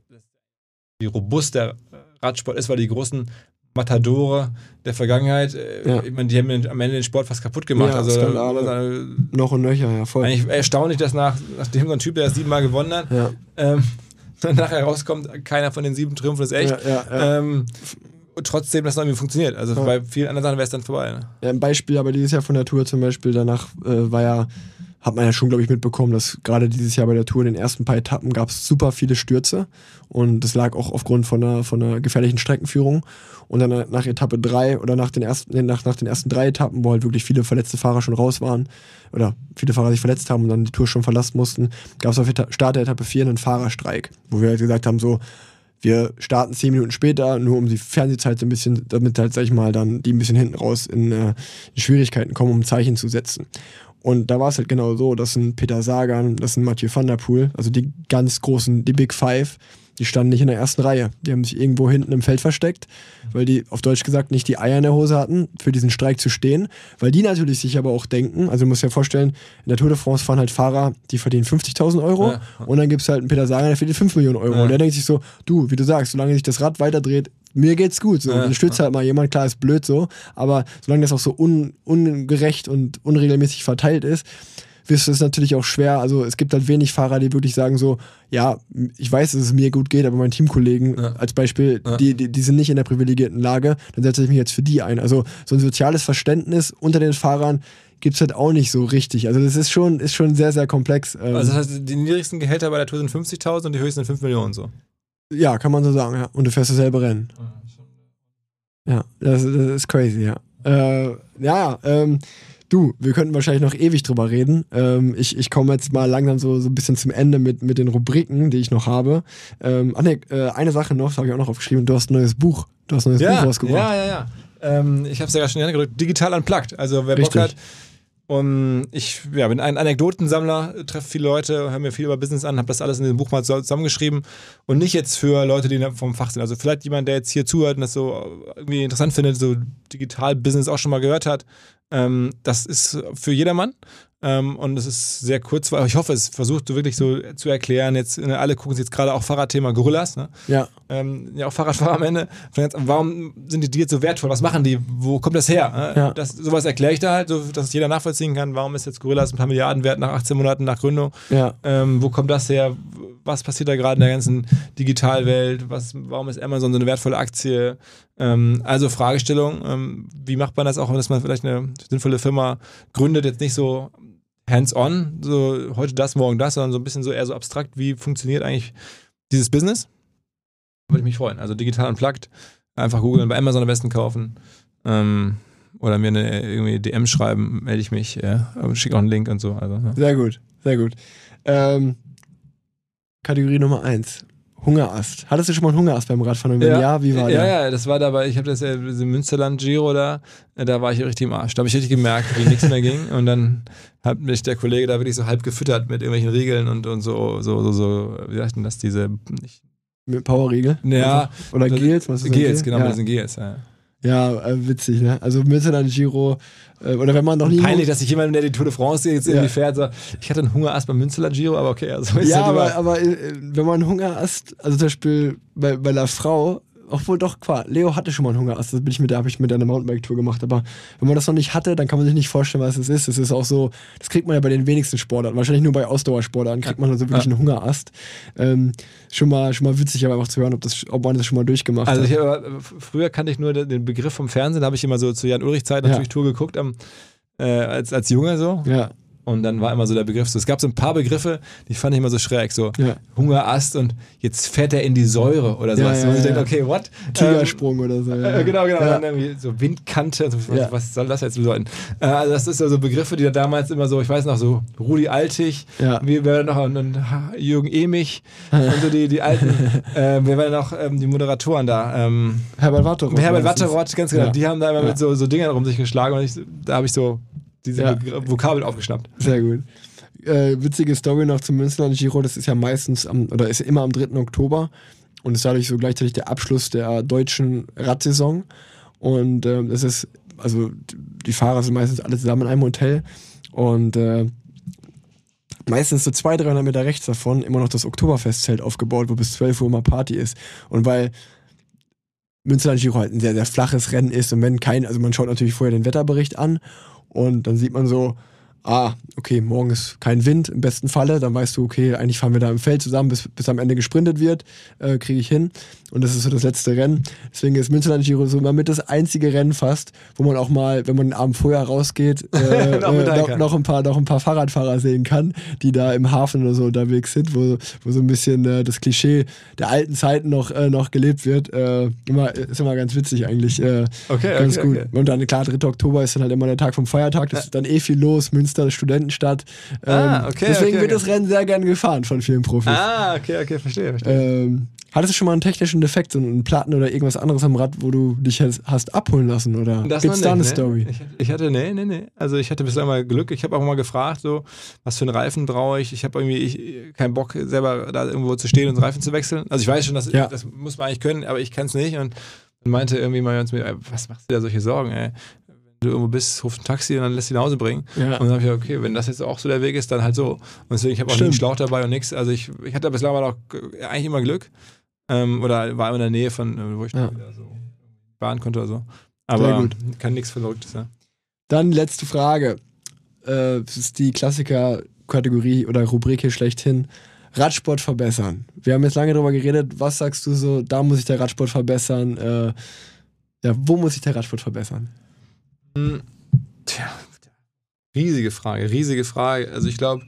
[SPEAKER 3] wie robust der Radsport ist, weil die großen Matadore der Vergangenheit, äh,
[SPEAKER 2] Ja.
[SPEAKER 3] ich meine, die haben den- am Ende den Sport fast kaputt gemacht.
[SPEAKER 2] Ja,
[SPEAKER 3] also
[SPEAKER 2] Skandale.
[SPEAKER 3] also,
[SPEAKER 2] Noch und nöcher, ja, voll.
[SPEAKER 3] eigentlich erstaunlich, dass nach, nachdem so ein Typ, der das siebenmal gewonnen hat,
[SPEAKER 2] Ja,
[SPEAKER 3] ähm, dann nachher rauskommt, keiner von den sieben Triumphen ist echt.
[SPEAKER 2] ja, ja, ja.
[SPEAKER 3] Ähm, und trotzdem, dass es irgendwie funktioniert. Also
[SPEAKER 2] Ja.
[SPEAKER 3] bei vielen anderen Sachen wäre es dann vorbei. Ne?
[SPEAKER 2] Ja, ein Beispiel, aber dieses Jahr von der Tour zum Beispiel, danach äh, war ja, hat man ja schon, glaube ich, mitbekommen, dass gerade dieses Jahr bei der Tour in den ersten paar Etappen gab es super viele Stürze und das lag auch aufgrund von einer, von einer gefährlichen Streckenführung und dann nach Etappe drei oder nach den ersten, nee, nach, nach den ersten drei Etappen, wo halt wirklich viele verletzte Fahrer schon raus waren oder viele Fahrer sich verletzt haben und dann die Tour schon verlassen mussten, gab es auf Eta- Start der Etappe vier einen Fahrerstreik, wo wir halt gesagt haben, so, wir starten zehn Minuten später, nur um die Fernsehzeit so ein bisschen, damit halt, sag ich mal, dann die ein bisschen hinten raus in, äh, in Schwierigkeiten kommen, um ein Zeichen zu setzen. Und da war es halt genau so, dass ein Peter Sagan, das ein Mathieu van der Poel, also die ganz großen, die Big Five, die standen nicht in der ersten Reihe. Die haben sich irgendwo hinten im Feld versteckt, weil die auf Deutsch gesagt nicht die Eier in der Hose hatten, für diesen Streik zu stehen. Weil die natürlich sich aber auch denken, also du musst dir vorstellen, in der Tour de France fahren halt Fahrer, die verdienen fünfzigtausend Euro
[SPEAKER 3] Ja.
[SPEAKER 2] und dann gibt es halt einen Peter Sagan, der verdient fünf Millionen Euro.
[SPEAKER 3] Ja.
[SPEAKER 2] Und der denkt sich so, du, wie du sagst, solange sich das Rad weiterdreht, mir geht's gut. So.
[SPEAKER 3] Ja.
[SPEAKER 2] Dann stürzt halt mal jemand, klar, ist blöd so, aber solange das auch so un, ungerecht und unregelmäßig verteilt ist, wirst du es natürlich auch schwer, also es gibt halt wenig Fahrer, die wirklich sagen so, ja, ich weiß, dass es mir gut geht, aber meine Teamkollegen
[SPEAKER 3] Ja.
[SPEAKER 2] als Beispiel,
[SPEAKER 3] Ja.
[SPEAKER 2] die, die, die sind nicht in der privilegierten Lage, dann setze ich mich jetzt für die ein. Also so ein soziales Verständnis unter den Fahrern gibt es halt auch nicht so richtig. Also das ist schon, ist schon sehr, sehr komplex. Ähm,
[SPEAKER 3] Also das heißt, die niedrigsten Gehälter bei der Tour sind fünfzigtausend und die höchsten sind fünf Millionen so.
[SPEAKER 2] ja, kann man so sagen, ja. Und du fährst dasselbe Rennen. Ja, das, das ist crazy, ja. Äh, ja, ähm, du, wir könnten wahrscheinlich noch ewig drüber reden. Ähm, ich ich komme jetzt mal langsam so, so ein bisschen zum Ende mit, mit den Rubriken, die ich noch habe. Ähm, ach nee, äh, eine Sache noch, das habe ich auch noch aufgeschrieben. Du hast ein neues Buch. Du hast ein neues Buch
[SPEAKER 3] Ja,
[SPEAKER 2] rausgebracht.
[SPEAKER 3] ja, ja, ja. Ähm, ich habe es ja gerade schon gedrückt. Digital unplugged. Also wer
[SPEAKER 2] Richtig.
[SPEAKER 3] Bock hat. Und ich ja, bin ein Anekdotensammler, treffe viele Leute, höre mir viel über Business an, habe das alles in dem Buch mal zusammengeschrieben und nicht jetzt für Leute, die vom Fach sind. Also vielleicht jemand, der jetzt hier zuhört und das so irgendwie interessant findet, so Digital-Business auch schon mal gehört hat. Ähm, das ist für jedermann. Ähm, und es ist sehr kurz, weil ich hoffe, es versucht so wirklich so zu erklären. Jetzt ne, alle gucken sich jetzt gerade auch Fahrradthema Gorillas, ne?
[SPEAKER 2] Ja.
[SPEAKER 3] Ähm, ja, auch Fahrradfahrer am Ende. Warum sind die, die jetzt so wertvoll? Was machen die? Wo kommt das her? Ne?
[SPEAKER 2] Ja.
[SPEAKER 3] Das, sowas erkläre ich da halt, so, dass es jeder nachvollziehen kann. Warum ist jetzt Gorillas ein paar Milliarden wert nach achtzehn Monaten nach Gründung?
[SPEAKER 2] Ja.
[SPEAKER 3] Ähm, wo kommt das her? Was passiert da gerade in der ganzen Digitalwelt? Was, warum ist Amazon so eine wertvolle Aktie? Ähm, also Fragestellung, ähm, wie macht man das auch, dass man vielleicht eine sinnvolle Firma gründet, jetzt nicht so hands-on, so heute das, morgen das, sondern so ein bisschen so eher so abstrakt, wie funktioniert eigentlich dieses Business? Würde ich mich freuen. Also digital unplugged, einfach googeln, bei Amazon am besten kaufen ähm, oder mir eine irgendwie D M schreiben, melde ich mich, ja, schicke auch einen Link und so. Also, ja.
[SPEAKER 2] Sehr gut, sehr gut. Ähm, Kategorie Nummer eins. Hungerast. Hattest du schon mal einen Hungerast beim Radfahren? Und wenn ja, ja, wie war
[SPEAKER 3] ja,
[SPEAKER 2] der?
[SPEAKER 3] Ja, ja, das war dabei, ich habe das äh, im Münsterland Giro da, äh, da war ich richtig im Arsch. Da habe ich richtig gemerkt, wie nichts mehr ging. Und dann hat mich der Kollege da wirklich so halb gefüttert mit irgendwelchen Riegeln und, und so, so, so, so, wie sagt denn das, diese... Ich,
[SPEAKER 2] mit Powerriegel?
[SPEAKER 3] Ja.
[SPEAKER 2] Oder Gels? Was ist
[SPEAKER 3] Gels, genau,
[SPEAKER 2] ja.
[SPEAKER 3] mit diesen Gels, ja.
[SPEAKER 2] Ja, äh, witzig, ne? Also Münsterland Giro, äh, oder wenn man noch nie...
[SPEAKER 3] Peinlich, dass sich jemand, der die Tour de France jetzt irgendwie ja. fährt, so, ich hatte einen Hungerast beim Münsterland Giro, aber okay, also ist
[SPEAKER 2] ja,
[SPEAKER 3] halt
[SPEAKER 2] aber, aber äh, wenn man einen Hungerast, also zum Beispiel bei, bei einer Frau, obwohl doch, klar, Leo hatte schon mal einen Hungerast, das bin ich mit, da habe ich mit einer Mountainbike-Tour gemacht, aber wenn man das noch nicht hatte, dann kann man sich nicht vorstellen, was es ist. Das ist auch so, das kriegt man ja bei den wenigsten Sportarten, wahrscheinlich nur bei Ausdauersportarten kriegt man so wirklich ja. einen Hungerast. Ähm, schon mal, schon mal witzig, aber einfach zu hören, ob, das, ob man das schon mal durchgemacht
[SPEAKER 3] also
[SPEAKER 2] hat.
[SPEAKER 3] Also früher kannte ich nur den Begriff vom Fernsehen, da habe ich immer so zu Jan-Ulrich-Zeit natürlich ja. Tour geguckt, ähm, äh, als, als Junge so.
[SPEAKER 2] Ja.
[SPEAKER 3] Und dann war immer so der Begriff so. Es gab so ein paar Begriffe, die fand ich immer so schräg. So
[SPEAKER 2] ja.
[SPEAKER 3] Hungerast und jetzt fährt er in die Säure oder sowas. Ja, ja,
[SPEAKER 2] ja,
[SPEAKER 3] und ich
[SPEAKER 2] ja.
[SPEAKER 3] denke, okay, what?
[SPEAKER 2] Tigersprung ähm, oder so. Ja.
[SPEAKER 3] Äh, genau, genau.
[SPEAKER 2] Ja.
[SPEAKER 3] Und dann irgendwie so Windkante. Also, was,
[SPEAKER 2] ja.
[SPEAKER 3] was soll das jetzt bedeuten? Äh, also das ist ja so Begriffe, die da damals immer so, ich weiß noch, so Rudi Altig,
[SPEAKER 2] ja.
[SPEAKER 3] wir werden noch und, und Jürgen Emich und so die, die alten, äh, wir werden noch ähm, die Moderatoren da. Ähm,
[SPEAKER 2] Herbert Watteroth.
[SPEAKER 3] Herbert Watteroth, ganz genau.
[SPEAKER 2] Ja.
[SPEAKER 3] Die haben da immer
[SPEAKER 2] ja.
[SPEAKER 3] mit so, so Dingern um sich geschlagen und ich, da habe ich so diese
[SPEAKER 2] ja.
[SPEAKER 3] Vokabeln aufgeschnappt.
[SPEAKER 2] Sehr gut. Äh, witzige Story noch zum Münsterland Giro, das ist ja meistens am, oder ist immer am dritten Oktober und ist dadurch so gleichzeitig der Abschluss der deutschen Radsaison und äh, das ist, also die Fahrer sind meistens alle zusammen in einem Hotel und äh, meistens so zweihundert, dreihundert Meter rechts davon immer noch das Oktoberfestzelt aufgebaut, wo bis zwölf Uhr immer Party ist und weil Münsterland Giro halt ein sehr, sehr flaches Rennen ist und wenn kein, also man schaut natürlich vorher den Wetterbericht an und dann sieht man so, ah, okay, morgen ist kein Wind im besten Falle, dann weißt du, okay, eigentlich fahren wir da im Feld zusammen, bis, bis am Ende gesprintet wird, äh, kriege ich hin und das ist so das letzte Rennen. Deswegen ist Münsterland Giro so immer mit das einzige Rennen fast, wo man auch mal, wenn man den Abend vorher rausgeht, äh, noch, äh, noch, noch, ein paar, noch ein paar Fahrradfahrer sehen kann, die da im Hafen oder so unterwegs sind, wo, wo so ein bisschen äh, das Klischee der alten Zeiten noch, äh, noch gelebt wird. Äh, immer, ist immer ganz witzig eigentlich. Äh,
[SPEAKER 3] okay,
[SPEAKER 2] ganz
[SPEAKER 3] okay,
[SPEAKER 2] gut.
[SPEAKER 3] Okay.
[SPEAKER 2] Und dann, klar, dritter Oktober ist dann halt immer der Tag vom Feiertag, das ja. ist dann eh viel los, Münster Studentenstadt. Ähm,
[SPEAKER 3] ah, okay,
[SPEAKER 2] deswegen
[SPEAKER 3] okay,
[SPEAKER 2] wird
[SPEAKER 3] okay.
[SPEAKER 2] das Rennen sehr gern gefahren von vielen Profis.
[SPEAKER 3] Ah, okay, okay, verstehe, verstehe.
[SPEAKER 2] Ähm, hattest du schon mal einen technischen Defekt, so einen Platten oder irgendwas anderes am Rad, wo du dich hast abholen lassen? Oder
[SPEAKER 3] das
[SPEAKER 2] gibt's da eine
[SPEAKER 3] nee.
[SPEAKER 2] Story?
[SPEAKER 3] Ich, ich hatte, nee, nee, nee. Also ich hatte bislang mal Glück. Ich habe auch mal gefragt, so, was für einen Reifen brauche ich? Ich habe irgendwie ich, keinen Bock, selber da irgendwo zu stehen und Reifen zu wechseln. Also ich weiß schon, dass,
[SPEAKER 2] ja.
[SPEAKER 3] das muss man eigentlich können, aber ich kann es nicht. Und meinte irgendwie mal zu mir, was machst du da solche Sorgen, ey? Du irgendwo bist, rufst ein Taxi und dann lässt ihn nach Hause bringen.
[SPEAKER 2] Ja.
[SPEAKER 3] Und dann habe ich gesagt, okay, wenn das jetzt auch so der Weg ist, dann halt so. Und deswegen, ich habe auch nie einen Schlauch dabei und nichts. Also ich, ich hatte bislang aber auch eigentlich immer Glück. Ähm, oder war immer in der Nähe von, wo ich
[SPEAKER 2] ja.
[SPEAKER 3] wieder so fahren konnte oder so. Aber kann nichts Verrücktes sein.
[SPEAKER 2] Dann letzte Frage. Äh, das ist die Klassiker-Kategorie oder Rubrik hier schlechthin. Radsport verbessern. Wir haben jetzt lange darüber geredet. Was sagst du so, da muss ich der Radsport verbessern? Äh, ja, wo muss ich der Radsport verbessern?
[SPEAKER 3] Tja, riesige Frage, riesige Frage. Also ich glaube,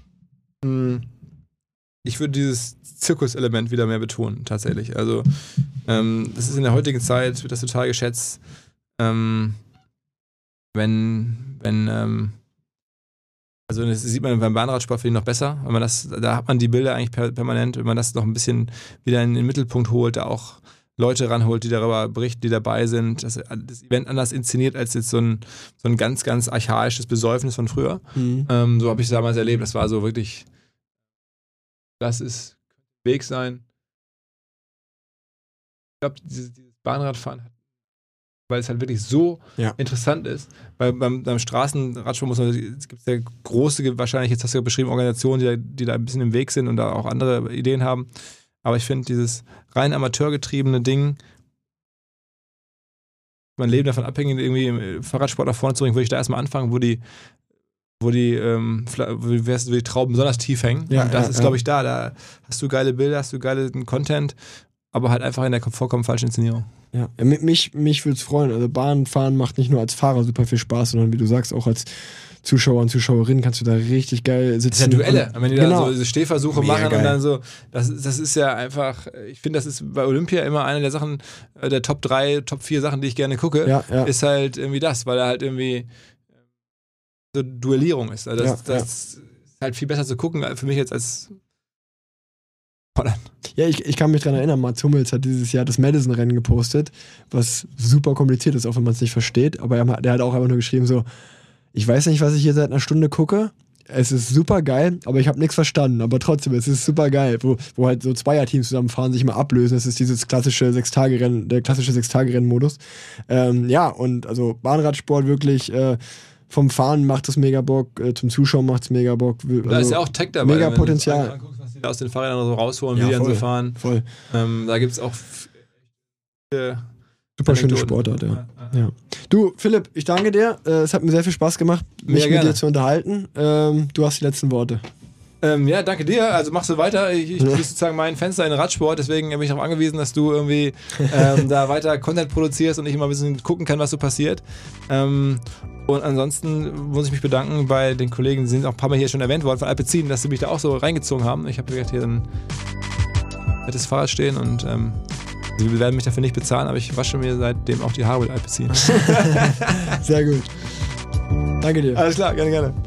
[SPEAKER 3] ich würde dieses Zirkuselement wieder mehr betonen, tatsächlich. Also ähm, das ist in der heutigen Zeit, wird das total geschätzt, ähm, wenn, wenn, ähm, also das sieht man beim Bahnradsport finde ich noch besser, wenn man das, da hat man die Bilder eigentlich per, permanent, wenn man das noch ein bisschen wieder in den Mittelpunkt holt, da auch Leute ranholt, die darüber berichten, die dabei sind, das, das Event anders inszeniert als jetzt so ein, so ein ganz, ganz archaisches Besäufnis von früher. Mhm. Ähm, so habe ich es damals erlebt. Das war so wirklich, das ist Weg sein. Ich glaube, dieses, dieses Bahnradfahren hat weil es halt wirklich so
[SPEAKER 2] Ja.
[SPEAKER 3] interessant ist. Weil beim, beim Straßenradsport muss man, es gibt ja große, wahrscheinlich, jetzt hast du ja beschrieben, Organisationen, die da, die da ein bisschen im Weg sind und da auch andere Ideen haben. Aber ich finde dieses rein amateurgetriebene Ding, mein Leben davon abhängig, irgendwie im Fahrradsport nach vorne zu bringen, würde ich da erstmal anfangen, wo die, wo die, ähm, wo die Trauben besonders tief hängen.
[SPEAKER 2] Ja,
[SPEAKER 3] und das
[SPEAKER 2] ja,
[SPEAKER 3] ist,
[SPEAKER 2] ja.
[SPEAKER 3] glaube ich, da. Da hast du geile Bilder, hast du geilen Content, aber halt einfach in der vollkommen falschen Inszenierung.
[SPEAKER 2] Ja, ja mich, mich würde es freuen. Also Bahnfahren macht nicht nur als Fahrer super viel Spaß, sondern wie du sagst, auch als Zuschauer und Zuschauerin kannst du da richtig geil sitzen.
[SPEAKER 3] Das ist ja Duelle,
[SPEAKER 2] und,
[SPEAKER 3] wenn die
[SPEAKER 2] genau.
[SPEAKER 3] da so diese Stehversuche
[SPEAKER 2] Mega
[SPEAKER 3] machen
[SPEAKER 2] geil.
[SPEAKER 3] und dann so, das, das ist ja einfach, ich finde, das ist bei Olympia immer eine der Sachen, äh, der Top drei, Top vier Sachen, die ich gerne gucke,
[SPEAKER 2] Ja, ja.
[SPEAKER 3] ist halt irgendwie das, weil er halt irgendwie so Duellierung ist. Also das,
[SPEAKER 2] Ja,
[SPEAKER 3] das ist halt viel besser zu gucken für mich jetzt als Holland.
[SPEAKER 2] Ja, ich, ich kann mich dran erinnern, Mats Hummels hat dieses Jahr das Madison-Rennen gepostet, was super kompliziert ist, auch wenn man es nicht versteht, aber er, der hat auch einfach nur geschrieben so, ich weiß nicht, was ich hier seit einer Stunde gucke, es ist super geil, aber ich habe nichts verstanden, aber trotzdem, es ist super geil, wo, wo halt so Zweierteams zusammenfahren, sich mal ablösen, das ist dieses klassische Sechs-Tage-Rennen, der klassische Sechs-Tage-Rennen-Modus. Ähm, ja, und also Bahnradsport wirklich, äh, vom Fahren macht es mega Bock, äh, zum Zuschauen macht es mega Bock. Also
[SPEAKER 3] Da ist ja auch Tech dabei.
[SPEAKER 2] Mega
[SPEAKER 3] wenn du
[SPEAKER 2] Potenzial.
[SPEAKER 3] das anguckst, was die da aus den Fahrrädern so rausholen,
[SPEAKER 2] Ja,
[SPEAKER 3] wie die dann
[SPEAKER 2] voll,
[SPEAKER 3] so fahren.
[SPEAKER 2] Voll.
[SPEAKER 3] Ähm, da gibt es auch viele
[SPEAKER 2] Super schöne
[SPEAKER 3] Anekdoten.
[SPEAKER 2] Sportart, ja. ja. Du, Philipp, ich danke dir. Äh, es hat mir sehr viel Spaß gemacht, mich
[SPEAKER 3] Ja,
[SPEAKER 2] mit
[SPEAKER 3] gerne.
[SPEAKER 2] dir zu unterhalten. Ähm, du hast die letzten Worte.
[SPEAKER 3] Ähm, ja, danke dir. Also machst du weiter. Ich, ich bin sozusagen mein Fenster in den Radsport, deswegen bin ich darauf angewiesen, dass du irgendwie ähm, da weiter Content produzierst und ich immer ein bisschen gucken kann, was so passiert. Ähm, und ansonsten muss ich mich bedanken bei den Kollegen, die sind auch ein paar Mal hier schon erwähnt worden, von Alpecin, dass sie mich da auch so reingezogen haben. Ich habe hier ein nettes Fahrrad stehen und ähm, sie werden mich dafür nicht bezahlen, aber ich wasche mir seitdem auch die Haare mit Alpecin.
[SPEAKER 2] Sehr gut. Danke dir.
[SPEAKER 3] Alles klar, gerne, gerne.